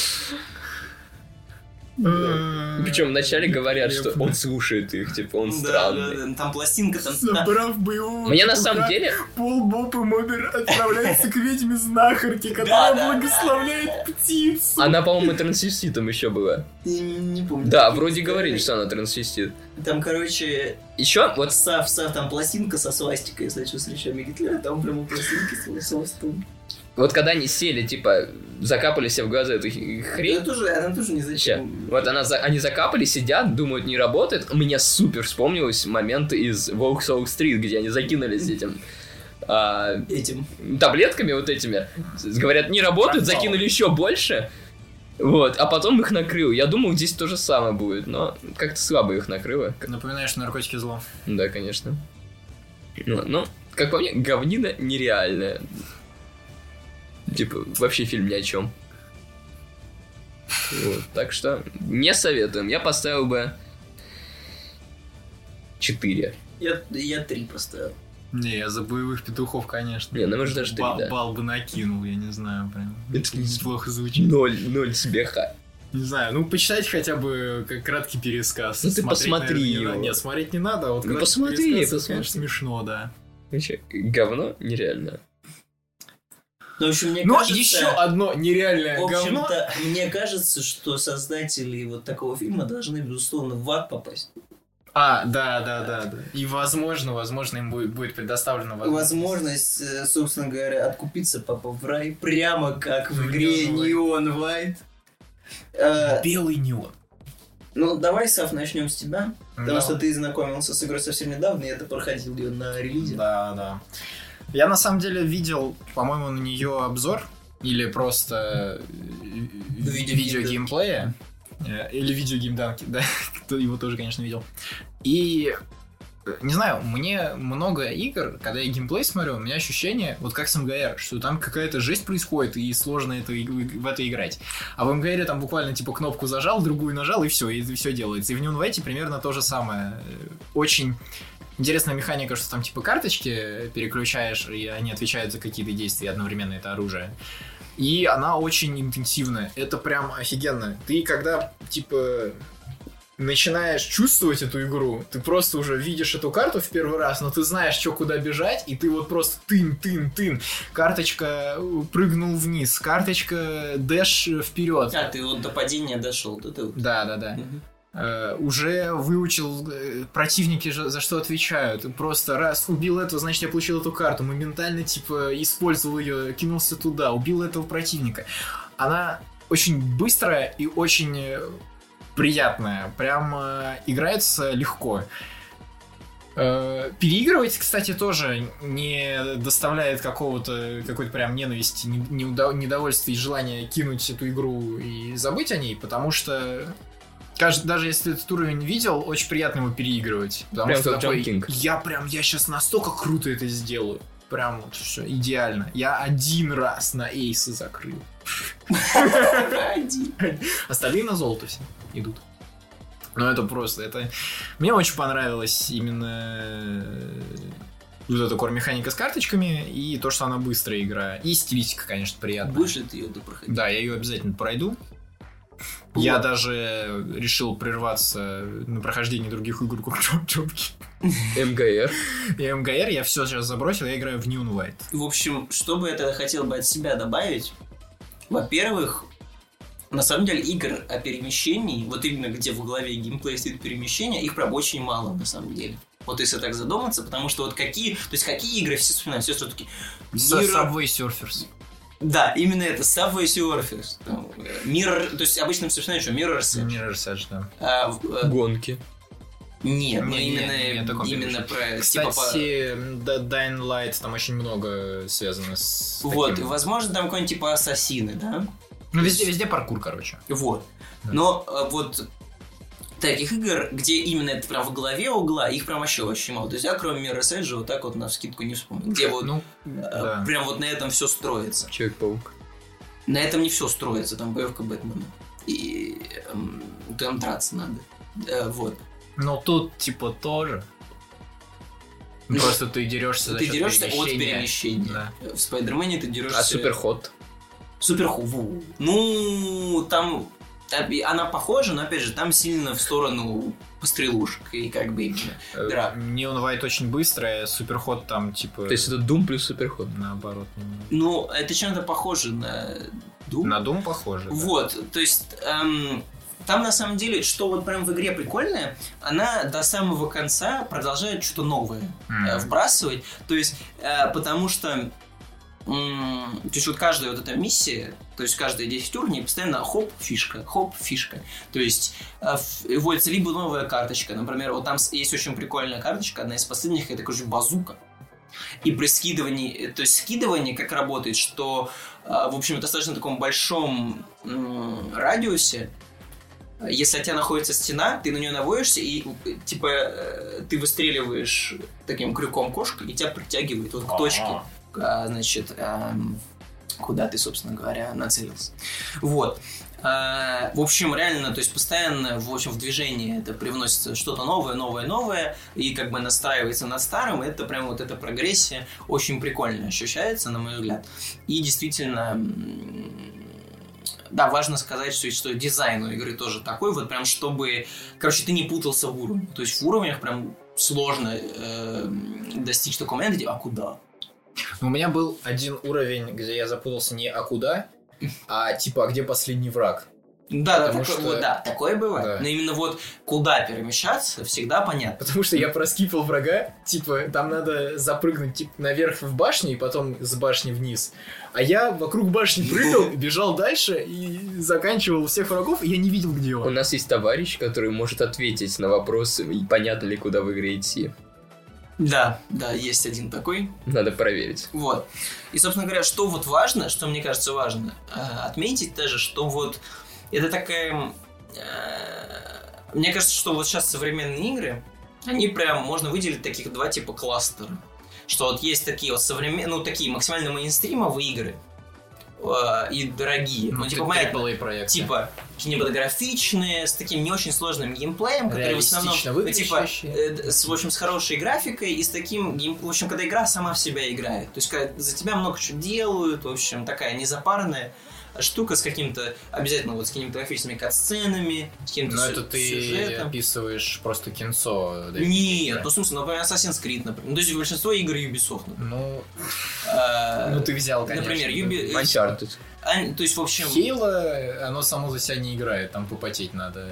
Причем вначале говорят, что он слушает их, типа он странный. Да, там пластинка, там... Забрав боевого Мне на самом деле... Пол Боб и Мобер отправляются к ведьме знахарке, которая благословляет птицу. Она, по-моему, трансвеститом еще была. Не помню. Да, вроде говорили, что она трансвестит. Там, короче, еще вот... Сав, там пластинка со свастикой, если что, с речами Гитлера, там прямо пластинки с свастом. Вот когда они сели, типа, закапали себе в глаза эту хрень. Она тоже не зачем. Вот они закапали, сидят, думают, не работает. У меня супер вспомнилось момент из Волк с Уолл-стрит, где они закинулись этим таблетками вот этими. Говорят, не работают, закинули еще больше. Вот, а потом их накрыл. Я думал, здесь то же самое будет, но как-то слабо их накрыло. Напоминаешь, наркотики зло. Да, конечно. Ну, как по мне, говнина нереальная. Типа, вообще фильм ни о чем. Вот, так что не советуем. Я поставил бы 4. Я 3 поставил. Не, я за боевых петухов, конечно. Не, ну может даже 3, да. Бал бы накинул, я не знаю, прям. Это неплохо звучит. 0 смеха. Не знаю, ну почитать хотя бы как краткий пересказ. Ну ты посмотри его. Нет, смотреть не надо, а вот ну посмотри, пересказ, конечно, смешно, да. Вообще, говно нереально. Ну, в общем, мне но кажется, еще одно нереальное говно. В общем-то, мне кажется, что создатели вот такого фильма должны, безусловно, в ад попасть. Да. И возможно, им будет предоставлена возможность, собственно говоря, откупиться, попав в рай, прямо как в игре Neon White. Белый неон. Ну, давай, Сав, начнем с тебя. Потому что ты знакомился с игрой совсем недавно, и это проходил ее на релизе. Да. Я на самом деле видел, по-моему, на нее обзор или просто видео геймплея. Или видео геймданки, да, кто его тоже, конечно, видел. И, не знаю, мне много игр, когда я геймплей смотрю, у меня ощущение, вот как с МГР, что там какая-то жесть происходит, и сложно в это играть. А в МГР там буквально типа кнопку зажал, другую нажал, и все делается. И в Neon White примерно то же самое. Очень интересная механика, что там типа карточки переключаешь, и они отвечают за какие-то действия, одновременно это оружие. И она очень интенсивная. Это прям офигенно. Ты когда, типа, начинаешь чувствовать эту игру, ты просто уже видишь эту карту в первый раз, но ты знаешь, что куда бежать, и ты вот просто тын, карточка прыгнул вниз, карточка дэш вперед. А, ты вот до падения дошел, да? Да. Уже выучил противники, за что отвечают. Просто раз убил этого, значит, я получил эту карту. Моментально, типа, использовал ее, кинулся туда, убил этого противника. Она очень быстрая и очень приятная. Прям играется легко. Переигрывать, кстати, тоже не доставляет какой-то прям ненависти, недовольства и желания кинуть эту игру и забыть о ней, потому что даже если этот уровень видел, очень приятно его переигрывать. Потому прям что такой, джампинг. я сейчас настолько круто это сделаю. Прям вот все идеально. Я один раз на эйсы закрыл. Остальные на золото все идут. Ну это просто, мне очень понравилось именно вот эта кор-механика с карточками и то, что она быстрая игра. И стилистика, конечно, приятная. Будешь ли ты ее допроходить? Да, я ее обязательно пройду. Я даже решил прерваться на прохождение других игр, как Джоп-Джопки. МГР. И МГР я все сейчас забросил, я играю в Neon White. В общем, что бы я тогда хотел бы от себя добавить? Во-первых, на самом деле игр о перемещении, вот именно где в главе геймплея стоит перемещение, их прям очень мало на самом деле. Вот если так задуматься, потому что вот какие игры все вспоминают, все сразу такие... Subway Surfers. Да, именно это, Subway Surfers. Mirror, то есть обычно все вспоминают, что Mirror's Edge. Mirror's Edge, да. Гонки. Нет, нет, именно про... Кстати, Dying Light там очень много связано с вот, таким. возможно, там какой-нибудь типа Ассасины, да? Ну, везде паркур, короче. Вот. Да. Но вот таких игр, где именно это прям в голове угла, их прям вообще очень мало. То есть я, кроме Mirror's Edge, вот так вот навскидку не вспомню. Где вот да. Прям вот на этом все строится. Человек-паук. На этом не все строится, там боевка Бэтмена. И там драться надо. Вот. Но тут типа тоже. Просто ты дерешься за счет перемещения. Ты дерешься от перемещения. Да. В Спайдермене ты дерешься... А Суперход? Суперход. Ну, там... Она похожа, но, опять же, там сильно в сторону пострелушек и как бы именно драк. Neon White очень быстрая, Суперход там типа... То есть это Doom плюс Суперход? Наоборот. Немного. Ну, это чем-то похоже на Doom. На Doom похоже, да. Вот, то есть... Там, на самом деле, что вот прям в игре прикольное, она до самого конца продолжает что-то новое вбрасывать. То есть, потому что... То есть, вот каждая вот эта миссия, то есть, каждые 10 уровней постоянно хоп-фишка. То есть, вводится либо новая карточка. Например, вот там есть очень прикольная карточка, одна из последних, это, короче, базука. И при скидывании, то есть, скидывание как работает, что, в общем, в достаточно таком большом радиусе, если от тебя находится стена, ты на нее наводишься, и типа ты выстреливаешь таким крюком кошку, и тебя притягивает вот к точке, значит, куда ты, собственно говоря, нацелился. Вот. В общем, реально, то есть постоянно в движении это привносится что-то новое, и как бы настраивается над старым, и это прям вот эта прогрессия очень прикольно ощущается, на мой взгляд. И действительно... Да, важно сказать, что дизайн у игры тоже такой, вот прям чтобы, короче, ты не путался в уровне. То есть в уровнях прям сложно достичь такого момента, где, а куда? У меня был один уровень, где я запутался не а куда, а типа, а где последний враг. Да, такое бывает. Да. Но именно вот куда перемещаться, всегда понятно. Потому что я проскипал врага, типа, там надо запрыгнуть типа, наверх в башню и потом с башни вниз. А я вокруг башни прыгал, бежал дальше и заканчивал всех врагов, и я не видел, где он. У нас есть товарищ, который может ответить на вопрос, понятно ли, куда в игре идти. Да, есть один такой. Надо проверить. Вот. И, собственно говоря, что вот важно, что мне кажется важно отметить даже, что вот это такая... Мне кажется, что вот сейчас современные игры, они прям, можно выделить таких два типа кластера. Что вот есть такие вот современные, ну, такие максимально мейнстримовые игры и дорогие. Ну, типа, проекты. Типа кинематографичные, с таким не очень сложным геймплеем, который в основном, типа, с хорошей графикой и с таким, в общем, когда игра сама в себя играет. То есть, когда за тебя много чего делают, в общем, такая незапарная. штука с каким-то, обязательно вот с кинематографическими кат-сценами, с каким-то Но это ты сюжетом. описываешь просто кинцо. Нет, ну, в смысле, например, Assassin's Creed, например. Ну, то есть большинство игр Ubisoft, например. Ну, ты взял, конечно. Например, Uncharted. То есть, в общем... Halo, оно само за себя не играет, там попотеть надо.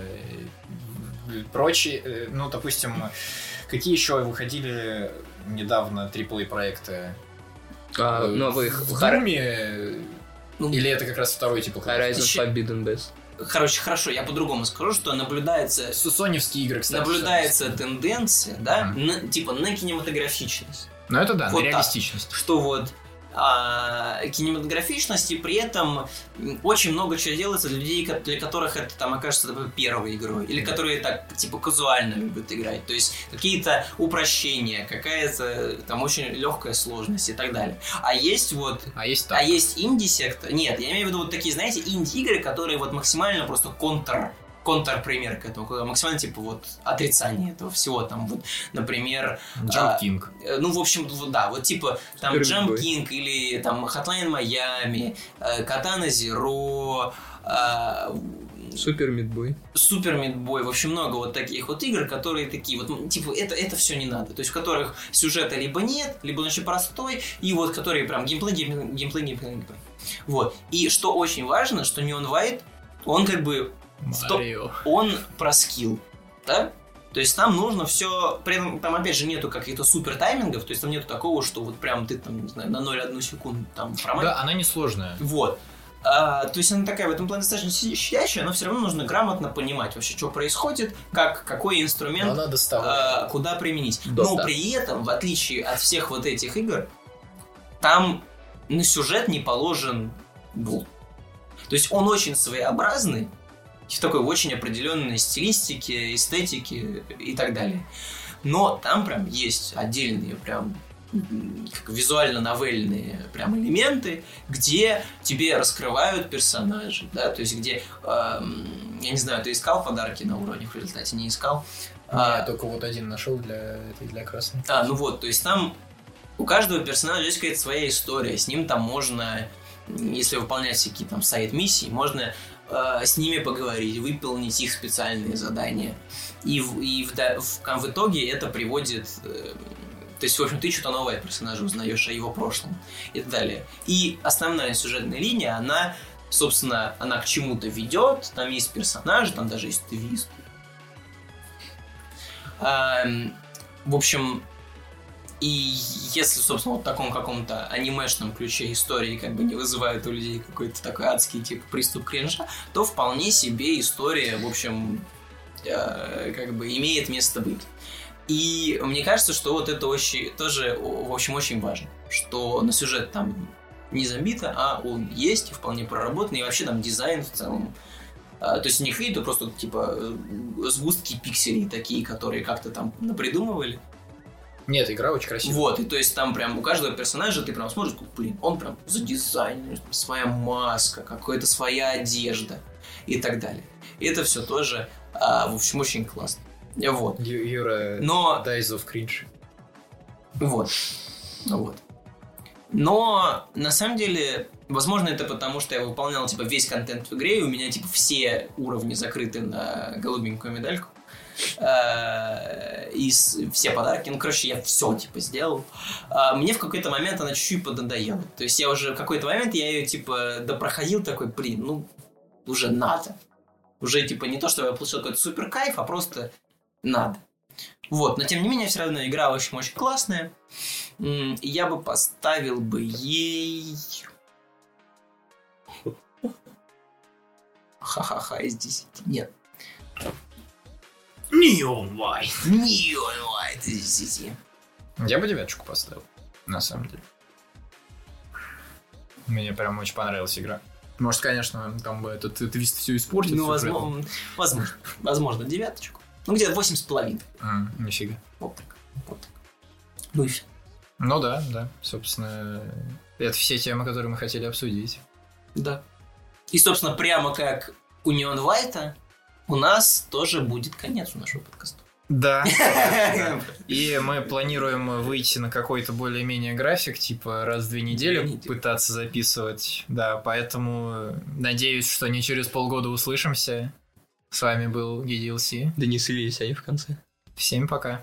Прочие, ну, допустим, какие еще выходили недавно AAA-проекты? Новых В Думе? Или это как раз второй типа? Horizon Forbidden West. Короче, хорошо, я по-другому скажу, что наблюдается... Соневские игры, кстати. Наблюдается тенденция, да, на кинематографичность. Ну, это да, Вот на так. реалистичность. Что вот кинематографичность, и при этом очень много чего делается для людей, для которых это там окажется первой игрой, или которые так типа казуально любят играть, то есть какие-то упрощения, какая-то там очень легкая сложность и так далее. А есть инди-сектор. Нет, я имею в виду вот такие, знаете, инди-игры, которые вот максимально просто контрпример к этому, когда максимально типа вот отрицание этого всего, там вот, например... Jump King. Ну, в общем, да, вот типа там Jump King или там Hotline Miami, Katana Zero, Супер Мидбой. Супер Мидбой, в общем, много вот таких вот игр, которые такие вот, типа, это все не надо. То есть, в которых сюжета либо нет, либо он очень простой, и вот которые прям геймплей. Вот. И что очень важно, что Neon White, он как бы он про скилл, да? То есть там нужно все, при этом там опять же нету каких-то супер таймингов, то есть там нету такого, что вот прям ты там, не знаю, на 0,1 секунду там промахиваешь. Да, она несложная. Вот. То есть она такая в этом плане достаточно щадящая, но все равно нужно грамотно понимать вообще, что происходит, какой инструмент куда применить. Но при этом, в отличие от всех вот этих игр, там на сюжет не положен болт. То есть он очень своеобразный, в такой очень определенной стилистике, эстетике и так далее. Но там прям есть отдельные прям как визуально-новельные прям элементы, где тебе раскрывают персонажей, да, то есть где, я не знаю, ты искал подарки на уровнях в результате, не искал? Я только вот один нашел для красной. Ну вот, то есть там у каждого персонажа есть какая-то своя история, с ним там можно, если выполнять всякие там сайд-миссии, можно с ними поговорить, выполнить их специальные задания. И в итоге это приводит... То есть, в общем, ты что-то новое персонажа узнаешь о его прошлом и так далее. И основная сюжетная линия, она, собственно, она к чему-то ведет. Там есть персонажи, там даже есть твист. В общем... И если, собственно, вот в таком каком-то анимешном ключе истории как бы не вызывает у людей какой-то такой адский типа приступ кринжа, то вполне себе история, в общем, как бы имеет место быть. И мне кажется, что вот это очень, тоже, в общем, очень важно, что на сюжет там не забито, а он есть и вполне проработанный, и вообще там дизайн в целом. То есть не какие-то просто типа сгустки пикселей такие, которые как-то там напридумывали. Нет, игра очень красивая. Вот, и то есть там прям у каждого персонажа ты прям смотришь, блин, он прям задизайнер, своя маска, какая-то своя одежда и так далее. И это все тоже, в общем, очень классно. Вот. Юра, но... Days of Cringe. Вот. Но, на самом деле, возможно, это потому, что я выполнял, типа, весь контент в игре, и у меня, типа, все уровни закрыты на голубенькую медальку. И все подарки, ну, короче, я все, типа, сделал. Мне в какой-то момент она чуть-чуть поднадоела. То есть я уже в какой-то момент, я ее, типа, допроходил такой, блин, ну, уже надо. Уже, типа, не то, что я получил какой-то супер кайф, а просто надо. Вот, но тем не менее, все равно игра очень-очень классная. И я бы поставил бы ей... Ха-ха-ха, из 10. Нет. Neon White. Neon White из 10. Я бы 9 поставил, на самом деле. Мне прям очень понравилась игра. Может, конечно, там бы этот твист все испортит. Ну, возможно, 9. Ну, где-то 8,5. Нифига. Вот так. Ну и все. Ну да, собственно, это все темы, которые мы хотели обсудить. Да. И, собственно, прямо как у Neon White, у нас тоже будет конец у нашего подкаста. Да. И мы планируем выйти на какой-то более-менее график, типа раз в 2 недели пытаться записывать. Да, поэтому надеюсь, что не через полгода услышимся. С вами был GDLC. Денис или Есенин в конце. Всем пока.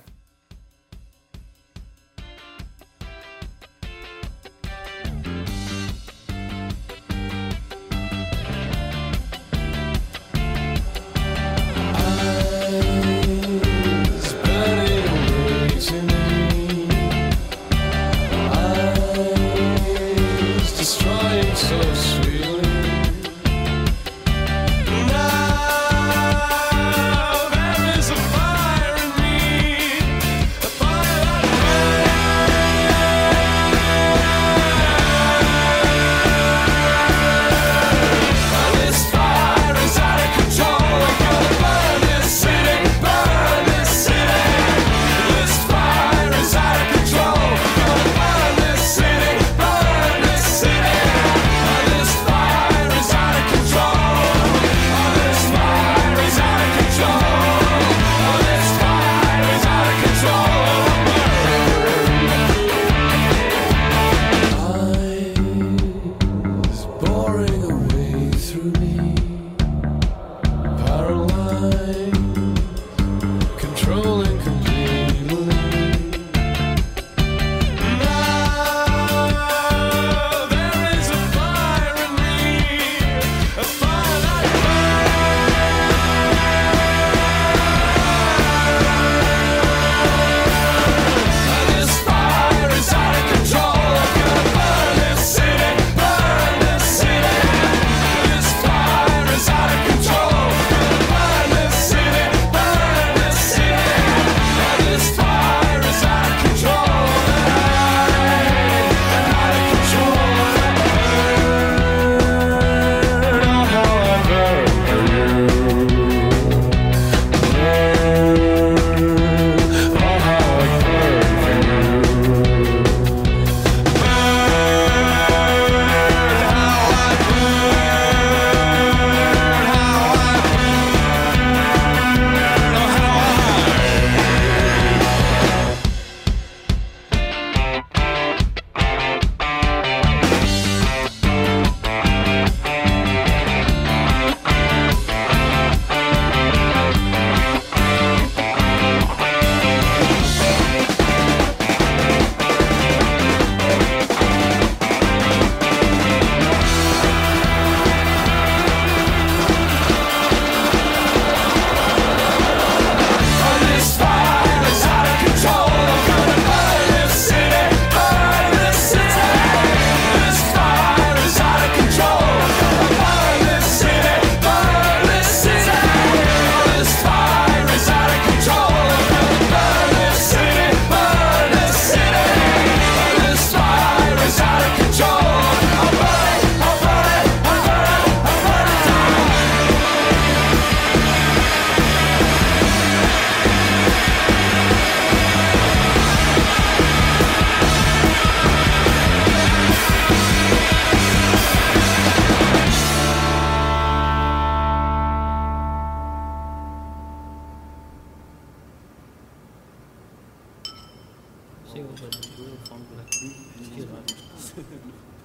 Sikkert, at det er jo fra